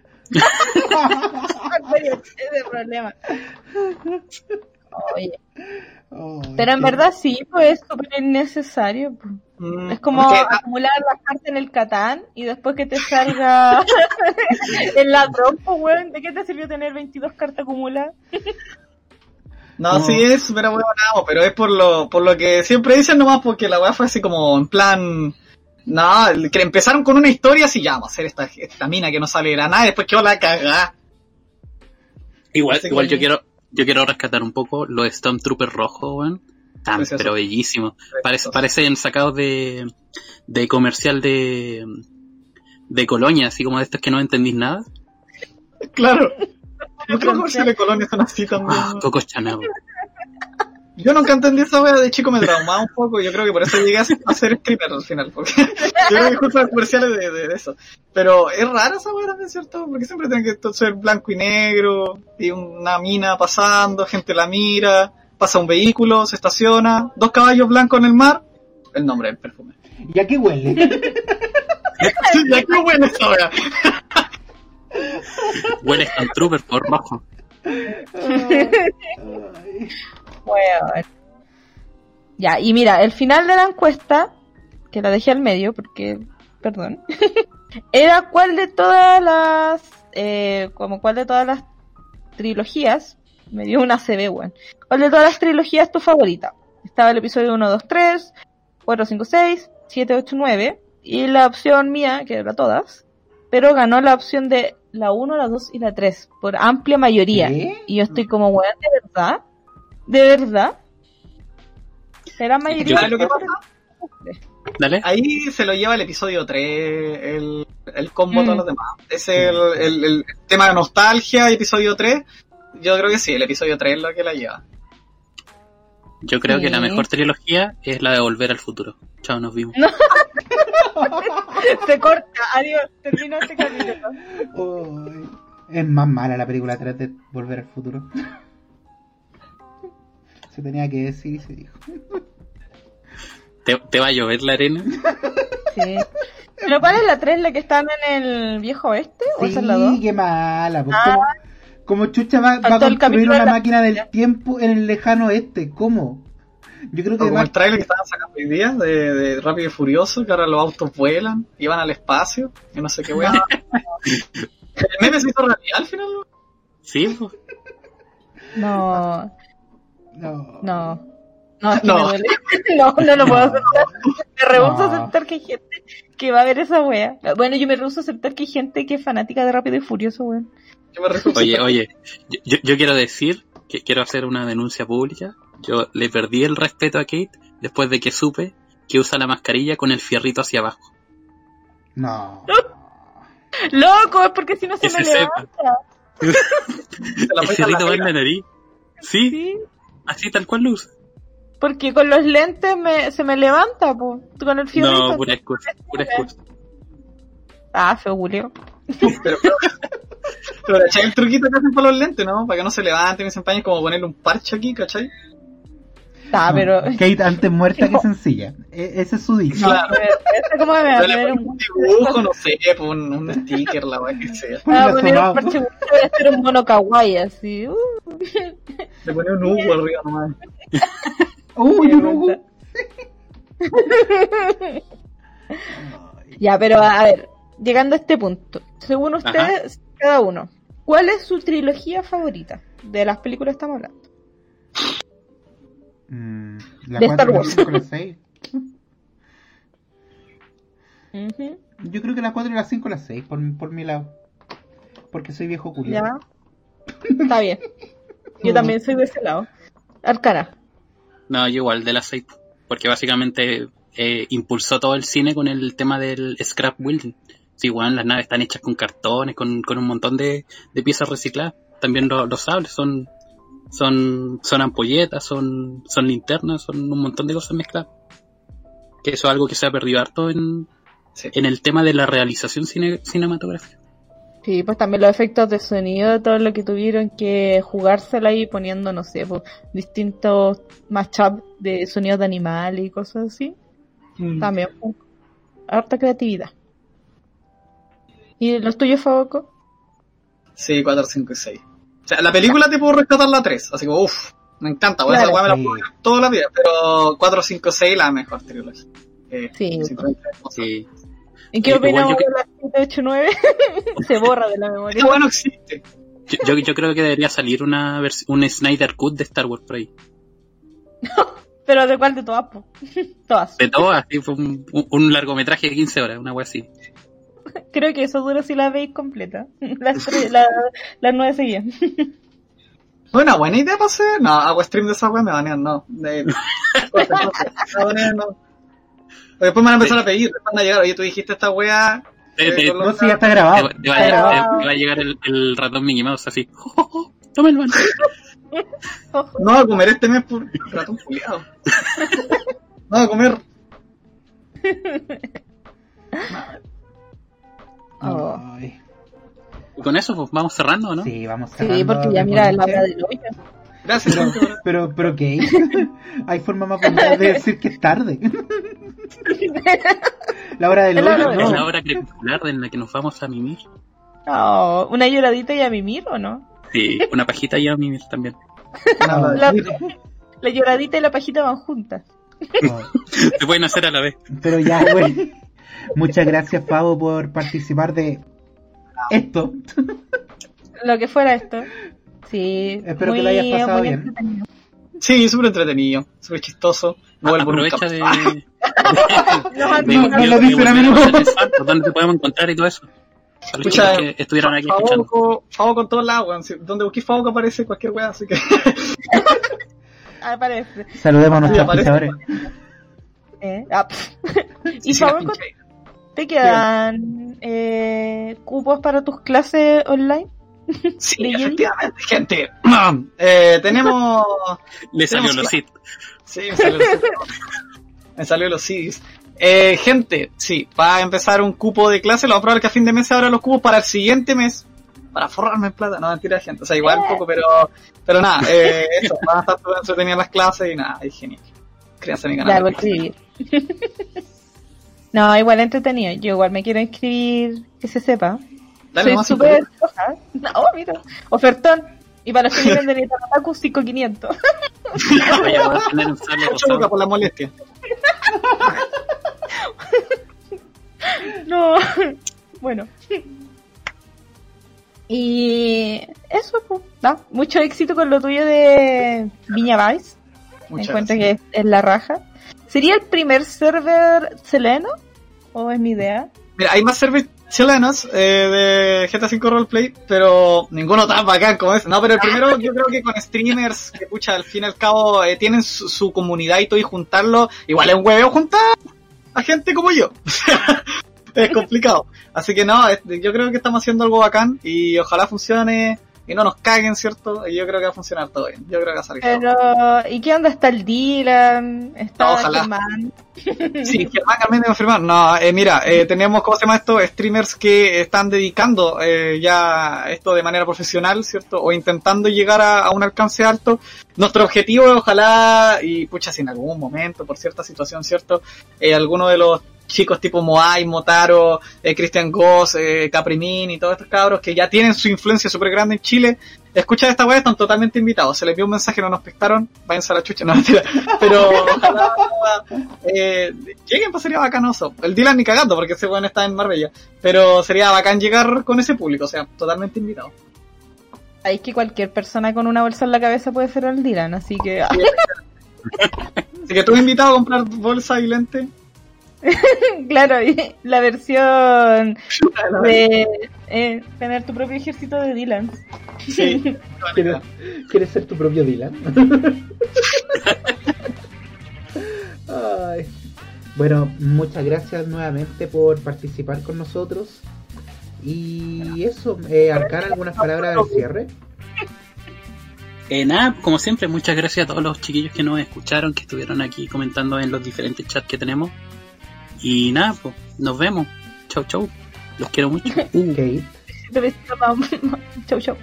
ese es el problema. Oye, Oh, pero en qué- verdad sí, pues es súper innecesario. Pues. Mm, Es como porque, ah, acumular las cartas en el Catán y después que te salga el ladrón, pues weón, ¿de qué te sirvió tener veintidós cartas acumuladas? no, No. sí es súper huevonado, pero es por lo, por lo que siempre dicen nomás, porque la weá fue así como en plan... No, que empezaron con una historia así, ya, vamos a hacer esta, esta mina que no sale de la nada, y después quedó la cagá. Igual, Así igual que- yo quiero yo quiero rescatar un poco los Stormtroopers rojos, weón. Tan, Precioso. pero bellísimos. Parece, parecen sacados de, de comercial de, de Colonia, así como de estos que no entendís nada. Claro. Yo creo que si de Colonia son así también. Ah, Coco Chanel. Yo nunca entendí esa wea, de chico me traumaba un poco, yo creo que por eso llegué a ser screamer al final, porque yo creo que justo los comerciales de, de, de eso. Pero es rara esa wea también, ¿cierto? Porque siempre tiene que todo ser blanco y negro, y una mina pasando, gente la mira, pasa un vehículo, se estaciona, dos caballos blancos en el mar, el nombre del perfume. ¿Y a qué huele? Sí, ya qué buena esa wea. Huele Stormtrooper por rojo. Ay. Weón. Ya, y mira, el final de la encuesta, que la dejé al medio porque, perdón, era cuál de todas las, eh, como cuál de todas las trilogías, me dio una C B, weón, cuál de todas las trilogías es tu favorita. Estaba el episodio uno, dos, tres, cuatro, cinco, seis, siete, ocho, nueve, y la opción mía, que era todas, pero ganó la opción de la uno, la dos y la tres, por amplia mayoría. ¿Qué? Y yo estoy como, weón, ¿de verdad? ¿De verdad? ¿Será mayoría? ¿Sabes lo que pasa? Dale. Ahí se lo lleva el episodio tres, el, el combo Mm. todos los demás. Es el, el, el tema de nostalgia, episodio tres. Yo creo que sí, el episodio tres es lo que la lleva. Yo creo Sí. que la mejor trilogía es la de Volver al Futuro. Chao, nos vimos. Se corta, adiós, terminó este capítulo. Ay. Es más mala la película tres de Volver al Futuro. Se tenía que decir y se dijo. ¿Te, te va a llover la arena? Sí. ¿Pero cuál es la tres? ¿La que están en el viejo oeste? ¿O esa es la dos? Sí, qué mala. Pues, Ah. ¿cómo, cómo chucha va, va a Faltó el construir capítulo una de la- máquina del tiempo en el lejano oeste? ¿Cómo? Yo creo que Como va- el trailer que estaban sacando hoy día de, de Rápido y Furioso, que ahora los autos vuelan y van al espacio, y no sé qué weá. El meme se hizo realidad al final, ¿no? Sí, pues. No, No. no. No, es que No. me duele. No, no lo puedo aceptar. Me rehuso No. a aceptar que hay gente que va a ver esa wea. Bueno, yo me rehuso a aceptar que hay gente que es fanática de Rápido y Furioso, weón. Yo me refiero Oye, oye, yo, yo, yo quiero decir que quiero hacer una denuncia pública. Yo le perdí el respeto a Kate después de que supe que usa la mascarilla con el fierrito hacia abajo. No. Loco, es porque si no se Que me se sepa. levanta. la El pega en cerrito la va en la pega. nariz. Sí, Sí, así tal cual lo usa. porque con los lentes me, se me levanta, pues. Con el fierrito. No, pura excusa, pura excusa. Ah, feo, Julio. Pero, pero ¿cachai el truquito que hacen para los lentes, no? Para que no se levanten y se empañen, como ponerle un parche aquí, ¿cachai? Ah, pero... Kate antes muerta que sencilla. E- ese es su dicho. Claro. Este como me va a Yo le poner pongo un... un dibujo, no sé, pues, un, un sticker, la weá que sea. Me va a poner Asomado. un parche, voy a hacer un mono kawaii así. Uh, Le ponía un Hugo arriba nomás. Uy, qué no, no, vergüenza. Ya, pero a ver, llegando a este punto, según ustedes, cada uno, ¿cuál es su trilogía favorita? De las películas estamos hablando. Mm, la De cuatro, Star la Wars. cinco, la seis. Ujú, Yo creo que la cuatro y la cinco y la seis, por, por mi lado. Porque soy viejo culiado. ya, está bien. Yo también soy de ese lado. Arcana. No, yo igual de la seis, porque básicamente eh, impulsó todo el cine con el tema del scrapbuilding. Sí, bueno, las naves están hechas con cartones, con, con un montón de, de piezas recicladas. También lo- los sables son son son ampolletas, son son linternas, son un montón de cosas mezcladas. Que eso es algo que se ha perdido harto en, Sí. en el tema de la realización cine, cinematográfica. Sí, pues también los efectos de sonido, todo lo que tuvieron que jugársela ahí poniendo, no sé, pues, distintos mashup de sonidos de animales y cosas así. Mm. También, pues, harta creatividad. ¿Y los tuyos, Faboco? Sí, cuatro, cinco y seis. O sea, la película te puedo rescatar la tres, así como, uff, me encanta, bueno, Claro. esa weá me la Sí. puedo ver toda la vida, pero cuatro, cinco, seis la mejor trilogía. Eh, Sí. simplemente hermosa. Sí. ¿Y qué Sí, opinas igual yo de la siete ocho nueve? Se borra de la memoria. Esta weá no existe. Yo, yo, yo creo que debería salir una vers- un Snyder Cut de Star Wars por ahí. Pero ¿de cuál de todas, po? Todas. De todo, así fue un, un- un largometraje de quince horas, una wea así. Creo que eso dura si la veis completa. Las tres, la, las nueve seguidas. Una buena idea para hacer. No, hago stream de esa weá, me banean, no. De... Me banean, no. Después me van a empezar a pedir, después van a llegar, oye, tú dijiste esta weá. Te- te- eh, con No, los- sí, ya está Te, grabado. va- te va, a Está llegar, grabado. te- te va a llegar el, el ratón Mickey Mouse así. ¡Oh, oh, oh! ¡Toma el mano! No va a comer este mes por ratón culiado. No va a comer. Oh. Ay. Y con eso, pues vamos cerrando, ¿no? Sí, vamos Sí, cerrando porque ya de mira la noche. hora del hoyo. Gracias, Pero, gente. pero, pero ¿qué? Hay forma más bonita de decir que es tarde. La hora del Es la hoyo, hora del Es no. la hora crepuscular en la que nos vamos a mimir. Oh, ¿una lloradita y a mimir o no? Sí, una pajita y a mimir también. No, La, la lloradita y la pajita van juntas. no. Se pueden hacer a la vez. Pero ya, bueno. Muchas gracias, Pavo, por participar de esto. Lo que fuera esto. Sí. Espero que lo hayas pasado muy bien. entretenido. Sí, súper entretenido, súper chistoso. No vuelvo nunca Aprovecha más. de... Nos de, han- No lo dicen a menudo. ¿Dónde te podemos encontrar y todo eso? Para los Escucha, chicos que estuvieron aquí escuchando. Favo, Favo con todos lados, weón. Si- Donde busqué Favo que aparece cualquier weá, así que. Aparece. Saludemos a nuestros aparece. pisadores. ¿Eh? Ah, pff. y Sí, la Faboco, pinche. ¿te quedan eh, cupos para tus clases online? Sí, ¿De Jedi? efectivamente, gente. Eh, tenemos. Le salió tenemos los cla- sit. Sí, me salió los Me salió los C Ds. Eh, gente, sí, va a empezar un cupo de clase. Lo más probable es que a fin de mes se abran los cupos para el siguiente mes. Para forrarme en plata. No, mentira, gente. O sea, igual un poco, pero pero nada. Eh, eso, van a estar todas entretenidas las clases y nada, es genial. Créanse en mi Ya, canal. voy a escribir. No, igual entretenido. Yo igual me quiero inscribir, que se sepa. Dale, Soy nomás, súper floja. No, mira. Ofertón. Y para los que vienen de Nitanotaku, cinco mil quinientos. Vaya, vamos a tener un sable Mucho lucas rosado. por la molestia. No. Bueno. Y eso, pues, ¿no? Mucho éxito con lo tuyo de Viña Vice. Me Muchas encuentro gracias. que es, es la raja. ¿Sería el primer server chileno? ¿O es mi idea? Mira, hay más servers chilenos eh, de G T A cinco Roleplay, pero ninguno tan bacán como ese. No, pero el primero yo creo que con streamers que, pucha, al fin y al cabo eh, tienen su, su comunidad y todo, y juntarlo, igual es un huevo juntar a gente como yo. es complicado. Así que no, es- yo creo que estamos haciendo algo bacán y ojalá funcione y no nos caguen, ¿cierto? Y yo creo que va a funcionar todo bien. Yo creo que va a salir todo. Pero, ¿y qué onda? ¿Está el Dylan? ¿Está No, ojalá. Germán? Sí, Germán Carmen de confirmar. No, eh, mira, eh, tenemos, ¿cómo se llama esto? Streamers que están dedicando eh, ya esto de manera profesional, ¿cierto? O intentando llegar a, a un alcance alto. Nuestro objetivo es ojalá, y pucha, si en algún momento, por cierta situación, ¿cierto? Eh, alguno de los chicos tipo Moai, Motaro, eh, Christian Goss, eh, Caprimin y todos estos cabros que ya tienen su influencia súper grande en Chile, escuchar esta weá, están totalmente invitados. Se les envió un mensaje, no nos pescaron, váyanse a la chucha, no mentira. Pero ojalá eh, lleguen, pues sería bacanoso. El Dylan ni cagando, porque ese weón está en Marbella. Pero sería bacán llegar con ese público, o sea, totalmente invitado. Ahí es que cualquier persona con una bolsa en la cabeza puede ser el Dylan, así que... Así que tú invitado a comprar bolsa y lente. Claro, y la versión de eh, tener tu propio ejército de Dylan. Sí. ¿Quieres, ¿Quieres ser tu propio Dylan? Ay. Bueno, muchas gracias nuevamente por participar con nosotros. Y eso, eh, Arcana, ¿algunas palabras al cierre? Eh, nada, como siempre, muchas gracias a todos los chiquillos que nos escucharon, que estuvieron aquí comentando en los diferentes chats que tenemos. Y nada, pues, nos vemos. Chau, chau. Los quiero mucho. Uh. Kate. Te besito, mamá. Chau, chau.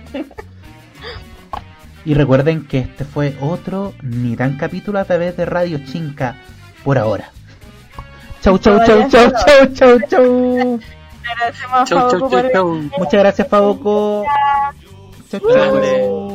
Y recuerden que este fue otro ni tan capítulo a través de Radio Chinca por ahora. Chau, chau, chau, chau, chau, chau, chau. Agradecemos a Chau, Fauco chau, por chau, chau. Muchas gracias, Fauco. Chau, chau. Dale.